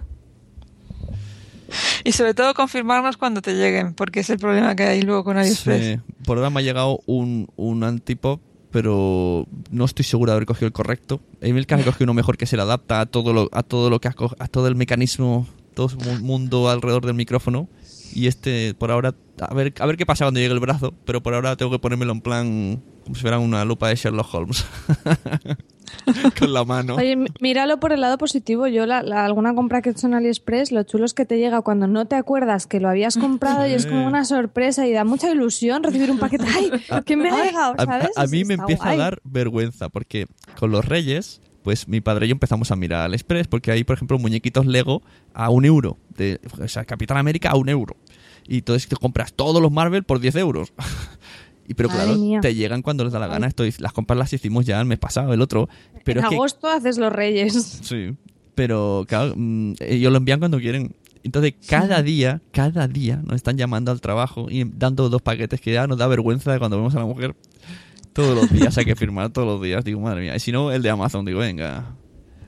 Y sobre todo confirmarnos cuando te lleguen, porque es el problema que hay luego con AliExpress. Sí. Por ahora me ha llegado un, un antipop, pero no estoy seguro de haber cogido el correcto. Emilcar ha cogido uno mejor que se le adapta a todo lo, a todo lo que ha co- a todo el mecanismo, todo el mundo alrededor del micrófono. Y este, por ahora, a ver, a ver qué pasa cuando llegue el brazo, pero por ahora tengo que ponérmelo en plan como si fuera una lupa de Sherlock Holmes. Con la mano. Oye, míralo por el lado positivo. Yo, la, la, alguna compra que he hecho en AliExpress, lo chulo es que te llega cuando no te acuerdas que lo habías comprado sí. Y es como una sorpresa y da mucha ilusión recibir un paquete. ¡Ay! ¿Qué me ha llegado? ¿Sabes? A, a, a mí me Está empieza guay. a dar vergüenza porque con los Reyes, pues mi padre y yo empezamos a mirar AliExpress porque hay, por ejemplo, muñequitos Lego a un euro. De, o sea, Capitán América a un euro. Y entonces te compras todos los Marvel por diez euros. Y pero claro, mía. te llegan cuando les da la gana. Esto, las compras las hicimos ya el mes pasado, el otro. Pero en es agosto que, haces los Reyes. Sí, pero claro, mmm, ellos lo envían cuando quieren. Entonces cada sí. día, cada día nos están llamando al trabajo y dando dos paquetes que ya nos da vergüenza de cuando vemos a la mujer. Todos los días hay que firmar, todos los días. Digo, madre mía. Y si no, el de Amazon, digo, venga,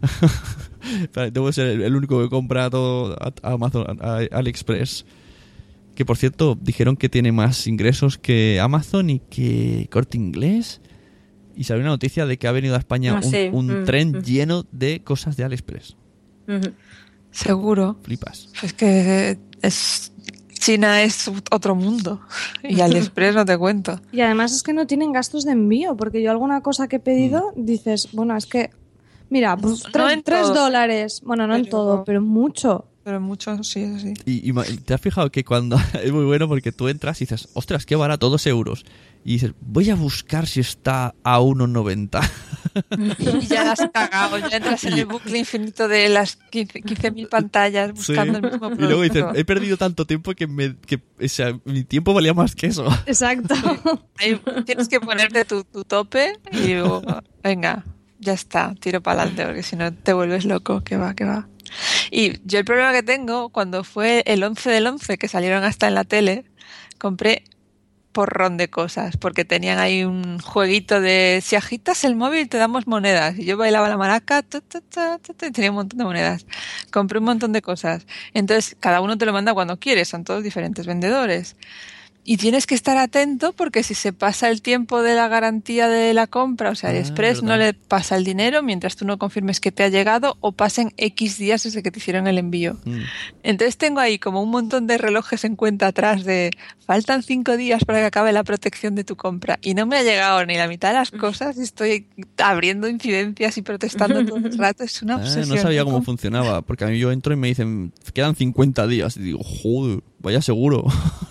Debo ser el, el único que compra todo a, a Amazon, a, a AliExpress. Que por cierto, dijeron que tiene más ingresos que Amazon y que Corte Inglés. Y salió una noticia de que ha venido a España no, un, sí. un mm, tren mm. lleno de cosas de AliExpress. Mm-hmm. Seguro. Flipas. Es que es China es otro mundo. Y AliExpress no te cuento. Y además es que no tienen gastos de envío, porque yo alguna cosa que he pedido, mm. dices, bueno, es que, mira, pues, no tres, en tres todo. dólares. Bueno, no Pero- en todo, pero mucho. Pero mucho, sí, sí. Y, y ma- te has fijado que cuando es muy bueno porque tú entras y dices, ostras, qué barato, dos euros. Y dices, voy a buscar si está a uno noventa. Y ya la has cagado, ya entras en el bucle infinito de las quince mil pantallas buscando el mismo producto. Y luego dices, he perdido tanto tiempo que, me, que o sea, mi tiempo valía más que eso. Exacto. Ahí tienes que ponerte tu, tu tope y luego, venga, ya está, tiro para adelante, porque si no te vuelves loco, que va, que va. Y yo el problema que tengo, cuando fue el once del once, que salieron hasta en la tele, compré porrón de cosas, porque tenían ahí un jueguito de si agitas el móvil te damos monedas, y yo bailaba la maraca, ta, ta, ta, ta, ta, y tenía un montón de monedas. Compré un montón de cosas. Entonces, cada uno te lo manda cuando quiere, son todos diferentes vendedores. Y tienes que estar atento porque si se pasa el tiempo de la garantía de la compra, o sea, Ah, AliExpress no verdad. le pasa el dinero mientras tú no confirmes que te ha llegado o pasen X días desde que te hicieron el envío. Mm. Entonces tengo ahí como un montón de relojes en cuenta atrás de faltan cinco días para que acabe la protección de tu compra y no me ha llegado ni la mitad de las cosas y estoy abriendo incidencias y protestando todo el rato. Es una Ah, obsesión. no sabía cómo ¿no? funcionaba, porque a mí yo entro y me dicen, quedan cincuenta días. Y digo, joder, vaya seguro.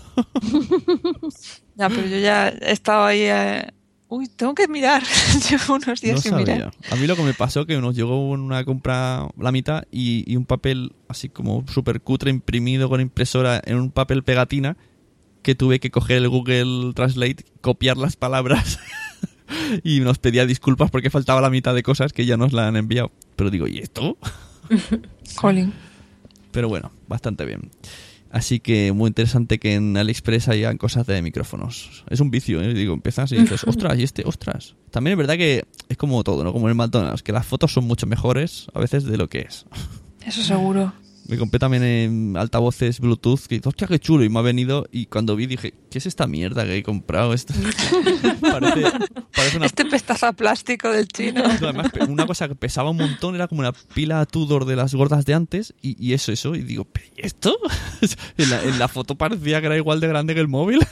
Ya, pero yo ya he estado ahí... Eh... Uy, tengo que mirar. Llevo unos No días sin sabía. mirar. A mí lo que me pasó que nos llegó una compra la mitad y, y un papel así como súper cutre imprimido con impresora en un papel pegatina que tuve que coger el Google Translate, copiar las palabras y nos pedía disculpas porque faltaba la mitad de cosas que ya nos la han enviado. Pero digo, ¿y esto? Jolín. Pero bueno, bastante bien. Así que muy interesante que en AliExpress hayan cosas de micrófonos. Es un vicio, ¿eh? Digo, empiezas y dices, ostras, y este, ostras. También es verdad que es como todo, ¿no? Como en el McDonald's, que las fotos son mucho mejores a veces de lo que es. Eso seguro. Me compré también en altavoces Bluetooth, que hostia, qué chulo, y me ha venido, y cuando vi dije, ¿qué es esta mierda que he comprado? Esto parece, parece una... Este pestazo plástico del chino. No, además, una cosa que pesaba un montón, era como una pila Tudor de las gordas de antes, y, y eso, eso, y digo, ¿pero y esto? en, la, en la foto parecía que era igual de grande que el móvil.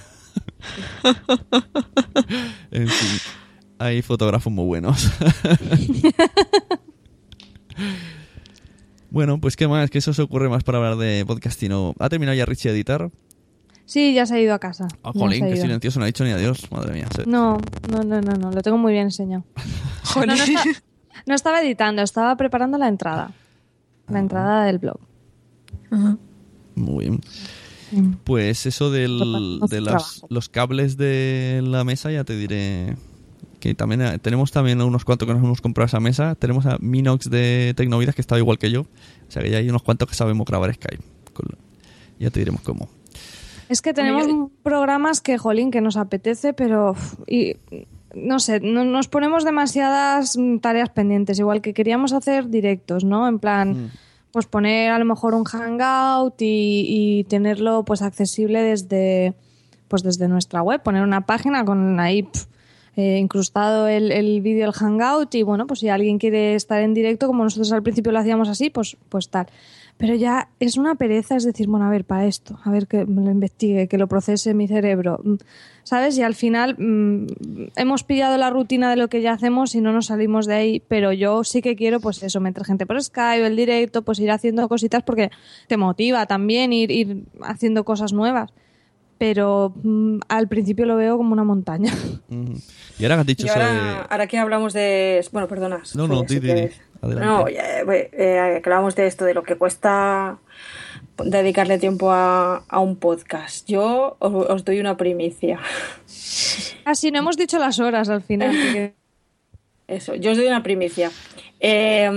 En fin, hay fotógrafos muy buenos. Bueno, pues qué más, ¿qué se os ocurre más para hablar de podcastino? ¿Ha terminado ya Richie de editar? Sí, ya se ha ido a casa. Ah, Ya jolín, se ha qué ido. silencioso, no ha dicho ni adiós, madre mía. Se- No, no, no, no, no, lo tengo muy bien enseñado. No, no, está- no estaba editando, estaba preparando la entrada. La entrada del blog. Muy bien. Pues eso del, No hace de las- trabajo. los cables de la mesa ya te diré que también eh, tenemos también unos cuantos que nos hemos comprado esa mesa. Tenemos a Minox de Tecnovidas que estaba igual que yo. O sea que ya hay unos cuantos que sabemos grabar Skype. Con- Ya te diremos cómo. Es que tenemos Bueno, programas que, jolín, que nos apetece, pero... uf, y no sé, no- nos ponemos demasiadas mm, tareas pendientes. Igual que queríamos hacer directos, ¿no? En plan, Mm. pues poner a lo mejor un hangout y, y tenerlo pues accesible desde, pues desde nuestra web. Poner una página con ahí... pf, eh, incrustado el, el vídeo del hangout y bueno, pues si alguien quiere estar en directo, como nosotros al principio lo hacíamos así, pues, pues tal. Pero ya es una pereza, es decir, bueno, a ver, para esto, a ver que me lo investigue, que lo procese mi cerebro, mm, ¿sabes? Y al final mmm, hemos pillado la rutina de lo que ya hacemos y no nos salimos de ahí, pero yo sí que quiero, pues eso, meter gente por Skype, el directo, pues ir haciendo cositas porque te motiva también ir, ir haciendo cosas nuevas. Pero mmm, al principio lo veo como una montaña. Ujú. Y ahora que has dicho Y eso ahora, de... ahora que hablamos de... Bueno, perdona. No, no, Sonia, di, si di, di. quieres. Adelante. No, ya, eh, eh, que hablamos de esto, de lo que cuesta dedicarle tiempo a, a un podcast. Yo os, os doy una primicia. Así no hemos dicho las horas al final. que- Eso, yo os doy una primicia. Eh,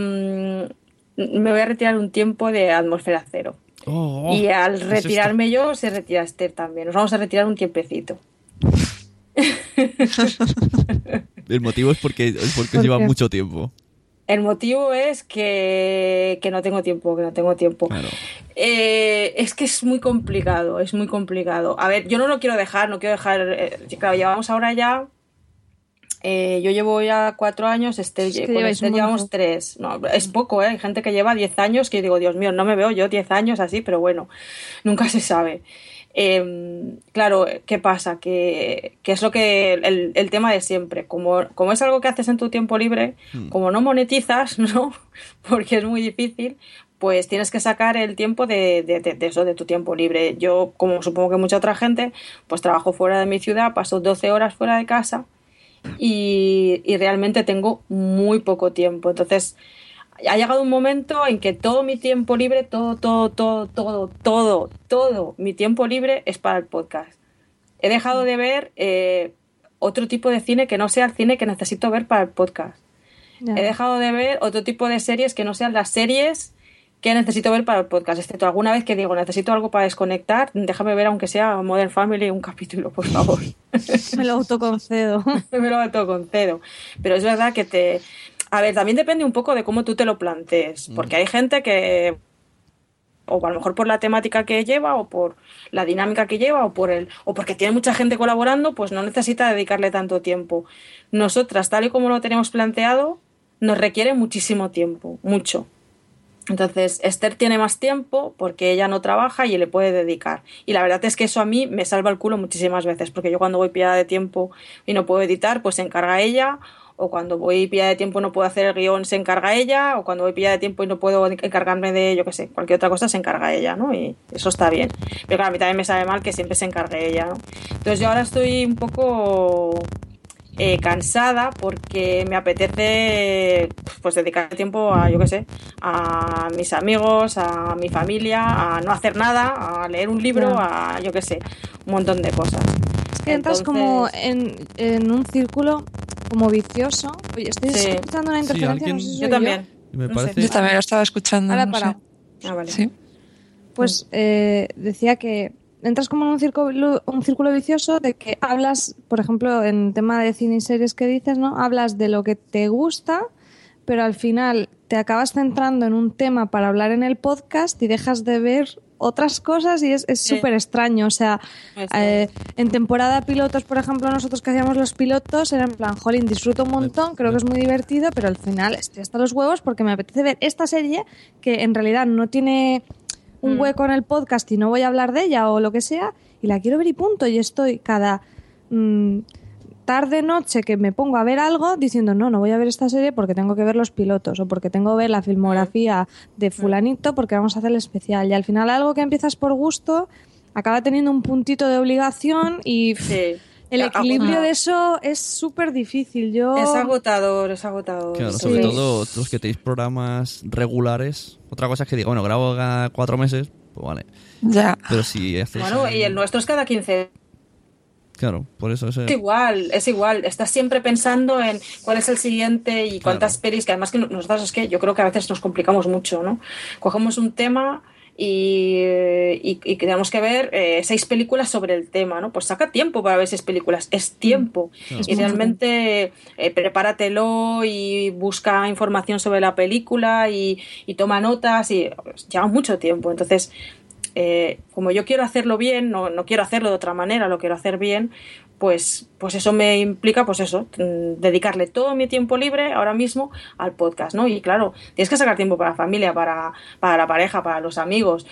me voy a retirar un tiempo de Atmósfera Cero. Oh, oh, Y al ¿qué es esto? retirarme yo, se retira Esther también. Nos vamos a retirar un tiempecito. El motivo es porque, es porque ¿Por lleva qué? mucho tiempo. El motivo es que, que no tengo tiempo, que no tengo tiempo. Claro. Eh, es que es muy complicado, es muy complicado. A ver, yo no lo quiero dejar, no quiero dejar... Eh, claro, llevamos ahora ya... Eh, yo llevo ya cuatro años, Esther, Es que con lleváis Esther un llevamos montón. tres. No, es poco, ¿eh? Hay gente que lleva diez años que digo, Dios mío, no me veo yo diez años así, pero bueno, nunca se sabe. Eh, claro, ¿qué pasa? Que, que es lo que el, el tema de siempre. Como, como es algo que haces en tu tiempo libre, Hmm. como no monetizas, ¿no? Porque es muy difícil, pues tienes que sacar el tiempo de, de, de, de eso, de tu tiempo libre. Yo, como supongo que mucha otra gente, pues trabajo fuera de mi ciudad, paso doce horas fuera de casa y, y realmente tengo muy poco tiempo. Entonces, ha llegado un momento en que todo mi tiempo libre, todo, todo, todo, todo, todo, todo mi tiempo libre es para el podcast. He dejado de ver eh, otro tipo de cine que no sea el cine que necesito ver para el podcast. Ya. He dejado de ver otro tipo de series que no sean las series que necesito ver para el podcast, excepto alguna vez que digo, necesito algo para desconectar, déjame ver aunque sea Modern Family un capítulo, por favor. Me lo autoconcedo. Me lo autoconcedo. Pero es verdad que te... A ver, también depende un poco de cómo tú te lo plantees, porque hay gente que, o a lo mejor por la temática que lleva, o por la dinámica que lleva, o por el, o porque tiene mucha gente colaborando, pues no necesita dedicarle tanto tiempo. Nosotras, tal y como lo tenemos planteado, nos requiere muchísimo tiempo, mucho. Entonces, Esther tiene más tiempo porque ella no trabaja y le puede dedicar. Y la verdad es que eso a mí me salva el culo muchísimas veces, porque yo cuando voy pillada de tiempo y no puedo editar, pues se encarga ella, o cuando voy pillada de tiempo y no puedo hacer el guión, se encarga ella, o cuando voy pillada de tiempo y no puedo encargarme de, yo qué sé, cualquier otra cosa, se encarga ella, ¿no? Y eso está bien. Pero claro, a mí también me sabe mal que siempre se encargue ella, ¿no? Entonces yo ahora estoy un poco... Eh, cansada porque me apetece pues dedicar tiempo a, yo qué sé, a mis amigos, a mi familia, a no hacer nada, a leer un libro, Ya. a yo qué sé, un montón de cosas. Es que entras Entonces, como en, en un círculo como vicioso. Oye, estoy Sí. escuchando una Sí, interferencia, alguien- no sé si soy yo también. Me No parece... sé. Yo también lo estaba escuchando. Ahora no he sé. parado. Ah, vale. Sí. Pues eh, decía que entras como en un círculo, un círculo vicioso de que hablas, por ejemplo, en tema de cine y series que dices, ¿no? Hablas de lo que te gusta, pero al final te acabas centrando en un tema para hablar en el podcast y dejas de ver otras cosas y es es Sí. súper extraño. O sea, Sí. eh, en temporada pilotos, por ejemplo, nosotros que hacíamos los pilotos, era en plan, jolín, disfruto un montón, creo que es muy divertido, pero al final estoy hasta los huevos porque me apetece ver esta serie que en realidad no tiene un Mm. hueco en el podcast y no voy a hablar de ella o lo que sea, y la quiero ver y punto. Y estoy cada mm, tarde, noche que me pongo a ver algo diciendo, no, no voy a ver esta serie porque tengo que ver los pilotos o porque tengo que ver la filmografía de fulanito porque vamos a hacer el especial. Y al final algo que empiezas por gusto acaba teniendo un puntito de obligación y pff, Sí. el Ya, equilibrio agotado. de eso es súper difícil. Yo... Es agotador, es agotador. Claro, Sí. sobre todo los que tenéis programas regulares. Otra cosa es que digo, bueno, grabo cada cuatro meses, pues vale. Ya. Pero si hacéis... Bueno, y el nuestro es cada quince. Claro, por eso ese... Es igual, es igual. Estás siempre pensando en cuál es el siguiente y cuántas Claro. pelis, que además que nosotros es que yo creo que a veces nos complicamos mucho, ¿no? Cogemos un tema y, y, y tenemos que ver eh, seis películas sobre el tema, ¿no? Pues saca tiempo para ver seis películas, es tiempo. Claro. Y realmente eh, prepáratelo y busca información sobre la película y, y toma notas y pues, lleva mucho tiempo. Entonces... Eh, como yo quiero hacerlo bien, no, no quiero hacerlo de otra manera, lo quiero hacer bien, pues, pues eso me implica, pues eso, dedicarle todo mi tiempo libre ahora mismo al podcast, ¿no? Y claro, tienes que sacar tiempo para la familia, para, para la pareja, para los amigos,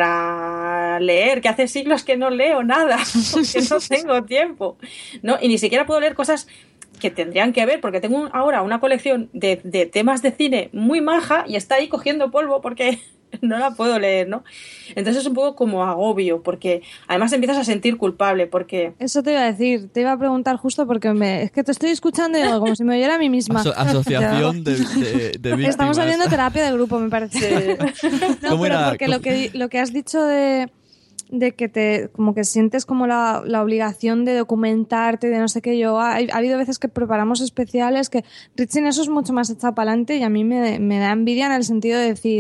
para leer, que hace siglos que no leo nada, porque no tengo tiempo, ¿no? Y ni siquiera puedo leer cosas que tendrían que ver, porque tengo ahora una colección de, de temas de cine muy maja y está ahí cogiendo polvo porque no la puedo leer, ¿no? Entonces es un poco como agobio, porque además empiezas a sentir culpable, porque... Eso te iba a decir, te iba a preguntar justo porque me, es que te estoy escuchando y digo, como si me oyera a mí misma. Aso- asociación de, de, de víctimas. Estamos haciendo terapia de grupo, me parece. No, ¿Cómo pero era? porque lo que, lo que has dicho de, de que te como que sientes como la, la obligación de documentarte, de no sé qué. Yo, ha, ha habido veces que preparamos especiales que Richie en eso es mucho más echado para adelante y a mí me, me da envidia en el sentido de decir,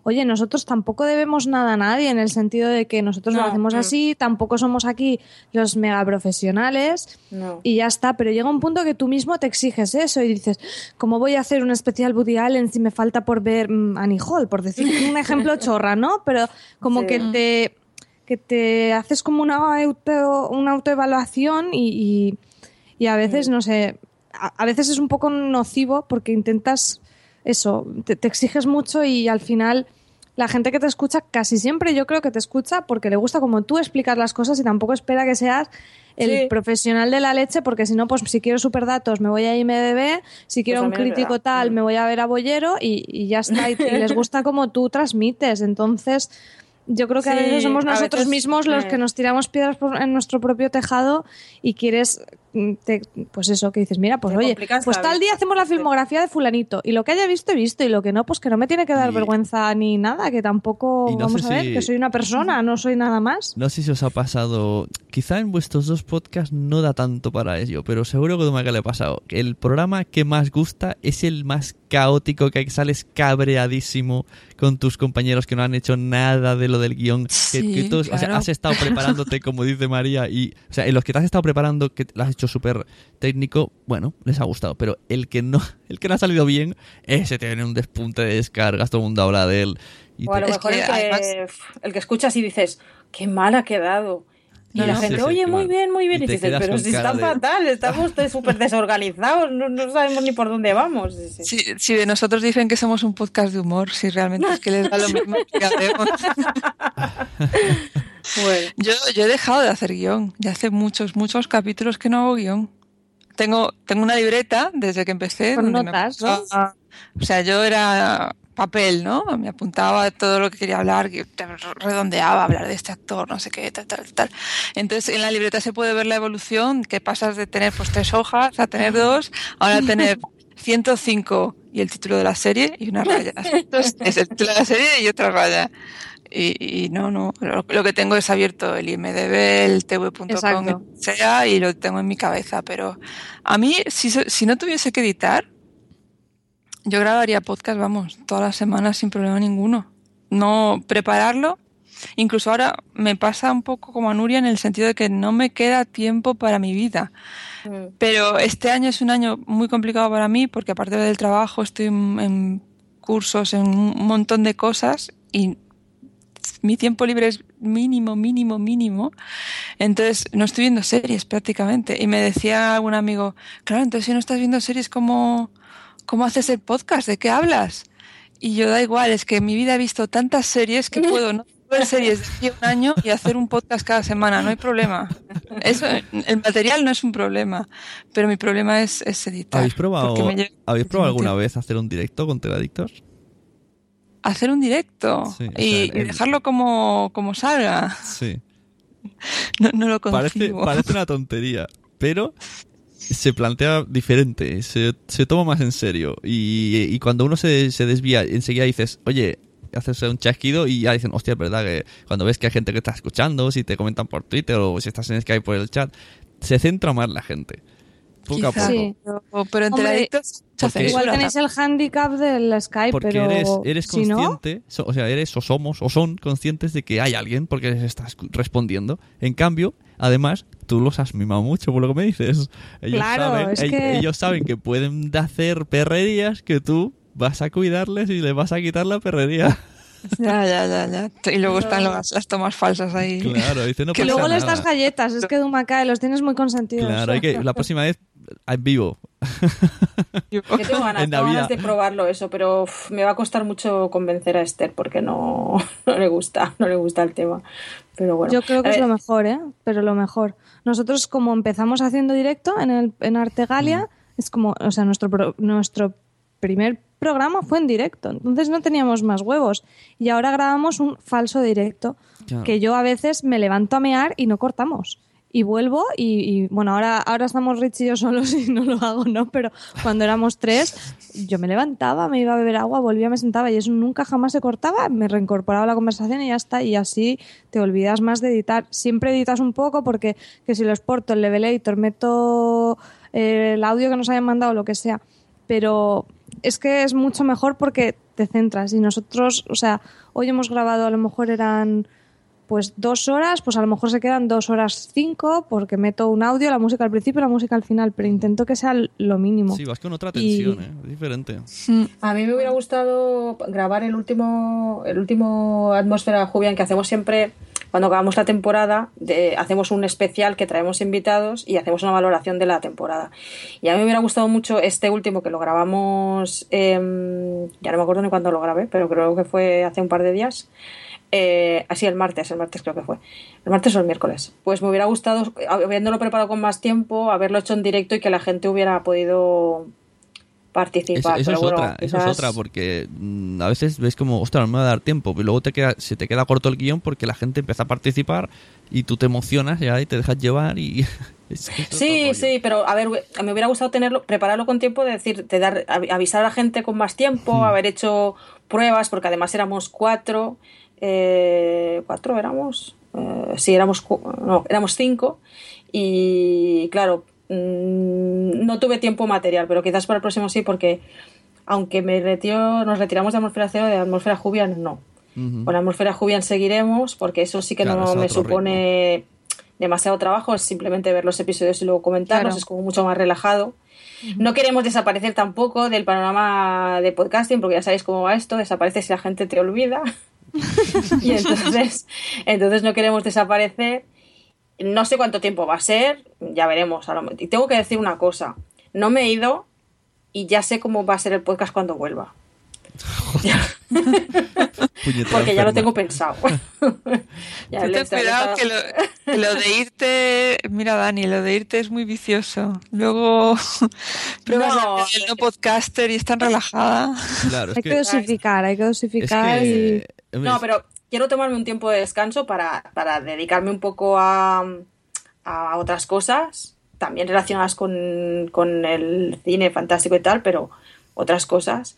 oye, nosotros tampoco debemos nada a nadie en el sentido de que nosotros No, lo hacemos no. así, tampoco somos aquí los mega profesionales No. y ya está, pero llega un punto que tú mismo te exiges eso y dices, ¿cómo voy a hacer un especial Woody Allen si me falta por ver mm, Annie Hall? Por decir un ejemplo chorra, ¿no? Pero como Sí. que te que te haces como una, auto, una autoevaluación y, y, y a veces, no sé, a, a veces es un poco nocivo porque intentas eso, te, te exiges mucho y al final la gente que te escucha casi siempre yo creo que te escucha porque le gusta como tú explicas las cosas y tampoco espera que seas el Sí. profesional de la leche, porque si no, pues si quiero superdatos me voy a I M D B, si quiero Pues un también es crítico verdad. tal Mm. me voy a ver a Bollero y, y ya está, y, y les gusta como tú transmites, entonces yo creo que a Sí, veces somos a nosotros veces, mismos los eh. que nos tiramos piedras por- en nuestro propio tejado y quieres, mm, te- pues eso, que dices, mira, pues Te oye, complicas pues la tal vida. día hacemos la Sí. filmografía de fulanito y lo que haya visto he visto y lo que no, pues que no me tiene que dar Y- vergüenza ni nada, que tampoco, y no vamos sé a ver, si- que soy una persona, no soy nada más. No sé si os ha pasado, quizá en vuestros dos podcasts no da tanto para ello, pero seguro que a Dumaca le ha pasado. Que el programa que más gusta es el más caótico, que sales cabreadísimo con tus compañeros que no han hecho nada de lo del guión. Que, Sí, que tú, o sea, claro. has estado preparándote, como dice María, y, o sea, en los que te has estado preparando, que lo has hecho súper técnico, bueno, les ha gustado, pero el que no, el que no ha salido bien, ese tiene un despunte de descargas, todo el mundo habla de él. Y O a lo te- Es mejor que el, que, además- el que escuchas y dices, qué mal ha quedado. Y No, la no, gente, sí, sí, oye, qué muy mal. bien, muy bien. Y Y, te dices, quedas pero con si cara está de- fatal, estamos súper desorganizados, no, no sabemos ni por dónde vamos. Sí, sí. Si, si de nosotros dicen que somos un podcast de humor, si realmente es que les da lo mismo que hacemos. Bueno, Yo, yo he dejado de hacer guión. Ya hace muchos, muchos capítulos que no hago guión. Tengo, tengo una libreta desde que empecé. Con donde me notas, ¿no? apuntaba- O sea, yo era papel, ¿no? Me apuntaba todo lo que quería hablar, que redondeaba, hablar de este actor, no sé qué, tal, tal, tal. Entonces, en la libreta se puede ver la evolución, que pasas de tener pues tres hojas a tener dos, ahora a tener ciento cinco y el título de la serie y unas rayas. Entonces, es el título de la serie y otra raya. Y, y no, no, lo, lo que tengo es abierto el I M D B, el T V punto com, Exacto. sea, y lo tengo en mi cabeza. Pero a mí, si, so- si no tuviese que editar, yo grabaría podcast, vamos, todas las semanas sin problema ninguno. No prepararlo. Incluso ahora me pasa un poco como a Nuria en el sentido de que no me queda tiempo para mi vida. mm, Pero este año es un año muy complicado para mí porque aparte del trabajo estoy en, en cursos, en un montón de cosas y mi tiempo libre es mínimo, mínimo, mínimo. Entonces no estoy viendo series prácticamente. Y me decía algún amigo, claro, entonces si no estás viendo series, ¿cómo, cómo haces el podcast? ¿De qué hablas? Y yo da igual, es que en mi vida he visto tantas series que puedo no ver series de aquí a un año y hacer un podcast cada semana, no hay problema. Eso, el material no es un problema, pero mi problema es, es editar. ¿Habéis probado, porque me lleva ¿habéis probado alguna muchísimo vez hacer un directo con Teladictos? tiempo. Hacer un directo Sí, o y, sea, y el- dejarlo como, como salga. Sí. No, no lo Parece, concibo. parece una tontería, pero se plantea diferente, se, se toma más en serio. Y, y cuando uno se, se desvía, enseguida dices, oye, haces un chasquido y ya dicen, hostia, es verdad que cuando ves que hay gente que está escuchando, si te comentan por Twitter o si estás en Skype por el chat, se centra más la gente. Poco a Quizá, poco. Sí. pero, pero entre Hombre, adictos se porque- censura. Igual tenéis el handicap del Skype, Porque pero eres, eres si no, consciente, so- o sea, eres o somos o son conscientes de que hay alguien porque les estás respondiendo. En cambio, además, tú los has mimado mucho por lo que me dices. Ellos, Claro, saben, es ell- que- ellos saben que pueden hacer perrerías que tú vas a cuidarles y les vas a quitar la perrería. Ya, ya, ya, ya. Y luego están las, las tomas falsas ahí. Claro, dice, no Que y pasa luego les nada. das galletas, es que Dumacae los tienes muy consentidos. Claro, hay que, la próxima vez en vivo. que tengo ganas, En tengo Navidad. ganas de probarlo eso, pero uf, me va a costar mucho convencer a Esther porque no, no le gusta, no le gusta el tema. Pero bueno, Yo creo que es Eh, lo mejor, ¿eh? Pero lo mejor. Nosotros, como empezamos haciendo directo en, el, en Artegalia, es como, o sea, nuestro, pro- nuestro primer programa fue en directo, entonces no teníamos más huevos. Y ahora grabamos un falso directo, Claro. que yo a veces me levanto a mear y no cortamos. Y vuelvo y, y, bueno, ahora, ahora estamos Rich y yo solos y no lo hago, ¿no? Pero cuando éramos tres, yo me levantaba, me iba a beber agua, volvía, me sentaba y eso nunca jamás se cortaba, me reincorporaba a la conversación y ya está. Y así te olvidas más de editar. Siempre editas un poco porque que si lo exporto, el levelator, meto eh, el audio que nos hayan mandado, lo que sea. Pero es que es mucho mejor porque te centras. Y nosotros, o sea, hoy hemos grabado, a lo mejor eran pues dos horas, pues a lo mejor se quedan dos horas cinco, porque meto un audio, la música al principio y la música al final, pero intento que sea lo mínimo. Sí, vas con otra tensión, y... ¿eh? Es diferente. A mí me hubiera gustado grabar el último, el último Atmósfera Jubian que hacemos siempre. Cuando acabamos la temporada, de, hacemos un especial que traemos invitados y hacemos una valoración de la temporada. Y a mí me hubiera gustado mucho este último que lo grabamos, eh, ya no me acuerdo ni cuándo lo grabé, pero creo que fue hace un par de días. Eh, así el martes, el martes creo que fue. El martes o el miércoles. Pues me hubiera gustado, habiéndolo preparado con más tiempo, haberlo hecho en directo y que la gente hubiera podido participar. Eso, eso, pero es, bueno, otra, quizás... eso es otra, porque mmm, a veces ves como, ostras, no me va a dar tiempo, y luego te queda, se te queda corto el guión porque la gente empieza a participar y tú te emocionas ya y te dejas llevar y... es, es sí, sí, pero a ver, me hubiera gustado tenerlo, prepararlo con tiempo, de decir, de dar, avisar a la gente con más tiempo, hmm. haber hecho pruebas, porque además éramos cuatro, eh, cuatro éramos, eh, sí, éramos, no, éramos cinco, y claro, no tuve tiempo material, pero quizás para el próximo sí, porque aunque me retiro, nos retiramos de Atmósfera Cero, de Atmósfera Jubian no. Uh-huh. Con Atmósfera Jubian seguiremos, porque eso sí que claro, no me supone ritmo. Demasiado trabajo, es simplemente ver los episodios y luego comentarlos, claro. Es como mucho más relajado. Uh-huh. No queremos desaparecer tampoco del panorama de podcasting, porque ya sabéis cómo va esto, desaparece si la gente te olvida. Y entonces, entonces no queremos desaparecer. No sé cuánto tiempo va a ser, ya veremos. Y tengo que decir una cosa, no me he ido y ya sé cómo va a ser el podcast cuando vuelva. Porque ya lo tengo pensado. Ya ten cuidado que lo, que lo de irte, mira Dani, lo de irte es muy vicioso. Luego pruebas no, el no podcaster y es tan relajada. Claro, es hay que, que dosificar, hay que dosificar es que, y... No, pero quiero tomarme un tiempo de descanso para, para dedicarme un poco a, a otras cosas, también relacionadas con, con el cine fantástico y tal, pero otras cosas.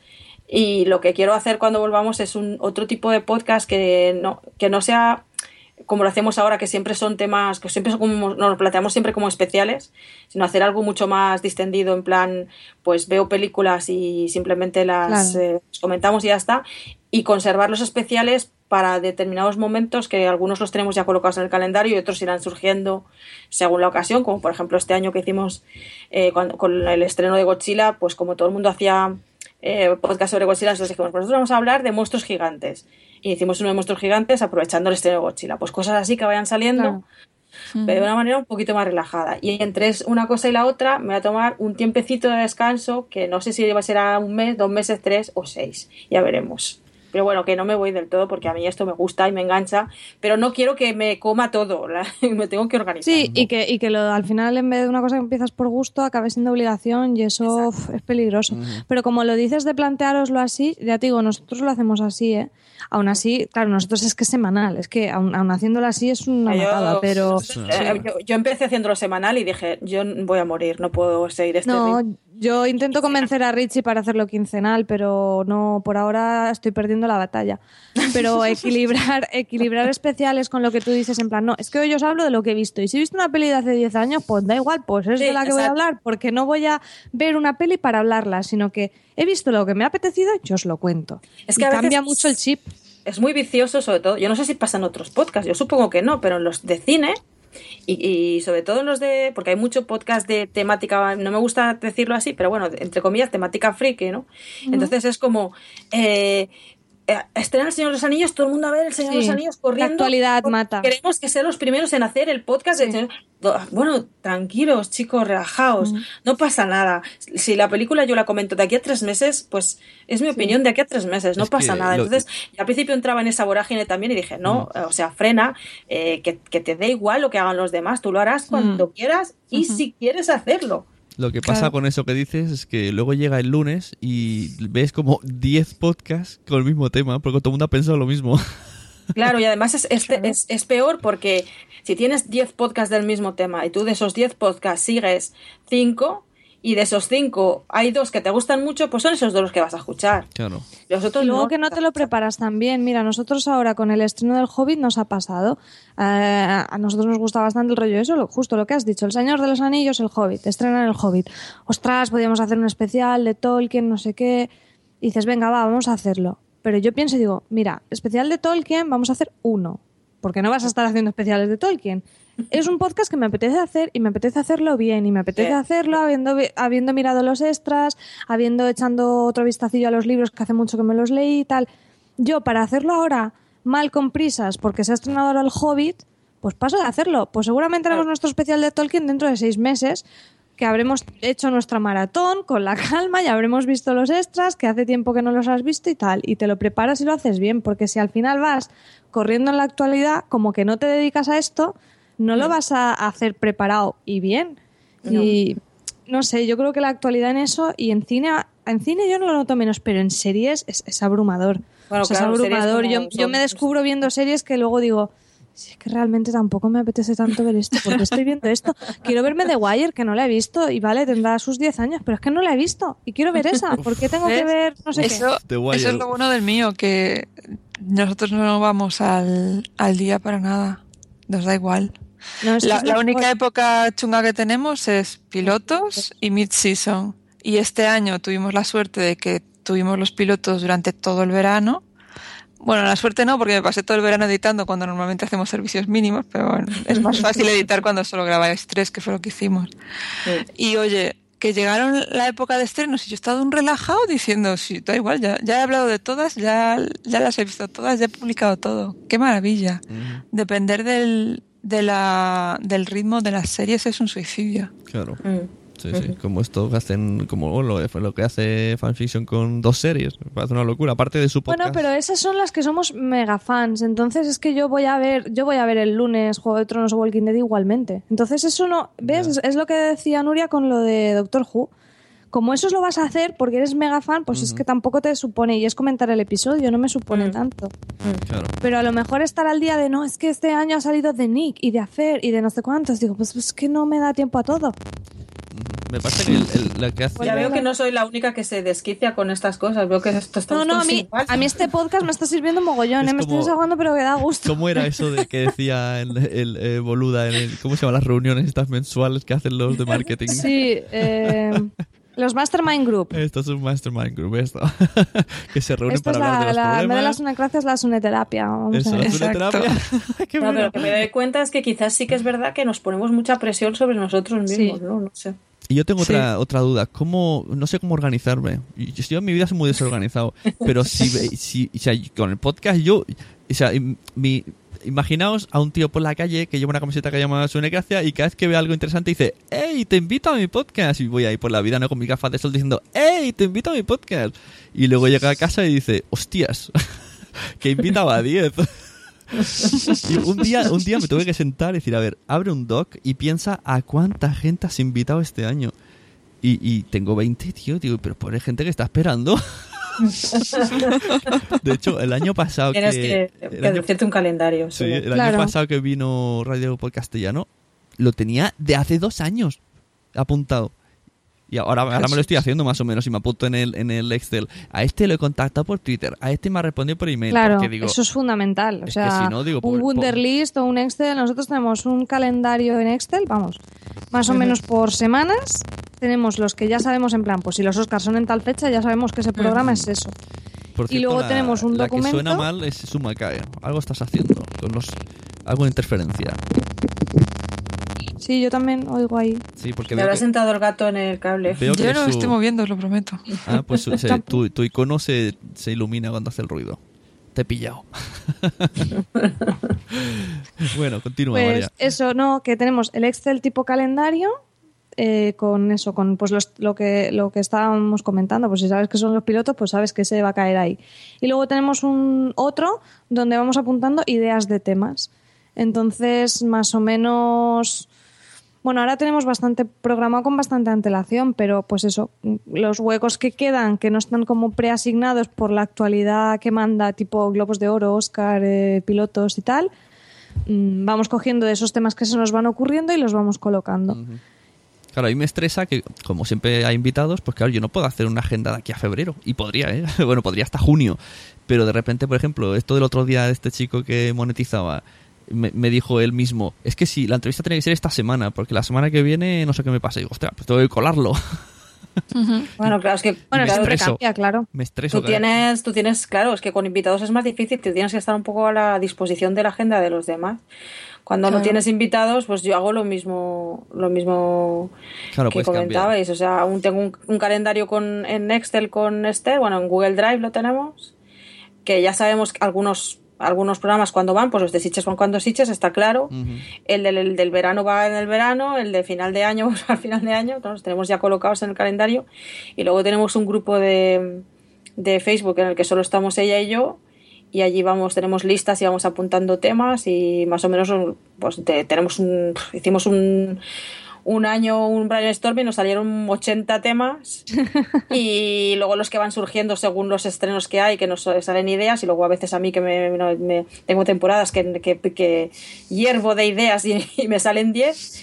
Y lo que quiero hacer cuando volvamos es un otro tipo de podcast que no, que no sea como lo hacemos ahora, que siempre son temas, que siempre son como, nos lo planteamos siempre como especiales, sino hacer algo mucho más distendido, en plan, pues veo películas y simplemente las claro. eh, comentamos y ya está, y conservar los especiales para determinados momentos que algunos los tenemos ya colocados en el calendario y otros irán surgiendo según la ocasión, como por ejemplo este año que hicimos eh, cuando, con el estreno de Godzilla, pues como todo el mundo hacía eh, podcast sobre Godzilla, nosotros dijimos, pues nosotros vamos a hablar de monstruos gigantes, y hicimos uno de monstruos gigantes aprovechando el estreno de Godzilla, pues cosas así que vayan saliendo, claro. Pero de una manera un poquito más relajada. Y entre una cosa y la otra me voy a tomar un tiempecito de descanso, que no sé si va a ser a un mes, dos meses, tres o seis, ya veremos. Pero bueno, que no me voy del todo porque a mí esto me gusta y me engancha, pero no quiero que me coma todo, me tengo que organizar. Sí, y que, y que lo, al final en vez de una cosa que empiezas por gusto acabe siendo obligación y eso uf, es peligroso. Uh-huh. Pero como lo dices de planteároslo así, ya te digo, nosotros lo hacemos así, ¿eh? Aún así, claro, nosotros es que es semanal, es que aún, aún haciéndolo así es una yo, matada, pero... Eh, yo, yo empecé haciéndolo semanal y dije, yo voy a morir, no puedo seguir este No, ritmo. Yo intento convencer a Richie para hacerlo quincenal, pero no, por ahora estoy perdiendo la batalla. Pero equilibrar, equilibrar especiales con lo que tú dices, en plan, no, es que hoy os hablo de lo que he visto, y si he visto una peli de hace diez años, pues da igual, pues es sí, de la que exacto. voy a hablar, porque no voy a ver una peli para hablarla, sino que he visto lo que me ha apetecido y yo os lo cuento. Es que y a cambia veces mucho el chip. Es muy vicioso, sobre todo, yo no sé si pasa en otros podcasts, yo supongo que no, pero en los de cine... Y, y sobre todo en los de... Porque hay mucho podcast de temática... No me gusta decirlo así, pero bueno, entre comillas, temática friki, ¿no? Uh-huh. Entonces es como... Eh, eh, estrena El Señor de los Anillos, todo el mundo a ver El Señor sí, de los Anillos corriendo. La actualidad mata. Queremos que sean los primeros en hacer el podcast. Sí. De, bueno, tranquilos, chicos, relajaos. Uh-huh. No pasa nada. Si la película yo la comento de aquí a tres meses, pues es mi opinión sí. de aquí a tres meses. No es pasa nada. Lo... Entonces, al principio entraba en esa vorágine también y dije, no, uh-huh. o sea, frena, eh, que, que te dé igual lo que hagan los demás. Tú lo harás cuando uh-huh. quieras y uh-huh. si quieres hacerlo. Lo que pasa claro. con eso que dices es que luego llega el lunes y ves como diez podcasts con el mismo tema, porque todo el mundo ha pensado lo mismo. Claro, y además es, es, es, es peor porque si tienes diez podcasts del mismo tema y tú de esos diez podcasts sigues cinco y de esos cinco hay dos que te gustan mucho, pues son esos dos los que vas a escuchar. Claro. Los otros y luego no. que no te lo preparas tan bien. Mira, nosotros ahora con el estreno del Hobbit nos ha pasado. Eh, a nosotros nos gusta bastante el rollo de eso, lo, justo lo que has dicho. El Señor de los Anillos, el Hobbit. Estrenan el Hobbit. Ostras, podíamos hacer un especial de Tolkien, no sé qué. y dices, venga, va, vamos a hacerlo. Pero yo pienso y digo, mira, especial de Tolkien vamos a hacer uno, porque no vas a estar haciendo especiales de Tolkien. Es un podcast que me apetece hacer y me apetece hacerlo bien y me apetece sí. hacerlo habiendo, habiendo mirado los extras, habiendo echando otro vistacillo a los libros que hace mucho que me los leí y tal. Yo para hacerlo ahora mal con prisas porque se ha estrenado ahora El Hobbit, pues paso de hacerlo. Pues seguramente haremos nuestro especial de Tolkien dentro de seis meses, que habremos hecho nuestra maratón con la calma y habremos visto los extras que hace tiempo que no los has visto y tal. Y te lo preparas y lo haces bien, porque si al final vas corriendo en la actualidad, como que no te dedicas a esto, no lo vas a hacer preparado y bien. No. Y no sé, yo creo que la actualidad en eso, y en cine, en cine yo no lo noto menos, pero en series es, es abrumador. Bueno, o sea, claro, es abrumador. Yo, yo me descubro viendo series que luego digo, si es que realmente tampoco me apetece tanto ver esto, porque estoy viendo esto. Quiero verme The Wire, que no la he visto, y vale, tendrá sus diez años, pero es que no la he visto, y quiero ver esa. ¿Por qué tengo ¿ves? que ver no sé eso, qué? Eso es lo bueno del mío, que nosotros no vamos al, al día para nada. Nos da igual. No, la, la única época chunga que tenemos es pilotos y mid-season. Y este año tuvimos la suerte de que tuvimos los pilotos durante todo el verano. Bueno, la suerte no, porque me pasé todo el verano editando cuando normalmente hacemos servicios mínimos, pero bueno, es más fácil editar cuando solo grabáis tres, que fue lo que hicimos. Sí. Y oye, que llegaron la época de estrenos y yo he estado un relajado diciendo, sí, da igual, ya, ya he hablado de todas, ya, ya las he visto todas, ya he publicado todo. ¡Qué maravilla! Uh-huh. Depender del, de la, del ritmo de las series es un suicidio. Claro. Uh-huh. Sí, sí, como esto que hacen, como lo, lo que hace Fanfiction con dos series, me parece una locura, aparte de su podcast. Bueno, pero esas son las que somos mega fans, entonces es que yo voy a ver, yo voy a ver el lunes Juego de Tronos o Walking Dead igualmente. Entonces eso no, ¿ves? Yeah. Es lo que decía Nuria con lo de Doctor Who. Como eso lo vas a hacer porque eres mega fan, pues uh-huh. es que tampoco te supone, y es comentar el episodio, no me supone uh-huh. tanto. Uh-huh. Claro. Pero a lo mejor estar al día de, no, es que este año ha salido de Nick y de Affair y de no sé cuántos, digo, pues es que no me da tiempo a todo. Me parece que el, el, la que hace... Pues ya veo que no soy la única que se desquicia con estas cosas. Veo que esto está No, no, a mí, a mí este podcast me está sirviendo mogollón, ¿eh? Me estoy desahogando, pero que da gusto. ¿Cómo era eso de que decía el, el eh, Boluda en el, ¿cómo se llaman las reuniones estas mensuales que hacen los de marketing? Sí, eh, los Mastermind Group. Esto es un Mastermind Group, esto. Que se reúnen esto para la, hablar de los la, problemas. En vez de la sunecracia es la suneterapia. Vamos eso, a ver. la sunterapia. Qué no, pero lo que me doy cuenta es que quizás sí que es verdad que nos ponemos mucha presión sobre nosotros mismos, sí. ¿no? No sé. Y yo tengo sí. otra otra duda. ¿Cómo, no sé cómo organizarme? Yo, yo en mi vida soy muy desorganizado. Pero si, si o sea, con el podcast yo... O sea, mi, imaginaos a un tío por la calle que lleva una camiseta que llama Sunecracia y cada vez que ve algo interesante dice ¡Ey, te invito a mi podcast! Y voy ahí por la vida, ¿no? Con mi gafas de sol diciendo ¡Ey, te invito a mi podcast! Y luego llega a casa y dice ¡Hostias! Que invitaba a diez. Y un día, un día me tuve que sentar y decir, a ver, abre un doc y piensa a cuánta gente has invitado este año. Y, y tengo veinte, tío, digo, pero pobre gente que está esperando. De hecho, el año pasado Tienes que... que, que año, decirte un calendario. Sí, el claro. año pasado que vino Radio por Castellano, lo tenía de hace dos años apuntado. Y ahora, ahora me lo estoy haciendo más o menos y me apunto en el, en el Excel. A este lo he contactado por Twitter, a este me ha respondido por email. Claro, porque digo, eso es fundamental. O es sea, que si no, digo, un por, Wunderlist por... o un Excel. Nosotros tenemos un calendario en Excel, vamos, más o uh-huh. menos por semanas. Tenemos los que ya sabemos en plan, pues si los Oscars son en tal fecha, ya sabemos que ese programa uh-huh. es eso. Por cierto, y luego la, tenemos un la documento... La que suena mal es Sumacae. Algo estás haciendo con los... Algo de interferencia. Sí, yo también oigo ahí. Sí, porque te habrá que... sentado el gato en el cable. Veo yo no lo su... estoy moviendo, os lo prometo. Ah, pues su, se, tu, tu icono se, se ilumina cuando hace el ruido. Te he pillado. Bueno, continúa, pues María. Eso, no, que tenemos el Excel tipo calendario eh, con eso, con pues los, lo que lo que estábamos comentando. Pues si sabes que son los pilotos, pues sabes que ese va a caer ahí. Y luego tenemos un otro donde vamos apuntando ideas de temas. Entonces, más o menos... Bueno, ahora tenemos bastante programado con bastante antelación, pero pues eso, los huecos que quedan, que no están como preasignados por la actualidad que manda, tipo Globos de Oro, Oscar, eh, pilotos y tal, mmm, vamos cogiendo de esos temas que se nos van ocurriendo y los vamos colocando. Uh-huh. Claro, a mí me estresa que, como siempre hay invitados, pues claro, yo no puedo hacer una agenda de aquí a febrero. Y podría, ¿eh? Bueno, podría hasta junio. Pero de repente, por ejemplo, esto del otro día de este chico que monetizaba... Me, me dijo él mismo, es que sí, la entrevista tiene que ser esta semana, porque la semana que viene no sé qué me pasa. Y digo, ostras, pues tengo que colarlo. Ujú. Bueno, claro, es que Bueno, me siempre estreso. cambia, claro. Me estreso. tú cada- tienes, tú tienes, claro, es que con invitados es más difícil, tú tienes que estar un poco a la disposición de la agenda de los demás. Cuando no Claro. tienes invitados, pues yo hago lo mismo, lo mismo Claro, que puedes cambiar. comentabais. O sea, aún tengo un, un calendario con, en Excel con Esther, bueno, en Google Drive lo tenemos, que ya sabemos que algunos, algunos programas cuando van, pues los de Sitges van cuando Sitges, está claro. Ujú. El del, el del verano va en el verano, el de final de año va al final de año, los tenemos ya colocados en el calendario. Y luego tenemos un grupo de, de Facebook en el que solo estamos ella y yo, y allí vamos, tenemos listas y vamos apuntando temas y más o menos pues te- tenemos un, hicimos un, un año un brainstorming y nos salieron ochenta temas y luego los que van surgiendo según los estrenos que hay, que nos salen ideas, y luego a veces a mí que me, me- me- tengo temporadas que, que, que hiervo de ideas y, y me salen diez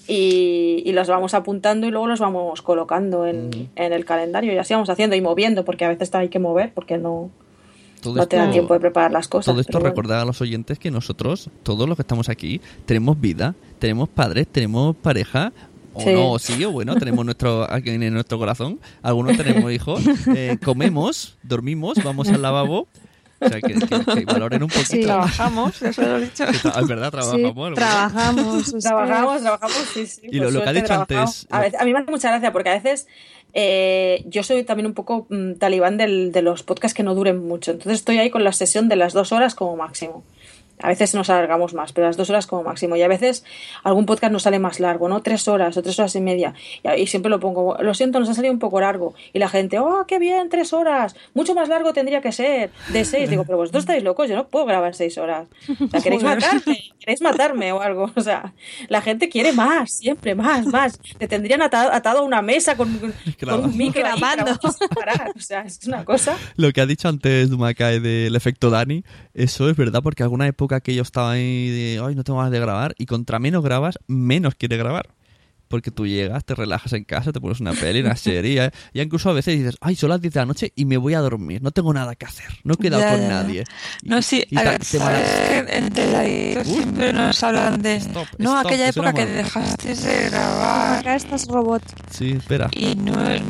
y, y los vamos apuntando y luego los vamos colocando en, Ujú. en el calendario y así vamos haciendo y moviendo, porque a veces hay que mover porque no, Todo no te da esto- tiempo de preparar las cosas. Todo esto pero bueno. recordar a los oyentes que nosotros, todos los que estamos aquí, tenemos vida, tenemos padres, tenemos pareja, o Sí. no, o sí, o bueno, tenemos nuestro aquí en nuestro corazón, algunos tenemos hijos, eh, comemos, dormimos, vamos al lavabo, o sea, que, que- que valoren un poquito. Sí. Trabajamos, eso lo he dicho. Que tra- Es verdad, Sí, trabajamos. bueno. trabajamos. es Trabajamos, trabajamos, sí, sí. Y por lo- lo que ha suerte dicho trabajamos. antes- A, veces- a mí me hace mucha gracia porque a veces eh, yo soy también un poco mm, talibán del- de los podcasts que no duren mucho. Entonces estoy ahí con la sesión de las dos horas como máximo. A veces nos alargamos más, pero las dos horas como máximo. Y a veces algún podcast nos sale más largo, ¿no? Tres horas o tres horas y media. Y, y siempre lo pongo, lo siento, nos ha salido un poco largo. Y la gente, oh, qué bien, tres horas. Mucho más largo tendría que ser. De seis. Digo, pero vosotros estáis locos, yo no puedo grabar seis horas. O sea, ¿queréis Joder. matarme? ¿Queréis matarme o algo? O sea, la gente quiere más, siempre más, más. Te tendrían atado, atado a una mesa con, con Claro. un micro ahí Grabando. grabando sin parar. O sea, es una cosa. Lo que ha dicho antes Dumacae del efecto Dani, eso es verdad, porque alguna época que yo estaba ahí de, ay, no tengo ganas de grabar, y contra menos grabas, menos quieres grabar. Porque tú llegas, te relajas en casa, te pones una peli, una serie, ya incluso a veces dices, ay, son las diez de la noche y me voy a dormir, no tengo nada que hacer, no he quedado Ya, con ya. nadie. Y- No, sí, y a ta- ver, te sabes malas- que en Teladitos siempre nos hablan de Stop, no, stop, aquella que suena época que mal. dejaste de grabar Acá estás robot. Sí, espera. y no es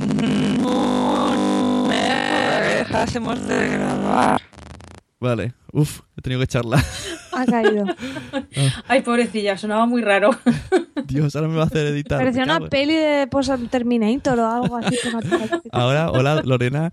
una época que dejásemos de grabar. Vale, uf, he tenido que echarla. Ha caído. Ay, pobrecilla, sonaba muy raro. Dios, ahora me va a hacer editar. Parecía me cago una en- peli de post Terminator o algo así. Ahora, hola, Lorena.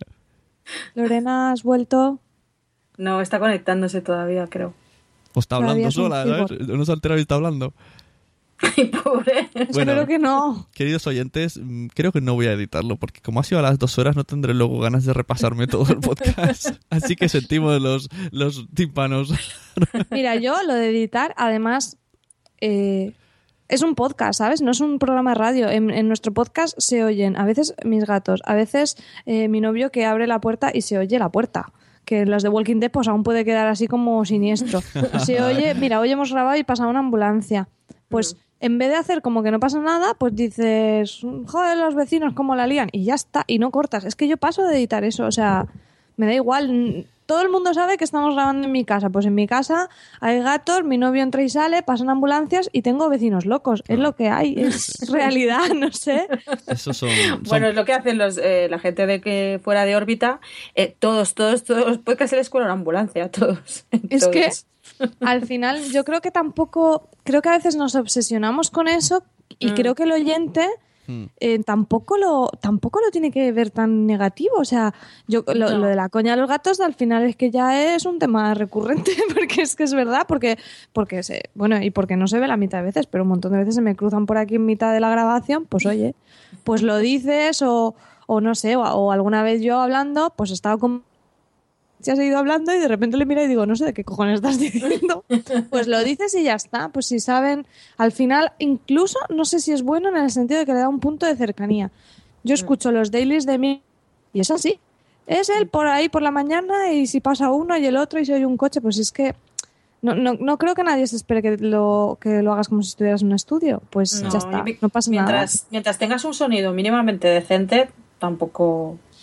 Lorena, has vuelto. No, está conectándose todavía, creo. O está Todavía hablando es un sola, ¿sabes? cyborg. No se ha enterado y está hablando. Ay, pobre. Bueno. Espero que no. Queridos oyentes, mm, creo que no voy a editarlo porque como ha sido a las dos horas no tendré luego ganas de repasarme todo el podcast. Así que sentimos los, los tímpanos. Mira, yo lo de editar, además, eh, es un podcast, ¿sabes? No es un programa de radio. En, en nuestro podcast se oyen a veces mis gatos, a veces eh, mi novio que abre la puerta y se oye la puerta. Que en los de Walking Dead pues aún puede quedar así como siniestro. Se oye, mira, hoy hemos grabado y pasa una ambulancia. Pues en vez de hacer como que no pasa nada, pues dices, joder, los vecinos cómo la lían y ya está, y no cortas. Es que yo paso de editar eso, o sea, me da igual. Todo el mundo sabe que estamos grabando en mi casa. Pues en mi casa hay gatos, mi novio entra y sale, pasan ambulancias y tengo vecinos locos. Es lo que hay, es realidad, no sé. Esos son... son- Bueno, es lo que hacen los, eh, la gente de que fuera de órbita. Eh, todos, todos, todos los podcasts se les cuela una ambulancia, todos. Es todos. que al final yo creo que tampoco, creo que a veces nos obsesionamos con eso y Mm. creo que el oyente Mm. eh, tampoco lo tampoco lo tiene que ver tan negativo. O sea, yo lo, No. lo de la coña de los gatos al final es que ya es un tema recurrente porque es que es verdad, porque porque se, bueno, y porque no se ve la mitad de veces, pero un montón de veces se me cruzan por aquí en mitad de la grabación, pues oye, pues lo dices o, o no sé, o, o alguna vez yo hablando, pues he estado con se ha seguido hablando y de repente le miro y digo, no sé de qué cojones estás diciendo. Pues lo dices y ya está. Pues si saben, al final, incluso, no sé si es bueno en el sentido de que le da un punto de cercanía. Yo escucho los dailies de mí y es así. Es él por ahí por la mañana y si pasa uno y el otro y se oye un coche, pues es que no, no, no creo que nadie se espere que lo, que lo hagas como si estuvieras en un estudio. Pues No, ya está, y mi- no pasa nada. mientras, mientras tengas un sonido mínimamente decente, tampoco.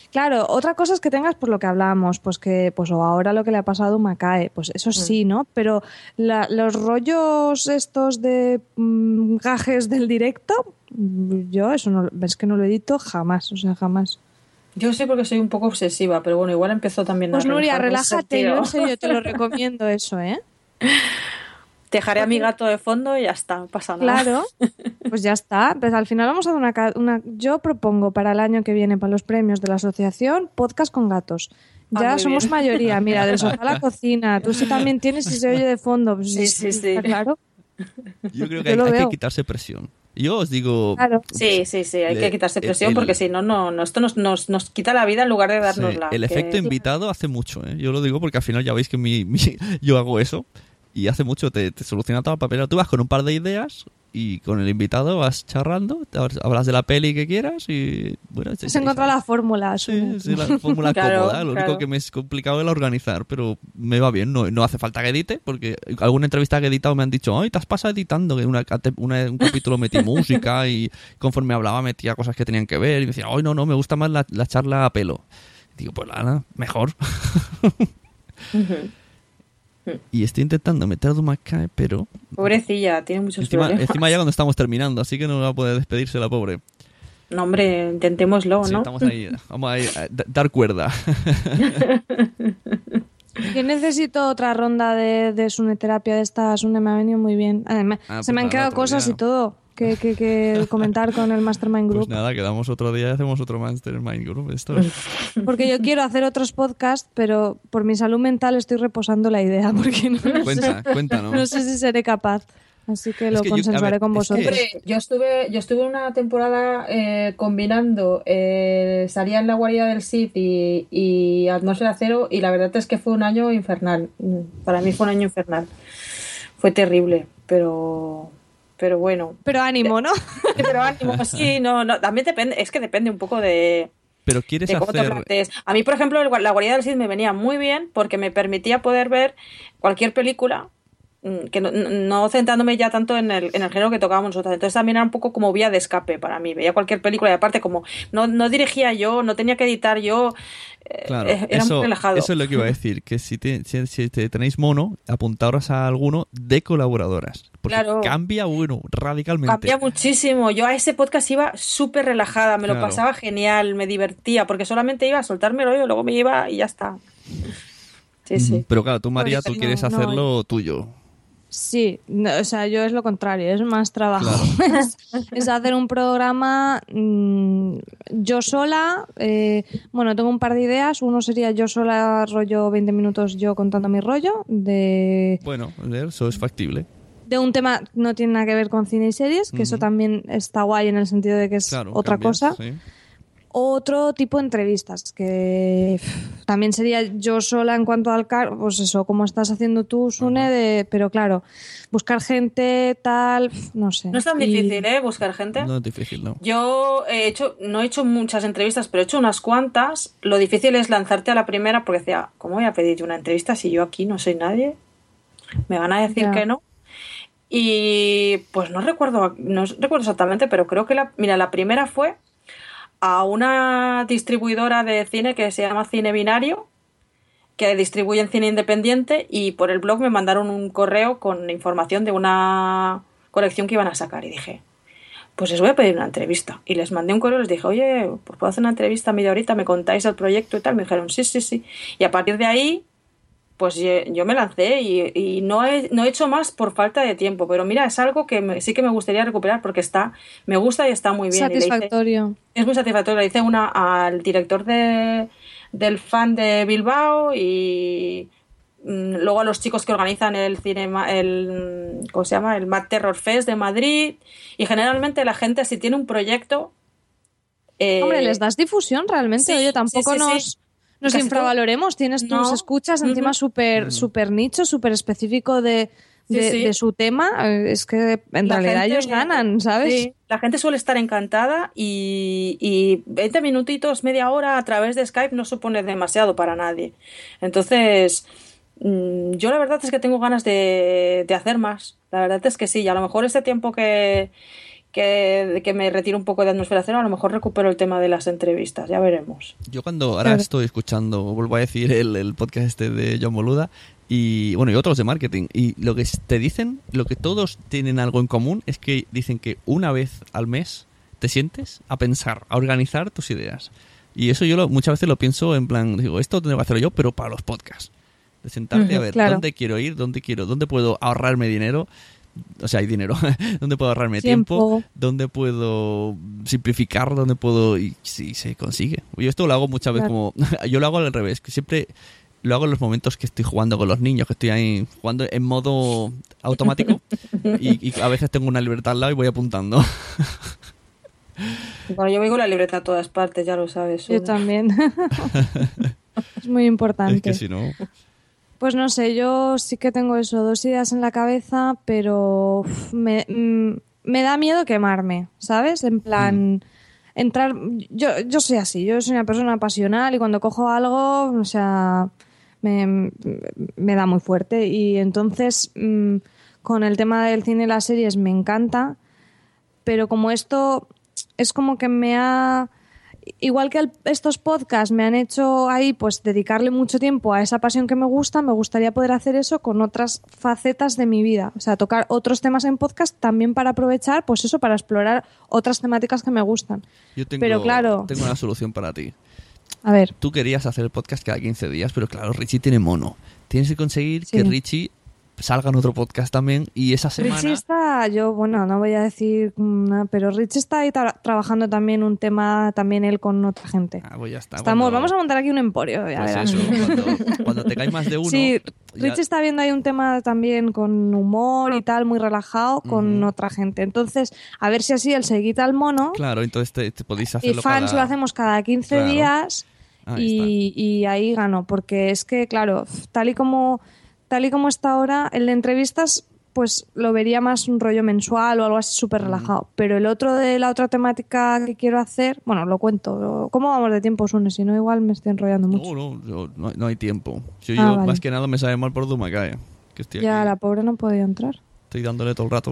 Claro, otra cosa es que tengas, por lo que hablábamos, pues que, pues o ahora lo que le ha pasado a Macae, pues eso sí, ¿no? Pero la, los rollos estos de mmm, gajes del directo, yo eso no, es que no lo edito jamás, o sea, jamás. Yo sí, porque soy un poco obsesiva, pero bueno, igual empezó también pues a Pues Nuria, relájate, yo en serio te lo recomiendo eso, ¿eh? Dejaré a mi gato de fondo y ya está, no pasa nada. Claro, pues ya está. Pues al final vamos a dar una, una... Yo propongo para el año que viene, para los premios de la asociación, podcast con gatos. Ya ah, somos bien. Mayoría, mira, del sofá a la cocina. Tú sí también tienes y se oye de fondo. Pues sí, sí, sí. Está claro. Yo creo que Yo hay, hay que quitarse presión. Yo os digo... Claro. Sí, sí, sí, hay que quitarse presión el, porque si no, no, no esto nos, nos, nos quita la vida en lugar de dárnosla. Sí, el efecto que... invitado hace mucho, ¿eh? Yo lo digo porque al final ya veis que mi, mi, yo hago eso. Y hace mucho te, te soluciona todo el papel. Tú vas con un par de ideas y con el invitado vas charlando, hablas de la peli que quieras y bueno... Has encontrado la fórmula. Sí, sí, la fórmula claro, cómoda. Lo claro. único que me es complicado es la organizar, pero me va bien. No, no hace falta que edite, porque alguna entrevista que he editado me han dicho, ay, te has pasado editando, que una, una, un capítulo metí música y conforme hablaba metía cosas que tenían que ver y me decía, ay, no, no, me gusta más la, la charla a pelo. Y digo, pues nada, mejor. Uh-huh. Y estoy intentando meter a Dumacae, pero... Pobrecilla, tiene muchos encima, problemas. Encima ya cuando estamos terminando, así que no va a poder despedirse la pobre. No, hombre, intentémoslo, sí, ¿no? Estamos ahí, vamos a, ir a dar cuerda. Yo necesito otra ronda de, de suneterapia de esta. Sune me ha venido muy bien. Además, ah, pues se me han quedado cosas día. y todo que, que, que comentar con el Mastermind Group. Pues nada, quedamos otro día y hacemos otro Mastermind Group. Esto. Porque yo quiero hacer otros podcasts, pero por mi salud mental estoy reposando la idea. Porque no, Cuenta, sé, cuéntanos. No sé si seré capaz. Así que lo que consensuaré yo, ver, con vosotros. Que... Yo estuve yo estuve una temporada eh, combinando eh, salía en la guarida del Sith y, y Atmósfera Cero y la verdad es que fue un año infernal. Para mí fue un año infernal. Fue terrible, pero... Pero bueno. Pero ánimo, ¿no? Pero ánimo, sí, no, no. También depende, es que depende un poco de... Pero quieres de cómo hacer... te plantees. A mí, por ejemplo, la guarida del Sith me venía muy bien porque me permitía poder ver cualquier película que no, no centrándome ya tanto en el, en el género que tocábamos nosotros. Entonces también era un poco como vía de escape para mí. Veía cualquier película y aparte como no, no dirigía yo, no tenía que editar yo, claro, eh, era eso, muy relajado. Eso es lo que iba a decir, que si, te, si, si te tenéis mono, apuntaros a alguno de colaboradoras. Porque claro. cambia, bueno, radicalmente. Cambia muchísimo. Yo a ese podcast iba súper relajada, me claro. lo pasaba genial, me divertía, porque solamente iba a soltarme el rollo, luego me iba y ya está. Sí, sí. Pero claro, tú, María, tú no, quieres hacerlo no. tuyo. Sí, no, o sea, yo es lo contrario, es más trabajo. Claro. es, es hacer un programa mmm, yo sola. Eh, bueno, tengo un par de ideas. Uno sería yo sola, rollo veinte minutos yo contando mi rollo. de Bueno, eso es factible. De un tema que no tiene nada que ver con cine y series, que uh-huh. eso también está guay en el sentido de que es claro, otra cambias, cosa. Sí. Otro tipo de entrevistas, que pff, también sería yo sola en cuanto al cargo, pues eso, como estás haciendo tú, Sune, uh-huh. de, pero claro, buscar gente, tal, pff, no sé. No es tan y... difícil, ¿eh? Buscar gente. No es difícil, no. Yo he hecho, no he hecho muchas entrevistas, pero he hecho unas cuantas. Lo difícil es lanzarte a la primera, porque decía, ¿cómo voy a pedir una entrevista si yo aquí no soy nadie? ¿Me van a decir yeah. que no? Y pues no recuerdo, no recuerdo exactamente, pero creo que la, mira, la primera fue a una distribuidora de cine que se llama Cine Binario, que distribuye en cine independiente, y por el blog me mandaron un correo con información de una colección que iban a sacar y dije, pues les voy a pedir una entrevista. Y les mandé un correo y les dije, oye, pues puedo hacer una entrevista media horita, me contáis el proyecto y tal. Me dijeron, sí, sí, sí. Y a partir de ahí, pues yo me lancé y, y no, he, no he hecho más por falta de tiempo. Pero mira, es algo que me, sí que me gustaría recuperar porque está, me gusta y está muy bien. Satisfactorio. Y le hice, es muy satisfactorio. Le hice una al director de, del Fan de Bilbao y mmm, luego a los chicos que organizan el cinema, el, ¿cómo se llama? El Mad Terror Fest de Madrid. Y generalmente la gente, si tiene un proyecto... Eh, Hombre, les das difusión realmente. Sí, Oye, tampoco sí, sí, nos... Sí. Nos Casi infravaloremos, tienes tus no. escuchas encima súper uh-huh. super nicho, súper específico de, de, sí, sí. de su tema. Es que en la realidad gente, ellos ganan, ¿sabes? Sí. La gente suele estar encantada y, y veinte minutitos, media hora a través de Skype no supone demasiado para nadie. Entonces, yo la verdad es que tengo ganas de, de hacer más. La verdad es que sí, y a lo mejor este tiempo que... que, que me retiro un poco de Atmósfera Cero, a lo mejor recupero el tema de las entrevistas, ya veremos. Yo cuando ahora claro. estoy escuchando, vuelvo a decir, el, el podcast este de John Boluda, y bueno, y otros de marketing, y lo que te dicen, lo que todos tienen algo en común, es que dicen que una vez al mes te sientes a pensar, a organizar tus ideas. Y eso yo lo, muchas veces lo pienso en plan, digo, esto tengo que hacerlo yo, pero para los podcasts. De sentarte uh-huh, a ver claro. dónde quiero ir, dónde quiero, dónde puedo ahorrarme dinero, o sea, hay dinero, dónde puedo ahorrarme tiempo, tiempo dónde puedo simplificar, dónde puedo... Y sí, se consigue. Yo esto lo hago muchas veces claro. como... Yo lo hago al revés, que siempre... Lo hago en los momentos que estoy jugando con los niños, que estoy ahí jugando en modo automático y, y a veces tengo una libreta al lado y voy apuntando. Bueno, yo voy con la libreta a todas partes, ya lo sabes. Yo también. Es muy importante. Es que si no... Pues no sé, yo sí que tengo eso, dos ideas en la cabeza, pero uf, me, mm, me da miedo quemarme, ¿sabes? En plan... Mm. Entrar... Yo, yo soy así, yo soy una persona pasional y cuando cojo algo, o sea... Me, me da muy fuerte y entonces mmm, con el tema del cine y las series me encanta, pero como esto es como que me ha, igual que el, estos podcasts me han hecho ahí pues dedicarle mucho tiempo a esa pasión que me gusta, me gustaría poder hacer eso con otras facetas de mi vida, o sea, tocar otros temas en podcast también para aprovechar, pues eso, para explorar otras temáticas que me gustan. Yo tengo, pero claro, tengo una solución para ti. A ver. Tú querías hacer el podcast cada quince días, pero claro, Richie tiene mono. Tienes que conseguir sí. que Richie salga en otro podcast también y esa semana... Richie está, yo, bueno, no voy a decir nada, pero Richie está ahí tra- trabajando también un tema, también él con otra gente. Ah, pues ya está. Estamos, cuando... vamos a montar aquí un emporio. Ya pues verás. eso, cuando, cuando te cae más de uno... Sí, ya... Richie está viendo ahí un tema también con humor y tal, muy relajado, con uh-huh. otra gente. Entonces, a ver si así él se quita el mono. Claro, entonces te, te podéis hacerlo y fans cada... lo hacemos cada quince claro. días... Y, y ahí gano, porque es que, claro, tal y como tal y como está ahora, el de entrevistas, pues lo vería más un rollo mensual o algo así súper relajado. Mm. Pero el otro de la otra temática que quiero hacer, bueno, lo cuento. ¿Cómo vamos de tiempo, Sune? Si no, igual me estoy enrollando mucho. No, no, yo, no, no hay tiempo. Yo, ah, yo vale. más que nada me sabe mal por Dumakae. Que estoy ya, aquí. La pobre no podía entrar. Estoy dándole todo el rato.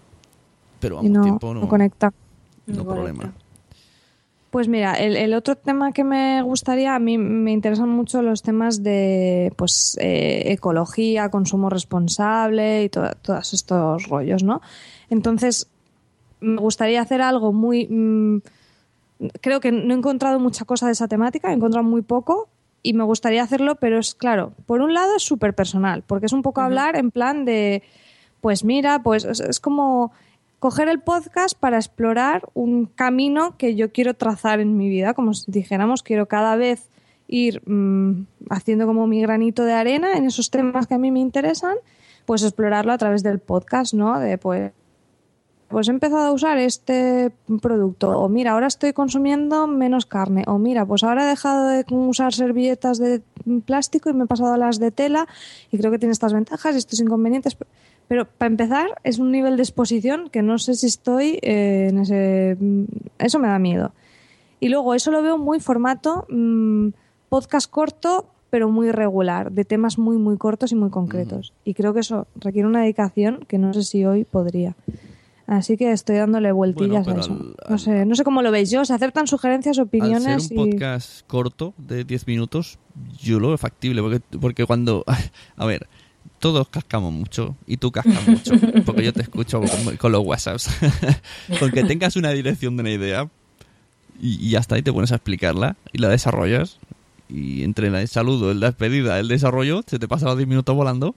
Pero vamos, y no, tiempo no, no conecta. No, no problema. Conecta. Pues mira, el, el otro tema que me gustaría, a mí me interesan mucho los temas de pues eh, ecología, consumo responsable y to- todos estos rollos, ¿no? Entonces, me gustaría hacer algo muy... Mmm, creo que no he encontrado mucha cosa de esa temática, he encontrado muy poco y me gustaría hacerlo, pero es claro, por un lado es súper personal, porque es un poco uh-huh. hablar en plan de, pues mira, pues es, es como... coger el podcast para explorar un camino que yo quiero trazar en mi vida, como si dijéramos, quiero cada vez ir mmm, haciendo como mi granito de arena en esos temas que a mí me interesan, pues explorarlo a través del podcast, ¿no? De pues, pues he empezado a usar este producto, o mira, ahora estoy consumiendo menos carne, o mira, pues ahora he dejado de usar servilletas de plástico y me he pasado a las de tela y creo que tiene estas ventajas y estos inconvenientes. Pero para empezar es un nivel de exposición que no sé si estoy eh, en ese... Eso me da miedo. Y luego eso lo veo muy formato mmm, podcast corto, pero muy regular, de temas muy, muy cortos y muy concretos. Mm. Y creo que eso requiere una dedicación que no sé si hoy podría. Así que estoy dándole vueltillas bueno, a eso. Al, no sé, no sé cómo lo veis yo. Se aceptan sugerencias, opiniones. Al ser un y... podcast corto de diez minutos, yo lo veo factible. Porque, porque cuando... A ver... Todos cascamos mucho y tú cascas mucho, porque yo te escucho con, con los WhatsApps. Con que tengas una dirección de una idea y, y ya está, y te pones a explicarla y la desarrollas. Y entre el saludo, el despedida, el desarrollo, se te pasan los diez minutos volando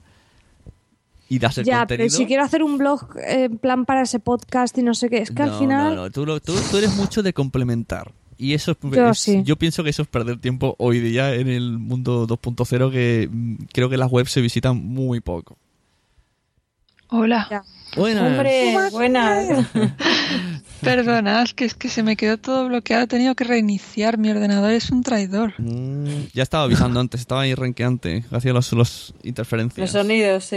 y das el ya, contenido. Ya, pero si quiero hacer un blog en eh, plan para ese podcast y no sé qué, es que no, al final... No, no, tú, tú, tú eres mucho de complementar. Y eso es, yo, es sí. yo pienso que eso es perder tiempo hoy día en el mundo dos punto cero, que creo que las webs se visitan muy poco. Hola. Ya. Buenas. Hombre, buenas. Perdonad, que es que se me quedó todo bloqueado. He tenido que reiniciar. Mi ordenador es un traidor. Mm, ya estaba avisando antes, estaba ahí renqueante. Hacía los, los interferencias. Los sonidos, sí.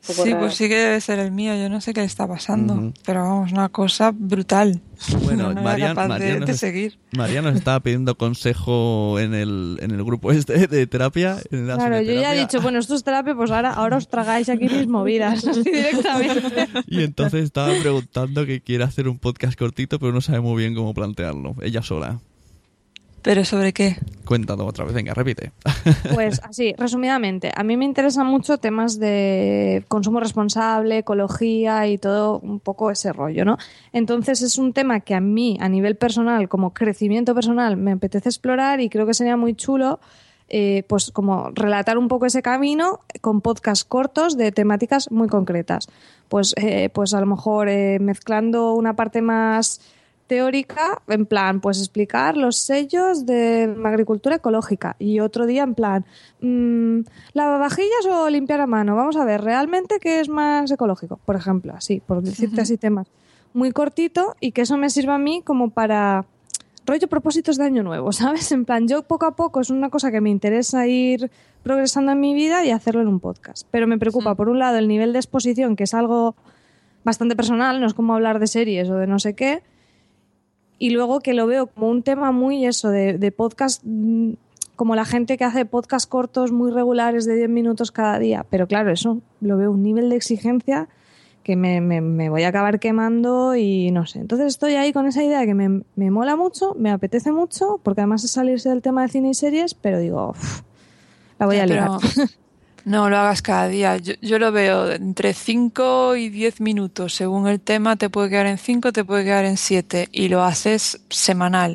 poco Sí, raro. pues sí que debe ser el mío. Yo no sé qué le está pasando. Ujú. Pero vamos, una cosa brutal. Bueno, no, no María, era capaz María de, nos de es- seguir. María nos estaba pidiendo consejo en el, en el grupo este de terapia. En la Claro, yo ya he cineterapia. dicho, bueno, esto es terapia, pues ahora, ahora os tragáis aquí mis movidas, así directamente. Y entonces estaba preguntando que quiere hacer un podcast cortito, pero no sabe muy bien cómo plantearlo. Ella sola. ¿Pero sobre qué? Cuéntalo otra vez, venga, repite. Pues así, resumidamente, a mí me interesan mucho temas de consumo responsable, ecología y todo un poco ese rollo, ¿no? Entonces es un tema que a mí, a nivel personal, como crecimiento personal, me apetece explorar y creo que sería muy chulo, eh, pues como relatar un poco ese camino con podcasts cortos de temáticas muy concretas. Pues, eh, pues a lo mejor eh, mezclando una parte más teórica, en plan, pues explicar los sellos de la agricultura ecológica y otro día en plan, mmm, lavavajillas o limpiar a mano, vamos a ver, realmente qué es más ecológico, por ejemplo, así, por decirte Ujú. así temas muy cortito y que eso me sirva a mí como para rollo propósitos de año nuevo, ¿sabes? En plan, yo poco a poco es una cosa que me interesa ir progresando en mi vida y hacerlo en un podcast, pero me preocupa Sí. por un lado el nivel de exposición, que es algo bastante personal, no es como hablar de series o de no sé qué. Y luego que lo veo como un tema muy eso, de, de podcast, mm, como la gente que hace podcast cortos muy regulares de diez minutos cada día. Pero claro, eso lo veo un nivel de exigencia que me, me, me voy a acabar quemando y no sé. Entonces estoy ahí con esa idea que me, me mola mucho, me apetece mucho, porque además es salirse del tema de cine y series, pero digo, uff, la voy Ya, a liar. pero no lo hagas cada día. Yo, yo lo veo entre cinco y diez minutos. Según el tema, te puede quedar en cinco, te puede quedar en siete. Y lo haces semanal.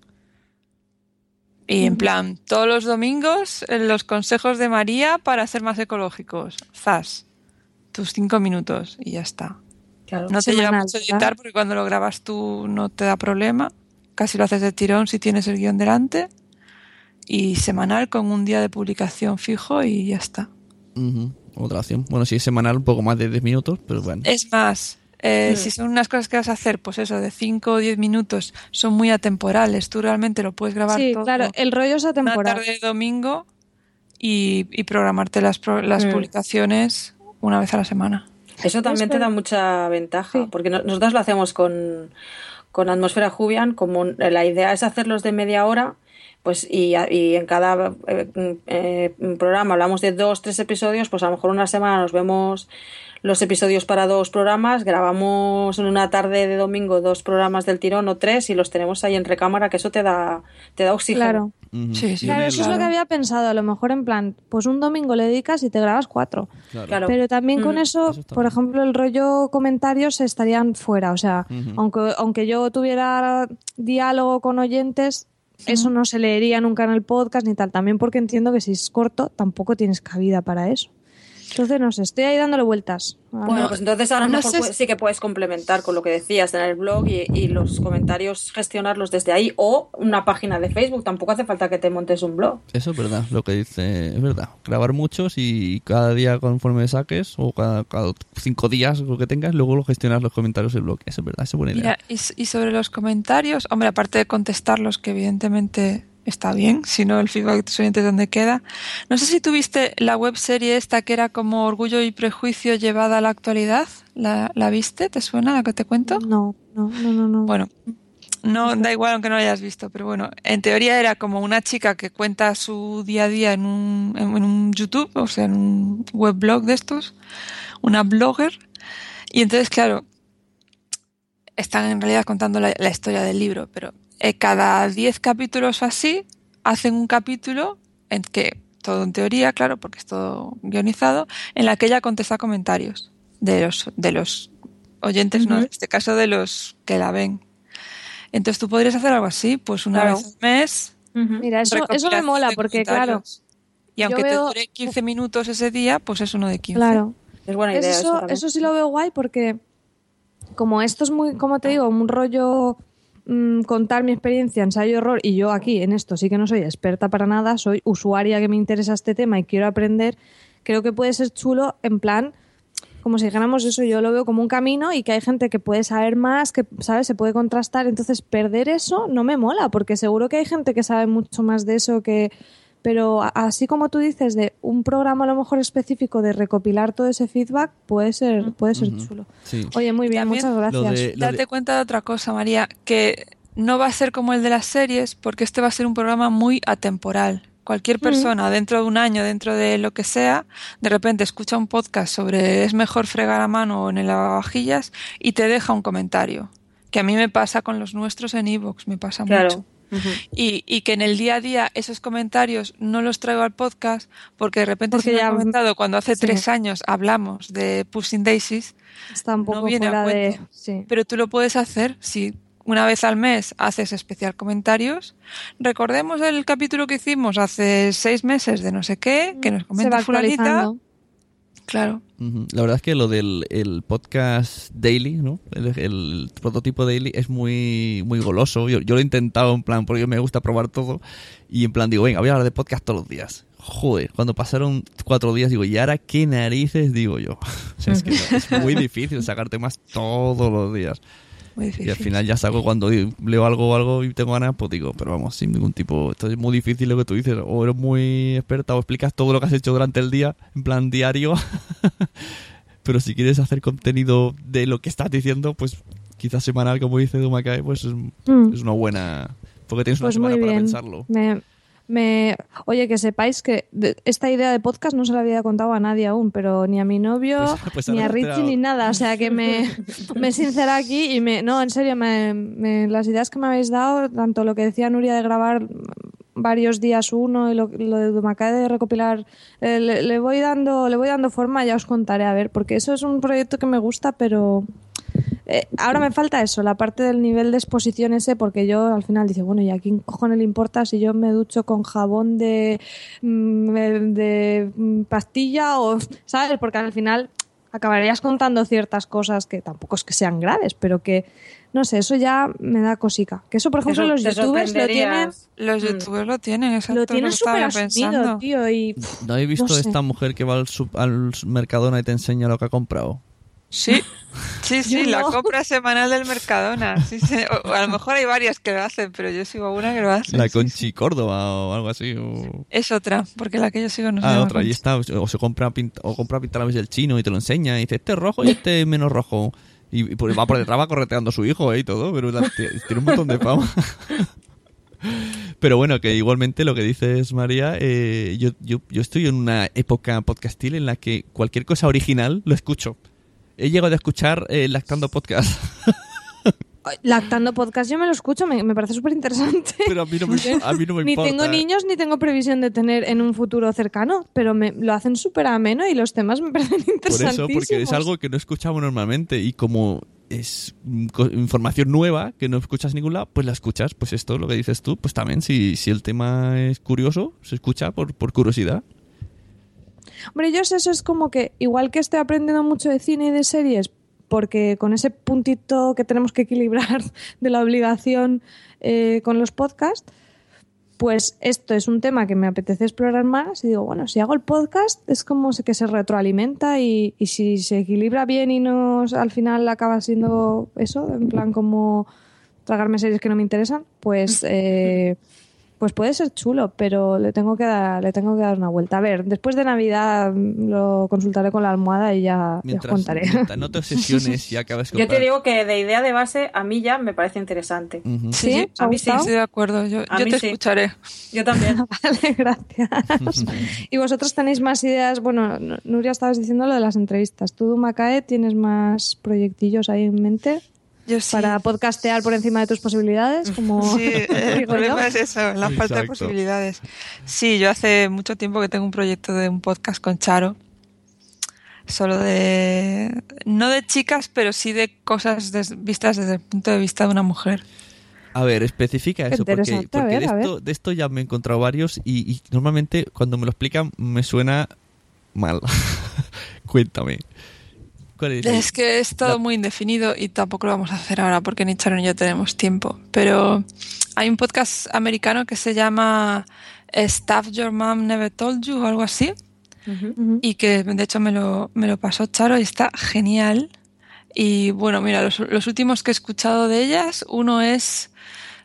Y en plan, todos los domingos, eh, los consejos de María para ser más ecológicos. Zas. Tus cinco minutos y ya está. Claro. No te lleva Semanal, mucho ¿verdad? editar porque cuando lo grabas tú no te da problema. Casi lo haces de tirón si tienes el guión delante. Y semanal con un día de publicación fijo y ya está. Ujú, otra opción. Bueno, si es semanal, un poco más de diez minutos, pero bueno. Es más, eh, Mm. si son unas cosas que vas a hacer, pues eso, de cinco o diez minutos, son muy atemporales. Tú realmente lo puedes grabar Sí, todo claro, el rollo es una atemporal. tarde de domingo y, y programarte las, pro- las Mm. publicaciones una vez a la semana. Eso también te pero- da mucha ventaja, Sí. porque no- nosotros lo hacemos con, con Atmósfera Jubian, como la idea es hacerlos de media hora, pues y, y en cada eh, eh, programa hablamos de dos, tres episodios, pues a lo mejor una semana nos vemos los episodios para dos programas, grabamos en una tarde de domingo dos programas del tirón o tres y los tenemos ahí en recámara, que eso te da, te da oxígeno. Claro. Ujú. Sí, sí. Y en Claro, el- eso es lo que había pensado. A lo mejor en plan, pues un domingo le dedicas y te grabas cuatro. Claro. Claro. Pero también con Mm. eso, Eso está por bien. ejemplo, el rollo comentarios estarían fuera. O sea, Ujú. aunque, aunque yo tuviera diálogo con oyentes, eso no se leería nunca en el podcast ni tal. También porque entiendo que si es corto, tampoco tienes cabida para eso. Entonces, no sé, estoy ahí dándole vueltas. Ah, Bueno, pues entonces a lo no mejor sé pu- si- sí que puedes complementar con lo que decías en el blog y, y los comentarios gestionarlos desde ahí o una página de Facebook. Tampoco hace falta que te montes un blog. Eso es verdad, lo que dice es verdad. Grabar muchos y cada día conforme saques, o cada, cada cinco días lo que tengas, luego lo gestionas los comentarios del blog. Eso es verdad, esa es buena idea. Mira, y, s- y sobre los comentarios, hombre, aparte de contestarlos, que evidentemente está bien, si no el feedback de tus oyentes dónde queda. No sé si tuviste la web serie esta que era como Orgullo y Prejuicio llevada a la actualidad. ¿La, la viste? ¿Te suena la que te cuento? No, no, no, no. no. Bueno, no da igual aunque no lo hayas visto, pero bueno, en teoría era como una chica que cuenta su día a día en un, en, en un YouTube, o sea, en un webblog de estos, una blogger, y entonces, claro, están en realidad contando la, la historia del libro, pero eh, cada diez capítulos o así hacen un capítulo en que, todo en teoría, claro, porque es todo guionizado, en la que ella contesta comentarios de los, de los oyentes, no, en este caso de los que la ven. Entonces tú podrías hacer algo así, pues una Claro. vez al mes. Mira, eso, eso me recopilación mola de porque, claro, comentarios. Y aunque yo te veo- dure quince minutos ese día, pues es uno de quince. claro. Es buena idea eso, Eso, también. eso sí lo veo guay porque como esto es muy, como te digo, un rollo mm, contar mi experiencia, ensayo error, y yo aquí en esto sí que no soy experta para nada, soy usuaria que me interesa este tema y quiero aprender, creo que puede ser chulo en plan, como si dijéramos eso, yo lo veo como un camino y que hay gente que puede saber más, que, ¿sabes? Se puede contrastar, entonces perder eso no me mola, porque seguro que hay gente que sabe mucho más de eso que pero a- así como tú dices, de un programa a lo mejor específico de recopilar todo ese feedback, puede ser, puede ser Ujú. chulo. Sí. Oye, muy bien, También muchas gracias. Lo de- lo Date de- cuenta de otra cosa, María, que no va a ser como el de las series, porque este va a ser un programa muy atemporal. Cualquier persona, dentro de un año, dentro de lo que sea, de repente escucha un podcast sobre es mejor fregar a mano o en el lavavajillas y te deja un comentario. Que a mí me pasa con los nuestros en iVoox, me pasa Claro. mucho. Ujú. Y, y que en el día a día esos comentarios no los traigo al podcast porque de repente Porque si me ya- han comentado cuando hace sí. tres años hablamos de Pushing Daisies, Está un no poco viene a fuera de... cuento. Sí. pero tú lo puedes hacer si una vez al mes haces especial comentarios. Recordemos el capítulo que hicimos hace seis meses de no sé qué, que nos Se comenta va fulanita. actualizando. Claro. Ujú. La verdad es que lo del el podcast daily, ¿no? El, el prototipo daily es muy muy goloso. Yo, yo lo he intentado en plan, porque me gusta probar todo. Y en plan digo, venga, voy a hablar de podcast todos los días. Joder, cuando pasaron cuatro días digo, ¿y ahora qué narices digo yo? O sea, es que es muy difícil sacar temas todos los días. Muy difícil. Y al final ya saco cuando leo algo o algo y tengo ganas, pues digo, pero vamos, sin ningún tipo. Esto es muy difícil lo que tú dices. O eres muy experta o explicas todo lo que has hecho durante el día, en plan diario. Pero si quieres hacer contenido de lo que estás diciendo, pues quizás semanal, como dice Dumakae, pues es, Mm. es una buena. Porque tienes una Pues semana muy para bien. pensarlo. Me, me, oye, que sepáis que de- esta idea de podcast no se la había contado a nadie aún, pero ni a mi novio, Pues- pues ni ahora a te he Richie, enterado. ni nada. O sea que me, me he sincerado aquí y me, no, en serio, me, me- las ideas que me habéis dado, tanto lo que decía Nuria de grabar varios días uno y lo, lo de Dumakae de recopilar, eh, le, le voy dando, le voy dando forma, ya os contaré, a ver, porque eso es un proyecto que me gusta, pero eh, ahora me falta eso, la parte del nivel de exposición ese, porque yo al final dice, bueno, ¿y a quién cojones le importa si yo me ducho con jabón de, mm, de mm, pastilla o, ¿sabes? Porque al final acabarías contando ciertas cosas que tampoco es que sean graves, pero que, no sé, eso ya me da cosica. Que eso, por ejemplo, Eso- los te youtubers lo tienen, sorprenderías. Los Mm. youtubers lo tienen, exacto. lo tienen que estaba súper yo asumido, pensando. tío, y pff, ¿No habéis visto no sé. esta mujer que va al, sub- al Mercadona y te enseña lo que ha comprado? Sí, sí, sí, Yo la no. compra semanal del Mercadona. Sí, sí. O, o a lo mejor hay varias que lo hacen, pero yo sigo una que lo hace. La sí, Conchi sí. Córdoba o algo así. O... Es otra, porque la que yo sigo no se Ah, llama otra, y Conchi. está, o se compra pint- o compra pintalabios del chino y te lo enseña y dice, este es rojo y este es menos rojo. Y, y por- va por detrás, va correteando a su hijo eh, y todo, pero la- t- tiene un montón de fama. Pero bueno, que igualmente lo que dices, María, eh, yo, yo, yo estoy en una época podcastil en la que cualquier cosa original lo escucho. He llegado a escuchar eh, Lactando Podcast, Lactando podcast yo me lo escucho, me, me parece súper interesante. pero a mí no me, a mí no me Ni importa. tengo niños ni tengo previsión de tener en un futuro cercano, pero me lo hacen súper ameno y los temas me parecen Por interesantísimos. eso, porque es algo que no escuchamos normalmente y como es mm, co- información nueva que no escuchas en ningún lado, pues la escuchas. Pues esto, lo que dices tú, pues también si, si el tema es curioso, se escucha por, por curiosidad. Hombre, yo sé, eso es como que, igual que estoy aprendiendo mucho de cine y de series, porque con ese puntito que tenemos que equilibrar de la obligación eh, con los podcasts, pues esto es un tema que me apetece explorar más y digo, bueno, si hago el podcast es como que se retroalimenta y, y si se equilibra bien y no al final acaba siendo eso, en plan como tragarme series que no me interesan, pues eh, pues puede ser chulo, pero le tengo que dar le tengo que dar una vuelta. A ver, después de Navidad mm, lo consultaré con la almohada y ya, ya os Mientras, contaré. mientras no te obsesiones y acabas con... Yo te digo que de idea de base a mí ya me parece interesante. Ujú. ¿Sí? ¿Os ha a mí sí, gustado? Estoy de acuerdo, yo, A yo mí te sí. escucharé. Yo también. Vale, gracias. ¿Y vosotros tenéis más ideas? Bueno, N- Nuria, estabas diciendo lo de las entrevistas. ¿Tú, Dumakae, tienes más proyectillos ahí en mente Yo sí. para podcastear por encima de tus posibilidades? Como Sí, el digo yo? problema es eso, la falta de Exacto. posibilidades. Sí, yo hace mucho tiempo que tengo un proyecto de un podcast con Charo, solo de, no de chicas, pero sí de cosas des- vistas desde el punto de vista de una mujer. A ver, especifica Qué eso, porque, interesante, a porque ver, a de, esto, de esto ya me he encontrado varios y, y normalmente cuando me lo explican me suena mal. Cuéntame. ¿Cuál es? Es que es todo La- muy indefinido y tampoco lo vamos a hacer ahora porque ni Charo ni yo tenemos tiempo. Pero hay un podcast americano que se llama Stuff Your Mom Never Told You o algo así. Ujú. Y que de hecho me lo, me lo pasó Charo y está genial. Y bueno, mira, los, los últimos que he escuchado de ellas, uno es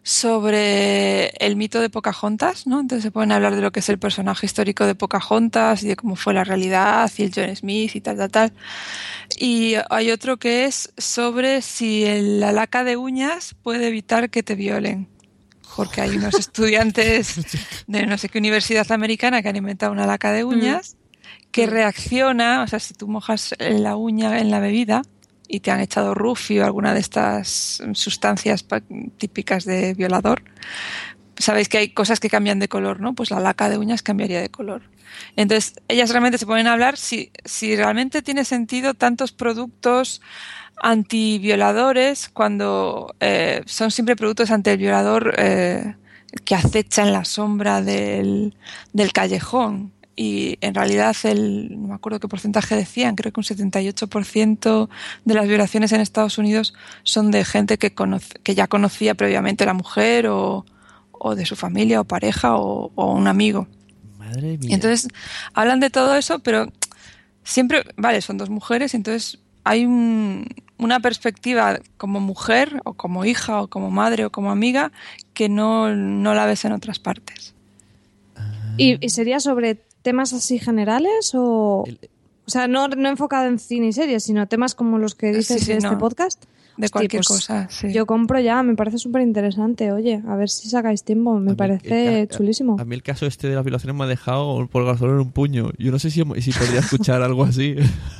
sobre el mito de Pocahontas, ¿no? Entonces se pueden hablar de lo que es el personaje histórico de Pocahontas y de cómo fue la realidad y el John Smith y tal, tal, tal. Y hay otro que es sobre si el- la laca de uñas puede evitar que te violen. Porque hay unos estudiantes de no sé qué universidad americana que han inventado una laca de uñas que reacciona, o sea, si tú mojas la uña en la bebida y te han echado rufio, alguna de estas sustancias pa- típicas de violador, sabéis que hay cosas que cambian de color, ¿no? Pues la laca de uñas cambiaría de color. Entonces, ellas realmente se ponen a hablar si, si realmente tiene sentido tantos productos antivioladores cuando eh, son siempre productos ante el violador eh, que acecha en la sombra del, del callejón. Y en realidad, el, no me acuerdo qué porcentaje decían, creo que un setenta y ocho por ciento de las violaciones en Estados Unidos son de gente que, conoce, que ya conocía previamente a la mujer o, o de su familia o pareja o, o un amigo. Madre mía. Y entonces hablan de todo eso, pero siempre, vale, son dos mujeres, entonces hay un, una perspectiva como mujer o como hija o como madre o como amiga que no, no la ves en otras partes. ¿Y, y sería sobre temas así generales o...? El- O sea, no, no enfocado en cine y series, sino temas como los que dices Sí, sí, de este no. podcast. De Hostia, cualquier pues cosa, sí. Yo compro ya, me parece súper interesante. Oye, a ver si sacáis tiempo, me A mí parece el ca- chulísimo. A mí el caso este de las violaciones me ha dejado por gasolina en un puño. Yo no sé si, si podría escuchar algo así.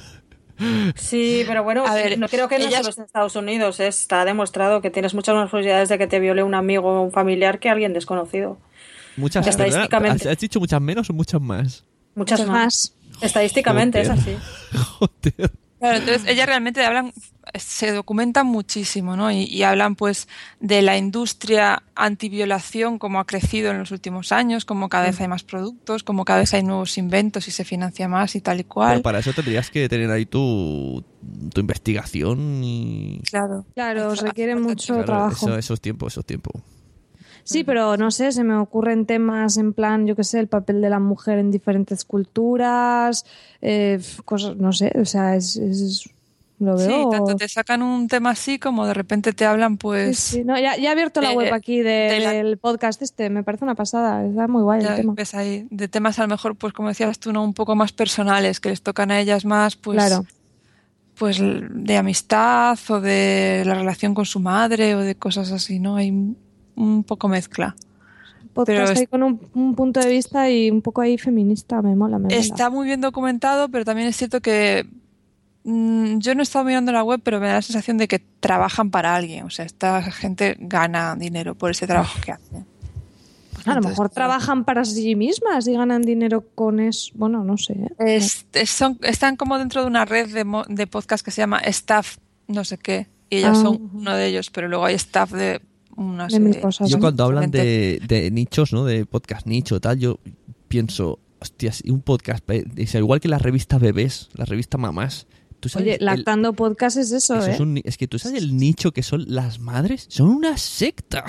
Sí, pero bueno, A ver, no creo que no ellas- solo es en Estados Unidos, ¿eh? Está demostrado que tienes muchas más posibilidades de que te viole un amigo o un familiar que alguien desconocido. Muchas, Que perdona, estadísticamente. ¿has, has dicho muchas menos o muchas más? Muchas Muchas más. más. Estadísticamente es Joder. así. Joder. Claro, entonces ellas realmente hablan, se documentan muchísimo, ¿no? Y, y hablan pues de la industria antiviolación, cómo ha crecido en los últimos años, cómo cada vez hay más productos, cómo cada vez hay nuevos inventos y se financia más y tal y cual. Pero para eso tendrías que tener ahí tu, tu investigación y... Claro. Claro, Hace- requiere hace falta mucho tiempo. Claro, trabajo. eso, eso es tiempo, eso es tiempo. Sí, pero no sé, se me ocurren temas en plan, yo qué sé, el papel de la mujer en diferentes culturas, eh, cosas, no sé, o sea, es, es lo Sí, veo. tanto te sacan un tema así como de repente te hablan Sí, pues... sí, no, ya, ya he abierto la de- web aquí de- de la- del podcast este, me parece una pasada, está muy guay el Ya tema. ves ahí, de temas a lo mejor, pues como decías tú, ¿no? Un poco más personales, que les tocan a ellas más, pues, Claro. pues de amistad o de la relación con su madre o de cosas así, ¿no? Hay un, un poco mezcla. Podcast pero es- ahí con un, un punto de vista y un poco ahí feminista, me mola, me mola. Está muy bien documentado, pero también es cierto que mm, yo no he estado mirando la web, pero me da la sensación de que trabajan para alguien. O sea, esta gente gana dinero por ese trabajo que hacen. A lo Entonces, mejor claro. trabajan para sí mismas y ganan dinero con eso. Bueno, no sé. ¿eh? Es- es- son- están como dentro de una red de, mo- de podcast que se llama Staff no sé qué, y ellas Ah. son uno de ellos, pero luego hay staff de una De mil serie. cosas. Yo ¿no? cuando hablan Diferente. de, de nichos, ¿no? De podcast nicho tal, yo pienso, hostias, y un podcast, eh, es igual que la revista Bebés, la revista Mamás. ¿Tú sabes Oye, el- lactando podcast es eso, eso ¿eh? es, un ni- es que tú sabes el nicho que son las madres, son una secta.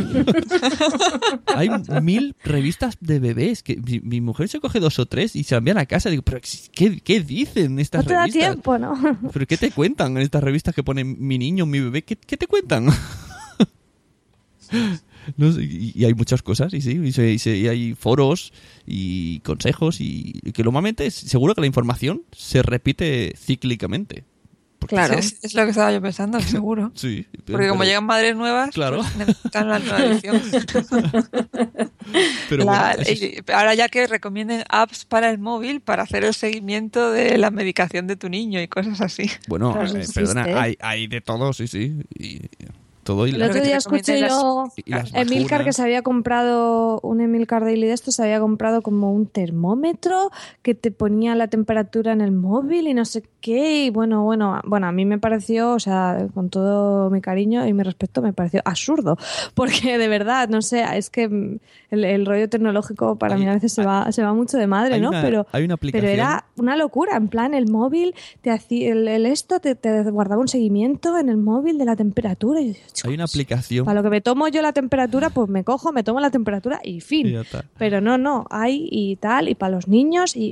Hay mil revistas de bebés que mi, mi mujer se coge dos o tres y se la envían a casa. Digo, pero ¿qué, qué dicen estas No te da revistas? tiempo, ¿no? ¿Pero qué te cuentan en estas revistas que ponen mi niño, mi bebé? ¿Qué, qué te cuentan? No sé, y, y hay muchas cosas, y sí, y, se- y se- y hay foros y consejos, y, y que normalmente es- seguro que la información se repite cíclicamente. Porque- Claro. Es, es lo que estaba yo pensando, seguro. Sí, Porque como pero- llegan madres nuevas, Claro. pues necesitan la nueva edición. pero La- bueno, eso es- y ahora ya que recomienden apps para el móvil para hacer el seguimiento de la medicación de tu niño y cosas así. bueno, Claro, eh, existe. perdona, hay, hay de todo, sí, sí. Y todo y El la- otro que te día escuché recomienden yo y las Emilcar que vacunas. se había comprado, un Emilcar Daily de estos, se había comprado como un termómetro que te ponía la temperatura en el móvil y no sé qué. Y bueno, bueno, bueno, a mí me pareció, o sea, con todo mi cariño y mi respeto, me pareció absurdo. Porque de verdad, no sé, es que mm, el, el rollo tecnológico para Hay- mí a veces se va, se va mucho de madre, hay ¿no? una- pero, hay una aplicación- pero era una locura, en plan, el móvil, te hacía, el, el esto te, te guardaba un seguimiento en el móvil de la temperatura. Y yo, Hay una aplicación. para lo que me tomo yo la temperatura, pues me cojo, me tomo la temperatura y fin. Y ya está. Pero no, no, hay y tal, y para los niños, y uf,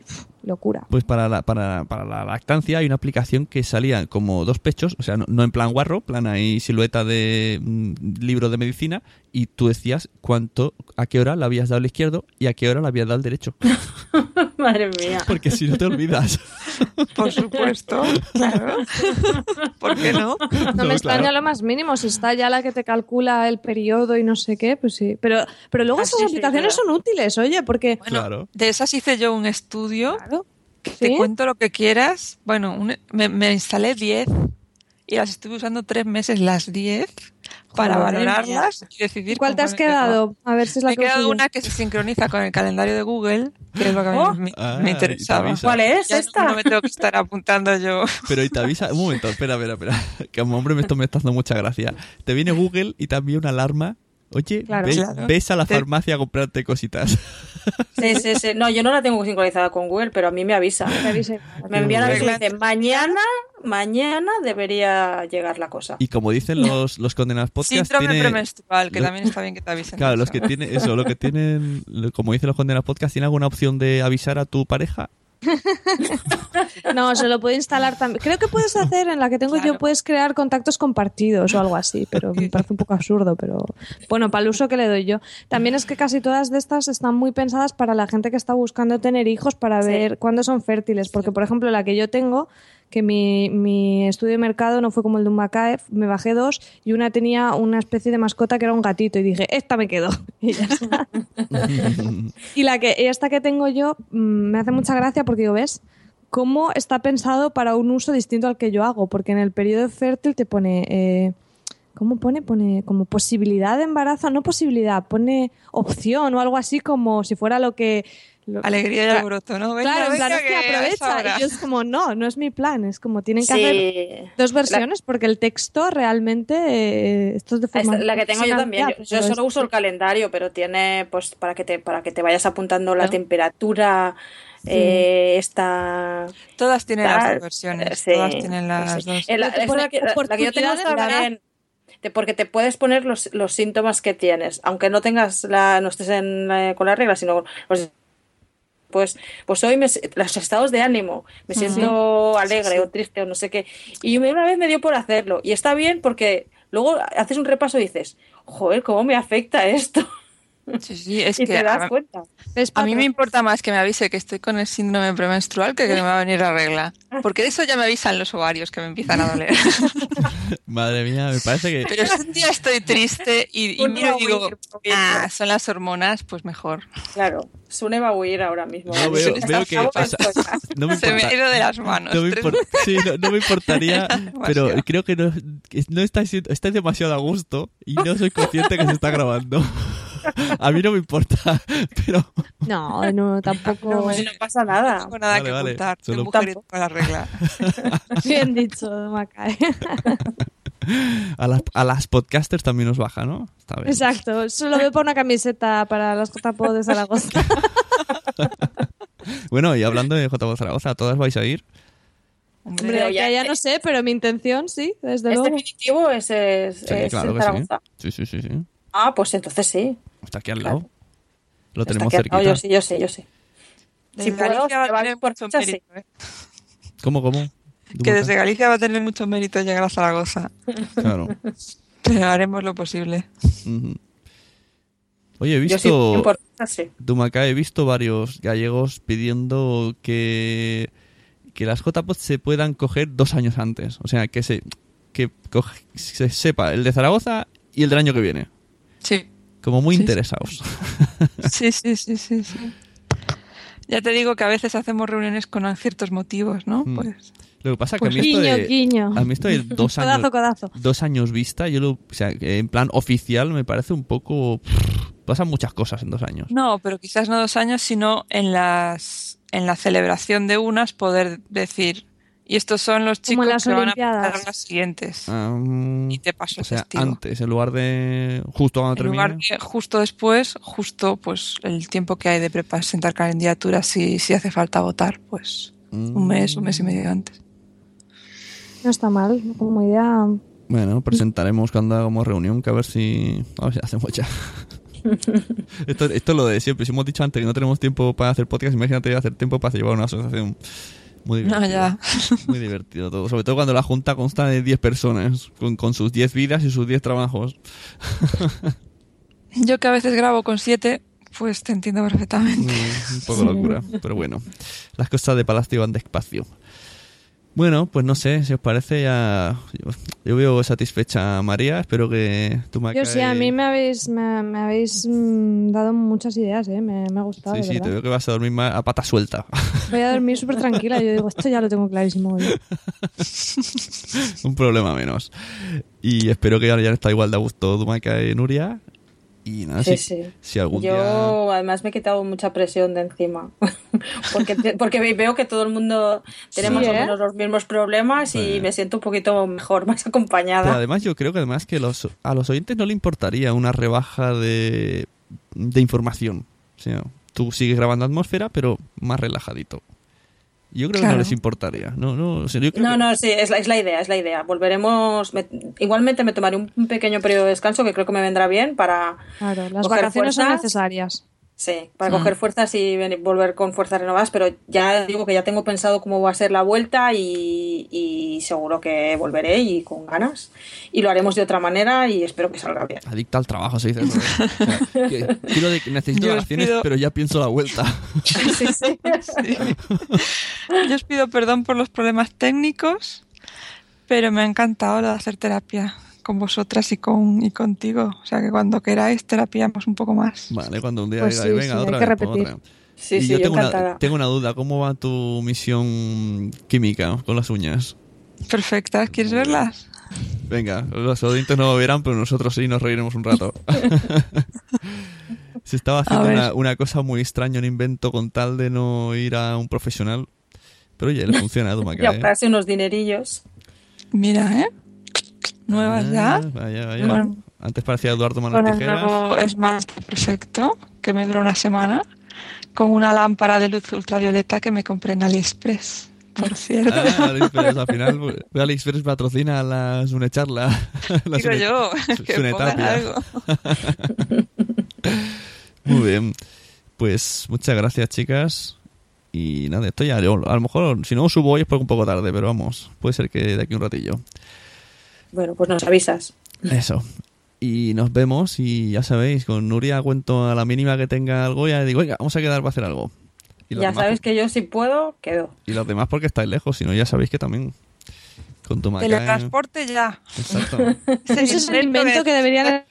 locura. Pues para la, para, para la lactancia hay una aplicación que salía como dos pechos, o sea, no, no en plan guarro, plan ahí silueta de mm, libro de medicina, y tú decías cuánto, a qué hora le habías dado al izquierdo y a qué hora le habías dado al derecho. Madre mía. Porque si no te olvidas. Por supuesto, claro. ¿Por qué no? No, No, me extraña claro. lo más mínimo. Si está ya la que te calcula el periodo y no sé qué, pues sí. Pero, pero luego Ah, esas sí, sí, aplicaciones verdad. son útiles, oye, porque... Bueno, Claro. de esas hice yo un estudio. Claro. Que ¿Sí? te cuento lo que quieras. Bueno, un- me, me instalé diez y las estuve usando tres meses las diez para Madre valorarlas y decidir ¿Y cuál te con has me quedo. quedado? A ver si es la Me he que uso quedado yo. una que se sincroniza con el calendario de Google, que es lo que a mí Oh. me, Ah, me y te interesaba. avisa. ¿Cuál es Ya no- esta? No, me tengo que estar apuntando yo. Pero y te avisa, un momento, espera, espera, espera, que como hombre me esto me está dando mucha gracia. Te viene Google y también una alarma. Oye, Claro. ve- Claro. ves a la Te- farmacia a comprarte cositas. Sí, sí, sí. No, yo no la tengo sincronizada con Google, pero a mí me avisa. Te avise. Me envían a Regla- veces y dicen, mañana, mañana debería llegar la cosa. Y como dicen los, los condenados podcast, Síndrome tiene... premenstrual, que lo- también está bien que te avisen. Claro, de los eso. que tienen eso, lo que tienen, lo- como dicen los condenados podcast, ¿tiene alguna opción de avisar a tu pareja? No, se lo puede instalar también. Creo que puedes hacer, en la que tengo Claro. yo, puedes crear contactos compartidos o algo así, pero me parece un poco absurdo, pero bueno, para el uso que le doy yo. También es que casi todas de estas están muy pensadas para la gente que está buscando tener hijos para Sí. ver cuándo son fértiles, porque por ejemplo la que yo tengo, que mi, mi estudio de mercado no fue como el de un Macae, me bajé dos y una tenía una especie de mascota que era un gatito y dije, esta me quedo. Y ya está. Y la que esta que tengo yo mm, me hace mucha gracia porque digo, ¿ves? Cómo está pensado para un uso distinto al que yo hago, porque en el periodo fértil te pone, eh, ¿cómo pone? Pone como posibilidad de embarazo, no posibilidad, pone opción o algo así como si fuera lo que... lo- Alegría y Cla- alboroto, ¿no? Venga, Claro, en venga, plan, es que que es aprovecha. ahora. Y yo es como, no, no es mi plan, es como tienen que Sí. hacer dos versiones porque el texto realmente, eh, esto es de forma... Esta- la que tengo yo también. Yo, yo pero solo es- uso el calendario, pero tiene, pues, para que te, para que te vayas apuntando la Claro. temperatura, eh, esta... Todas tienen tal. las dos versiones. Sí, Todas tienen las sí. dos. Eh, la, Pero te esta pone la que, la- la que yo tengo oportunidad de está embarazo. bien, te- porque te puedes poner los, los síntomas que tienes, aunque no tengas la, no estés en, la- con la regla, sino los pues, pues hoy me, los estados de ánimo, me siento alegre o triste o no sé qué. Y me- una vez me dio por hacerlo. Y está bien porque luego haces un repaso y dices, joder, ¿cómo me afecta esto? Sí, sí, es Y que te das a, cuenta. ¿Ves, a mí Paco? me importa más que me avise que estoy con el síndrome premenstrual que que me va a venir la regla. Porque de eso ya me avisan los ovarios que me empiezan a doler. Madre mía, me parece que... Pero si un día estoy triste y, y Un miro y digo, huir, ah, son las hormonas, pues mejor. Claro, Sune va a huir ahora mismo. No, veo, Está- veo que está pasa- buena. no me Se me importa- ha ido de las manos. No me, Tres- impor- sí, no, no me importaría, pero Demasiado. creo que no, que no estáis, siendo- estáis demasiado a gusto y no soy consciente que se está grabando. A mí no me importa, pero No, no, tampoco... No, no pasa No nada. tengo nada Vale, que vale. ocultar. Soy Solo- mujer y tengo la regla. Bien dicho, Macae. a las, a las podcasters también nos baja, ¿no? Está bien. Exacto, solo veo para una camiseta para las J P O de Zaragoza. Bueno, y hablando de J P O Zaragoza, ¿todas vais a ir? Hombre, Hombre, Pero ya, ya- ya no sé, pero mi intención sí, desde ¿Es luego. definitivo? ¿Es, es, Sí, es claro en que sí. Zaragoza? Sí, sí, sí, sí. Ah, pues entonces sí. Está aquí al Claro. lado. Lo Está tenemos aquí al lado, cerquita. yo sí, yo sí, yo sí. desde Si puedo, Galicia va me a va tener por mucho fecha, sí. mérito. ¿eh? ¿Cómo, cómo? Que desde Galicia va a tener mucho mérito llegar a Zaragoza. Claro. Pero haremos lo posible. Ujú. Oye, he Yo sí, visto... por fecha, sí. Dumacá, he visto varios gallegos pidiendo que, que las J P O D se puedan coger dos años antes. O sea, que se que coge- se sepa el de Zaragoza y el del año que viene. Sí. Como muy Sí, sí. interesados. Sí, sí, sí, sí, sí. Ya te digo que a veces hacemos reuniones con ciertos motivos, ¿no? Mm. Pues Lo que pasa es que a mí esto Guiño, de, guiño. a mí esto de dos Codazo, años, codazo. dos años vista, yo lo, o sea, que en plan oficial me parece un poco... Pasan muchas cosas en dos años. no, pero quizás no dos años, sino en las en la celebración de unas poder decir, y estos son los Como chicos en las que van a Olimpiadas. empezar las siguientes. Ah, mm, Y te paso o el sea, testigo. antes, en lugar de justo cuando En termine. lugar de justo después, justo pues el tiempo que hay de presentar candidaturas, si, si hace falta votar, pues Mm. un mes, un mes y medio antes. No está mal, como idea. Bueno, presentaremos cuando hagamos reunión, que a ver si... A ver si hacemos ya. esto, esto es lo de siempre. Si hemos dicho antes que no tenemos tiempo para hacer podcast, imagínate hacer tiempo para llevar una asociación. Muy divertido. No, ya. Muy divertido todo. Sobre todo cuando la junta consta de diez personas, con, con sus diez vidas y sus diez trabajos. Yo que a veces grabo con siete, pues te entiendo perfectamente. Mm, un poco locura, pero bueno. Las cosas de Palacio van despacio. Bueno, pues no sé, si os parece ya... Yo, yo veo satisfecha a María, espero que tú me Yo sí, a mí me habéis, me, me habéis mm, dado muchas ideas, ¿eh? Me, me ha gustado, Sí, de sí, verdad. te veo que vas a dormir más a pata suelta. Voy a dormir súper tranquila. Yo digo, esto ya lo tengo clarísimo. Yo. Un problema menos. Y espero que ya está igual de a gusto Dumaca y Nuria. Y nada, Sí, si, sí. si algún Yo día... además me he quitado mucha presión de encima. porque, te- porque veo que todo el mundo tiene Sí, más o ¿eh? menos los mismos problemas Sí. y me siento un poquito mejor, más Pero acompañada. además yo creo que además que los, a los oyentes no le importaría una rebaja de, de información. O sea, tú sigues grabando atmósfera, pero más relajadito. Yo creo que Claro. no les importaría. No, no, o sea, yo creo No, que- no, sí, es la, es la idea, es la idea. Volveremos. me- igualmente me tomaré un, un pequeño periodo de descanso que creo que me vendrá bien para, Claro, las Coger vacaciones son fuerzas. necesarias. sí, para Mm. coger fuerzas y venir- volver con fuerzas renovadas, pero ya digo que ya tengo pensado cómo va a ser la vuelta y, y seguro que volveré y con ganas. Y lo haremos de otra manera y espero que salga bien. Adicta al trabajo, se dice. ¿No? O sea, que quiero de- necesito Yo os vacaciones, pido- pero ya pienso la vuelta. Sí, sí. Sí. Yo os pido perdón por los problemas técnicos, pero me ha encantado lo de hacer terapia con vosotras y con y contigo. O sea que cuando queráis terapiamos un poco más. Vale, cuando un día Pues diga, sí, venga, sí, otra hay que vez, pues repetir. otra. Sí, Y sí, yo yo tengo encantada. una, tengo una duda, ¿cómo va tu misión química con las uñas? Perfectas, ¿quieres verlas? Venga, los oyentes no lo verán, pero nosotros sí nos reiremos un rato. Se estaba haciendo A ver. una, una cosa muy extraña, un invento con tal de no ir a un profesional. Pero oye, le funciona a Y Dumaca, ¿eh? ahorrarse unos dinerillos. Mira, ¿eh? Nuevas ya. Ah, vaya, vaya. Bueno. Antes parecía Eduardo Manos Con el Tijeras. nuevo Smart Perfecto, que me dura una semana, con una lámpara de luz ultravioleta que me compré en AliExpress, por cierto. Ah, AliExpress, al final pues, AliExpress patrocina la Sunecharla. La Digo Sune- yo, Su- que pongan Sunetapia. algo. Muy bien. Pues muchas gracias, chicas. Y nada, esto ya, yo, a lo mejor, si no subo hoy es porque un poco tarde, pero vamos, puede ser que de aquí un ratillo. Bueno, pues nos avisas. Eso. Y nos vemos y ya sabéis, con Nuria cuento a la mínima que tenga algo, ya digo, venga, vamos a quedar para hacer algo. Y los Ya demás, sabes que yo si puedo, quedo. Y los demás porque estáis lejos, si no ya sabéis que también con tu maca. Teletransporte ya. Exacto. Ese es el invento que deberían...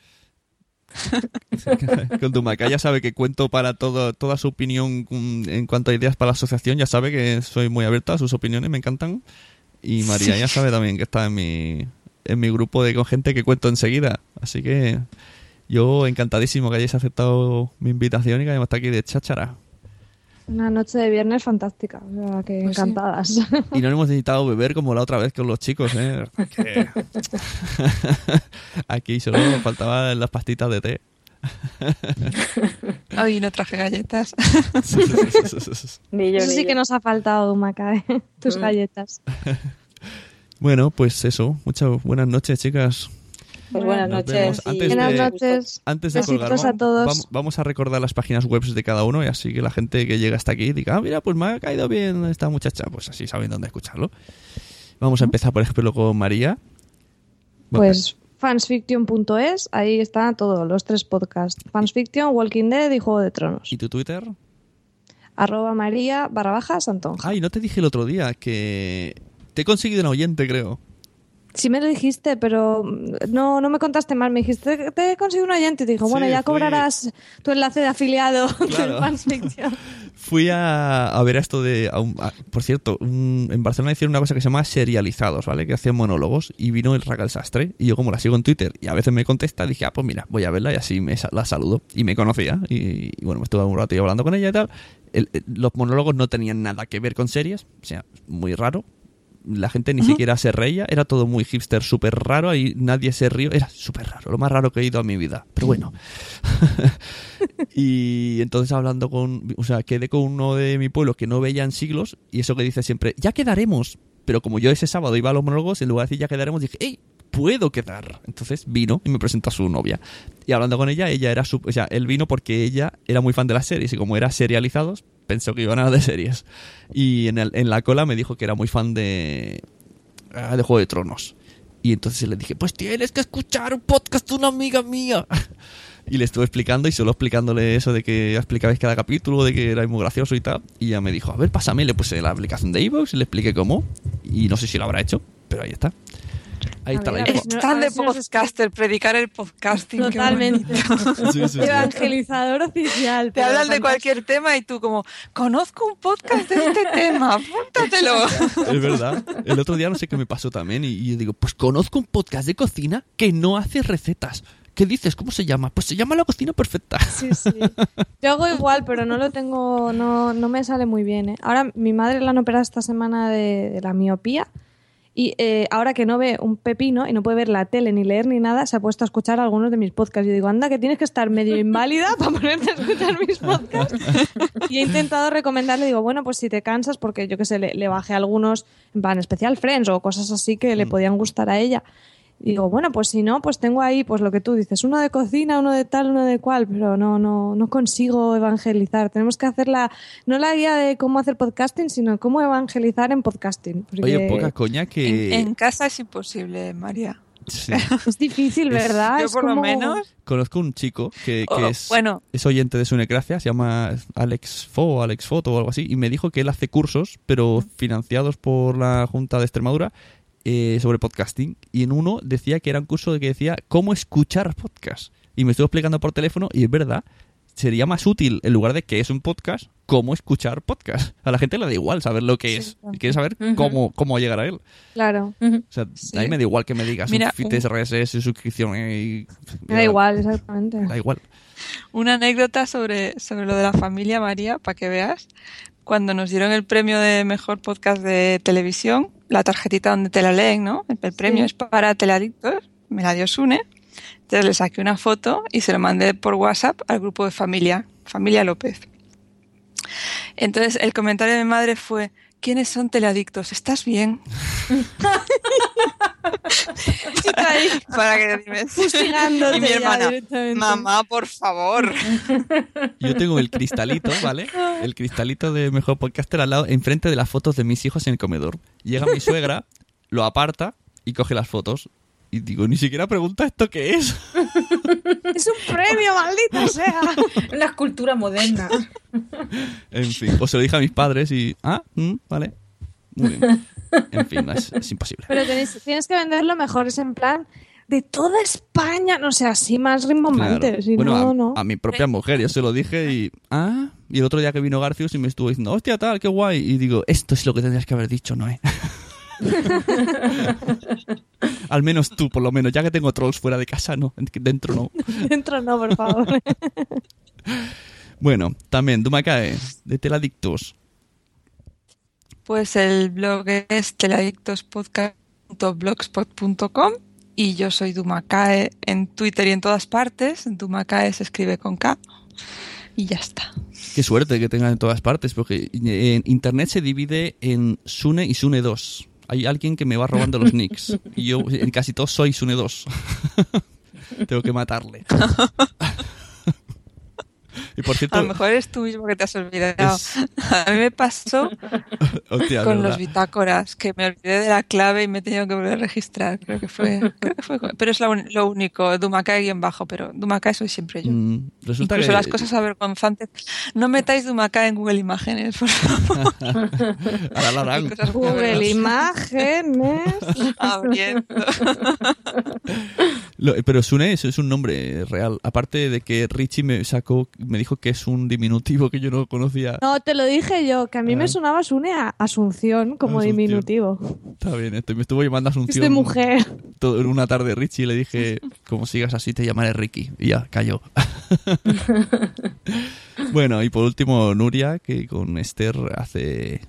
Con tu maca ya sabe que cuento para todo, toda su opinión mm, en cuanto a ideas para la asociación, ya sabe que soy muy abierta a sus opiniones, me encantan. Y María ya sabe también que está en mi, en mi grupo de con gente que cuento enseguida. Así que yo encantadísimo que hayáis aceptado mi invitación y que hayamos estado aquí de cháchara. Una noche de viernes fantástica. O sea, que Pues sí. encantadas. Y no hemos necesitado beber como la otra vez con los chicos, ¿eh? Que- Aquí solo faltaban las pastitas de té. Hoy no traje galletas. Ni yo, Eso ni sí yo. que nos ha faltado, Dumaca, ¿eh? Tus Mm. galletas. Bueno, pues eso. Muchas buenas noches, chicas. Pues buenas Nos noches. vemos. y- Antes Buenas de- noches. Antes de Besitos colgar, a vamos, todos. vamos- vamos a recordar las páginas web de cada uno y así que la gente que llega hasta aquí diga, ah, mira, pues me ha caído bien esta muchacha. Pues así saben dónde escucharlo. Vamos a empezar, por ejemplo, con María. Bueno, Pues fansfiction punto es, ahí está todo, los tres podcasts. Fansfiction, Walking Dead y Juego de Tronos. ¿Y tu Twitter? Arroba María barra baja Santonja. Ay, no te dije el otro día que te he conseguido un oyente, creo. Sí me lo dijiste, pero no, no me contaste mal. Me dijiste, te he conseguido un oyente. Y te dijo, Sí, bueno, ya fui- cobrarás tu enlace de afiliado Claro. del Fansfiction. Fui a, a ver esto de... a un- a- por cierto, un- en Barcelona hicieron una cosa que se llama serializados, ¿vale? Que hacían monólogos y vino el Raquel Sastre y yo como la sigo en Twitter y a veces me contesta, dije, ah, pues mira, voy a verla y así me sa- la saludo. Y me conocía y, y bueno, me estuve un rato hablando con ella y tal. El- el- los monólogos no tenían nada que ver con series, o sea, muy raro. La gente ni siquiera se reía, era todo muy hipster, súper raro, y nadie se rió, era súper raro, lo más raro que he ido a mi vida, pero bueno. Y entonces hablando con, o sea, quedé con uno de mi pueblo que no veía en siglos, y eso que dice siempre, ya quedaremos, pero como yo ese sábado iba a los monólogos, en lugar de decir ya quedaremos, dije, hey, puedo quedar. Entonces vino y me presentó a su novia. Y hablando con ella, ella era su, o sea, él vino porque ella era muy fan de las series y como era serializados, pensó que iban a de series. Y en, el, en la cola me dijo que era muy fan de, de Juego de Tronos. Y entonces le dije, pues tienes que escuchar un podcast de una amiga mía. Y le estuve explicando y solo explicándole eso de que explicabais cada capítulo, de que era muy gracioso y tal. Y ella me dijo, a ver, pásame. Le puse la aplicación de iVoox y le expliqué cómo. Y no sé si lo habrá hecho, pero ahí está. Ahí A está ver, la a ver, info. no- Tan a de ver si nos podcaster, predicar el podcasting. qué Totalmente. bonito. Sí, sí, sí. Evangelizador oficial. Te pero hablan de fantástico. cualquier tema y tú como, conozco un podcast de este tema, apúntatelo. Es verdad. El otro día no sé qué me pasó también y, y yo digo, pues conozco un podcast de cocina que no hace recetas. ¿Qué dices? ¿Cómo se llama? Pues se llama La Cocina Perfecta. Sí, sí. Yo hago igual, pero no lo tengo, no, no me sale muy bien, ¿eh? Ahora mi madre la han operado esta semana de, de la miopía y eh, ahora que no ve un pepino y no puede ver la tele ni leer ni nada, se ha puesto a escuchar algunos de mis podcasts. Yo digo, anda, que tienes que estar medio inválida para ponerte a escuchar mis podcasts. Y he intentado recomendarle, digo, bueno, pues si te cansas, porque yo qué sé, le, le bajé algunos, en plan especial Friends o cosas así que le podían gustar a ella. Y digo, bueno, pues si no, pues tengo ahí pues lo que tú dices, uno de cocina, uno de tal, uno de cual, pero no, no, no consigo evangelizar. Tenemos que hacer la, no la guía de cómo hacer podcasting, sino cómo evangelizar en podcasting. Porque Oye, poca coña que... En, en casa es imposible, María. Sí. es difícil, ¿verdad? Yo Es por lo como- menos, Conozco un chico que, que Oh, es, bueno. es oyente de Sunecracia, se llama Alex Fo o Alex Foto o algo así, y me dijo que él hace cursos, pero financiados por la Junta de Extremadura, eh, sobre podcasting. Y en uno decía que era un curso que decía cómo escuchar podcast. Y me estuvo explicando por teléfono, y es verdad, sería más útil, en lugar de qué es un podcast, cómo escuchar podcast. A la gente le da igual saber lo que es, y quiere saber Ujú. cómo, cómo llegar a él. Claro, Ujú. O sea, Sí. a mí me da igual que me digas Mira, un feed un- R S S, suscripción y... me da igual, exactamente. Da igual. una anécdota sobre, sobre lo de la familia María, para que veas. Cuando nos dieron el premio de mejor podcast de televisión, la tarjetita donde te la leen, ¿no? El premio Sí. es para teleadictos, me la dio Sune. Entonces le saqué una foto y se lo mandé por WhatsApp al grupo de familia, familia López. Entonces el comentario de mi madre fue, ¿quiénes son teleadictos? ¿Estás bien? Chica ahí Para que dime. fustigándote Y mi ya hermana, directamente. mamá, por favor. Yo tengo el cristalito, ¿vale? El cristalito de Mejor Podcaster al lado, enfrente de las fotos de mis hijos en el comedor. Llega mi suegra, lo aparta y coge las fotos. Y digo, ni siquiera pregunta esto qué es. Es un premio, maldita sea. Una escultura moderna. En fin, pues se lo dije a mis padres y... Ah, mm, vale. Muy bien. En fin, es, es imposible. Pero tenéis- tienes que venderlo mejor, es en plan de toda España, no sé, así más rimbombante. Claro. Si Bueno, no, a, no. a mi propia mujer, yo se lo dije y... Ah, y el otro día que vino Garcius y me estuvo diciendo, hostia, tal, qué guay. Y digo, esto es lo que tendrías que haber dicho, Noé. Al menos tú, por lo menos, ya que tengo trolls fuera de casa, no, dentro no. Dentro no, por favor. Bueno, también, Dumacae, de Teladictos. Pues el blog es teladictospodcast punto blogspot punto com y yo soy Dumacae en Twitter y en todas partes. Dumacae se escribe con K y ya está. Qué suerte que tengan en todas partes, porque en internet se divide en Sune y Sune dos. Hay alguien que me va robando los nicks y yo en casi todos soy Sune dos. Tengo que matarle. Y por cierto, A lo mejor eres tú mismo que te has olvidado. es- A mí me pasó hostia, con ¿verdad? los bitácoras, que me olvidé de la clave y me he tenido que volver a registrar. Creo que fue. Creo que fue pero es lo, un- lo único, Dumacae guión bajo, pero Dumacae soy siempre yo. Mm, resulta Incluso que las cosas avergonzantes. No metáis Dumacae en Google Imágenes, por favor. a la larga. Hay cosas muy Google vergonzosas. Imágenes. Abriendo. Lo- pero Sune es, es un nombre real. Aparte de que Richie me sacó, me dijo que es un diminutivo que yo no conocía. No, te lo dije yo, que a mí Ah. me sonaba Sune a Asunción como Asunción. diminutivo. Está bien, este, me estuvo llamando Es Asunción. de mujer. todo- en una tarde Richie y le dije, como sigas así te llamaré Ricky. Y ya, cayó. Bueno, y por último Nuria, que con Esther hace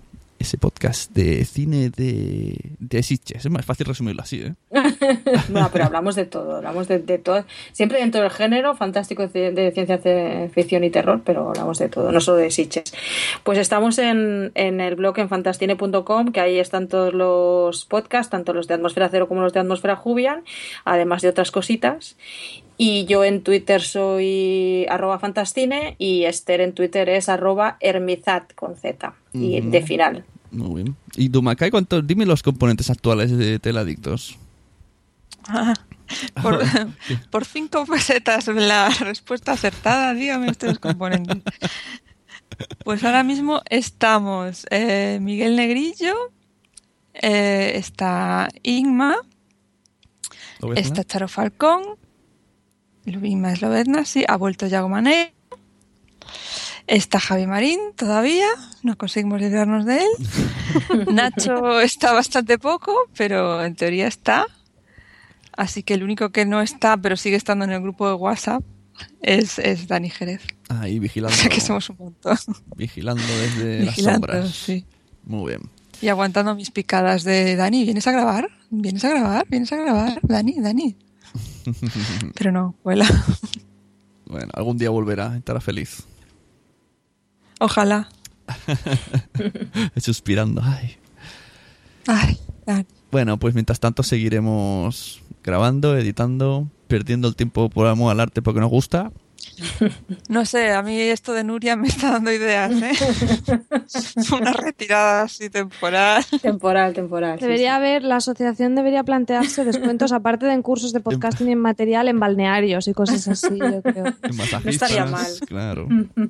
ese podcast de cine de, de Sitges. Es más fácil resumirlo así, ¿eh? No, pero hablamos de todo, hablamos de, de todo. Siempre dentro del género fantástico de ciencia ficción y terror, pero hablamos de todo, no solo de Sitges. Pues estamos en, en el blog en fantastine punto com, que ahí están todos los podcasts, tanto los de Atmósfera Cero como los de Atmósfera Jubian, además de otras cositas. Y yo en Twitter soy arroba fantastine y Esther en Twitter es arroba hermizat con Z y uh-huh. de final. Muy bien. ¿Y Dumacay, cuánto? Dime los componentes actuales de Teladictos. Ah, por, por cinco pesetas la respuesta acertada, dígame usted los componentes. Pues ahora mismo estamos eh, Miguel Negrillo, eh, está Inma, está Charo Falcón, Inma Eslovena, sí, ha vuelto Yago Mané, está Javi Marín todavía, no conseguimos librarnos de él. Nacho está bastante poco, pero en teoría está. Así que el único que no está, pero sigue estando en el grupo de WhatsApp, es, es Dani Jerez. Ahí vigilando. O sea que somos un montón. Vigilando desde vigilando, las sombras. Sí. Muy bien. Y aguantando mis picadas de Dani, ¿vienes a grabar? ¿Vienes a grabar? ¿Vienes a grabar? Dani, Dani. Pero no, vuela. Bueno, algún día volverá, estará feliz. Ojalá. Suspirando. Ay. Ay, Dani. Bueno, pues mientras tanto seguiremos grabando, editando, perdiendo el tiempo por amor al arte porque nos gusta. No sé, a mí esto de Nuria me está dando ideas, ¿eh? Una retirada así temporal. Temporal, temporal. Debería sí, haber, la asociación debería plantearse descuentos, aparte de en cursos de podcasting y en material, en balnearios y cosas así, yo creo. En masajistas, no estaría mal. Claro.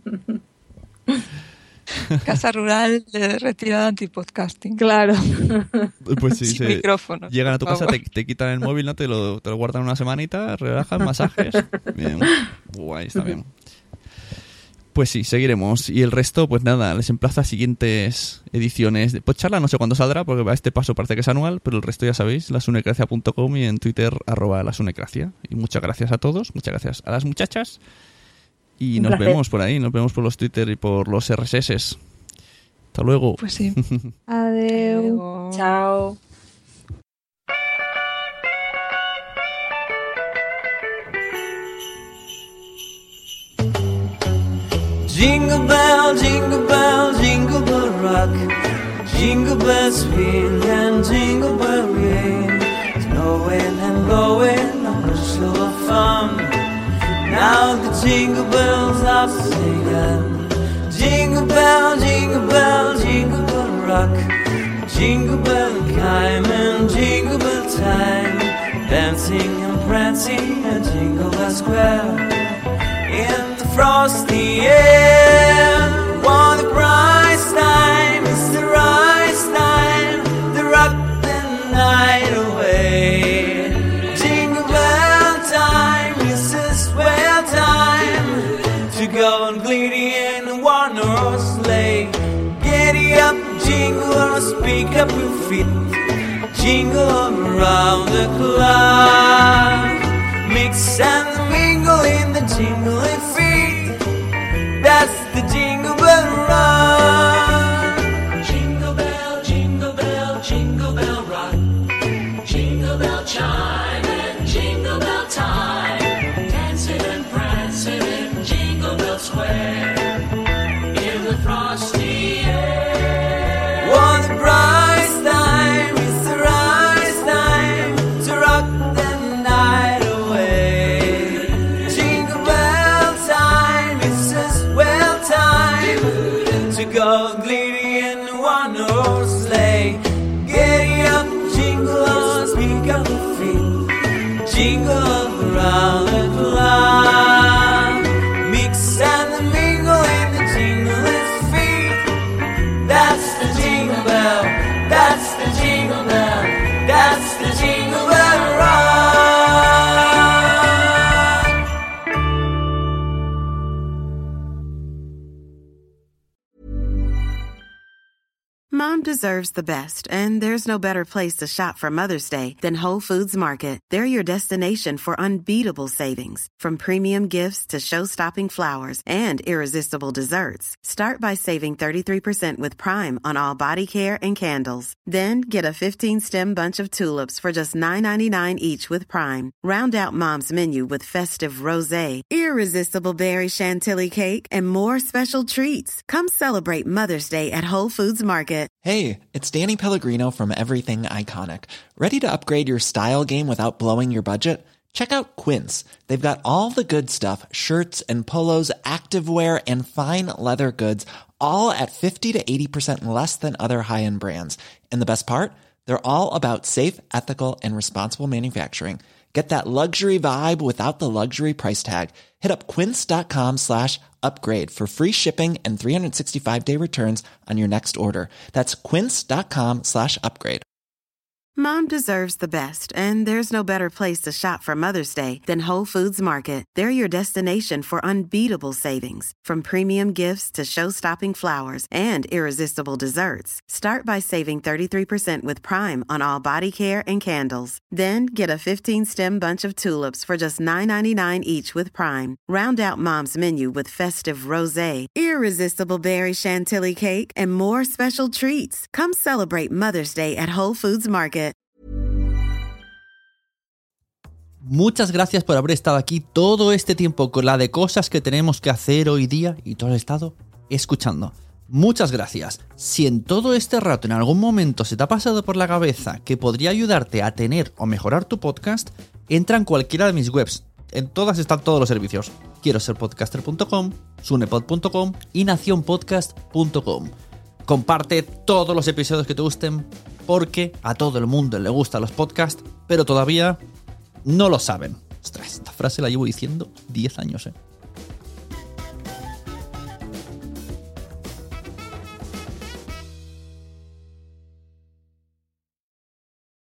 Casa rural de retirada antipodcasting. Claro. Pues sí, Sin se micrófono. Llegan a tu casa, te, te quitan el móvil, ¿no? Te lo, te lo guardan una semanita, relajan, masajes. Bien. Guay, está bien. Pues sí, seguiremos. Y el resto, pues nada, les emplazo a siguientes ediciones de Podcharla. No sé cuándo saldrá, porque a este paso parece que es anual, pero el resto ya sabéis, lasunecracia punto com y en Twitter, arroba lasunecracia. Y muchas gracias a todos, muchas gracias a las muchachas. Y Un nos placer. vemos por ahí, nos vemos por los Twitter y por los erre ese ese. Hasta luego. Pues sí. Adeu. Luego... Chao. Jingle bell, jingle bell, jingle bell rock. Jingle bells swing and jingle bell ring. Snowing and blowing on a show of fun. Now the jingle bells are singing. Jingle bell, jingle bell, jingle bell rock. Jingle bell time and jingle bell time. Dancing and prancing and jingle bell square. In the frosty air, what a prize time, it's the rise time, to rock the night away. Jingle bell time, it's a swell time, to go and gleedy in a one-horse sleigh. Giddy up, jingle, or speak up your feet, jingle around the clock. Mix and mingle in the jingling feet. That's the jingle bell run. Jingle bell, jingle bell, jingle bell rock. Jingle bell chime and jingle bell time. Dancing and prancing in Jingle Bell Square. In the frosty air. What a prize time, it's the rise time, to rock the night away. Jingle bell time, it's a swell time, to go gleedy in one horse sleigh. Giddy up, jingle on, speak up your feet, jingle around the clock. Mix and mingle in the jingling feet. That's the jingle bell, that's the jingle bell, that's the jingle bell rock. Mom deserves the best, and there's no better place to shop for Mother's Day than Whole Foods Market. They're your destination for unbeatable savings, from premium gifts to show-stopping flowers and irresistible desserts. Start by saving thirty-three percent with Prime on all body care and candles. Then get a fifteen-stem bunch of tulips for just nine ninety-nine each with Prime. Round out Mom's menu with festive rosé, irresistible berry chantilly cake, and more special treats. Come celebrate Mother's Day at Whole Foods Market. Hey, it's Danny Pellegrino from Everything Iconic. Ready to upgrade your style game without blowing your budget? Check out Quince. They've got all the good stuff, shirts and polos, activewear, and fine leather goods, all at fifty to eighty percent less than other high-end brands. And the best part? They're all about safe, ethical, and responsible manufacturing. Get that luxury vibe without the luxury price tag. Hit up quince.com slash upgrade for free shipping and three sixty-five day returns on your next order. That's quince.com slash upgrade. Mom deserves the best, and there's no better place to shop for Mother's Day than Whole Foods Market. They're your destination for unbeatable savings, from premium gifts to show-stopping flowers and irresistible desserts. Start by saving thirty-three percent with Prime on all body care and candles. Then get a fifteen-stem bunch of tulips for just nine ninety-nine each with Prime. Round out Mom's menu with festive rosé, irresistible berry chantilly cake, and more special treats. Come celebrate Mother's Day at Whole Foods Market. Muchas gracias por haber estado aquí todo este tiempo con la de cosas que tenemos que hacer hoy día y todo el estado escuchando. Muchas gracias. Si en todo este rato en algún momento se te ha pasado por la cabeza que podría ayudarte a tener o mejorar tu podcast, entra en cualquiera de mis webs. En todas están todos los servicios. quiero ser podcaster punto com, sunepod punto com y nación podcast punto com. Comparte todos los episodios que te gusten porque a todo el mundo le gustan los podcasts, pero todavía no lo saben. Ostras, esta frase la llevo diciendo diez años, ¿eh?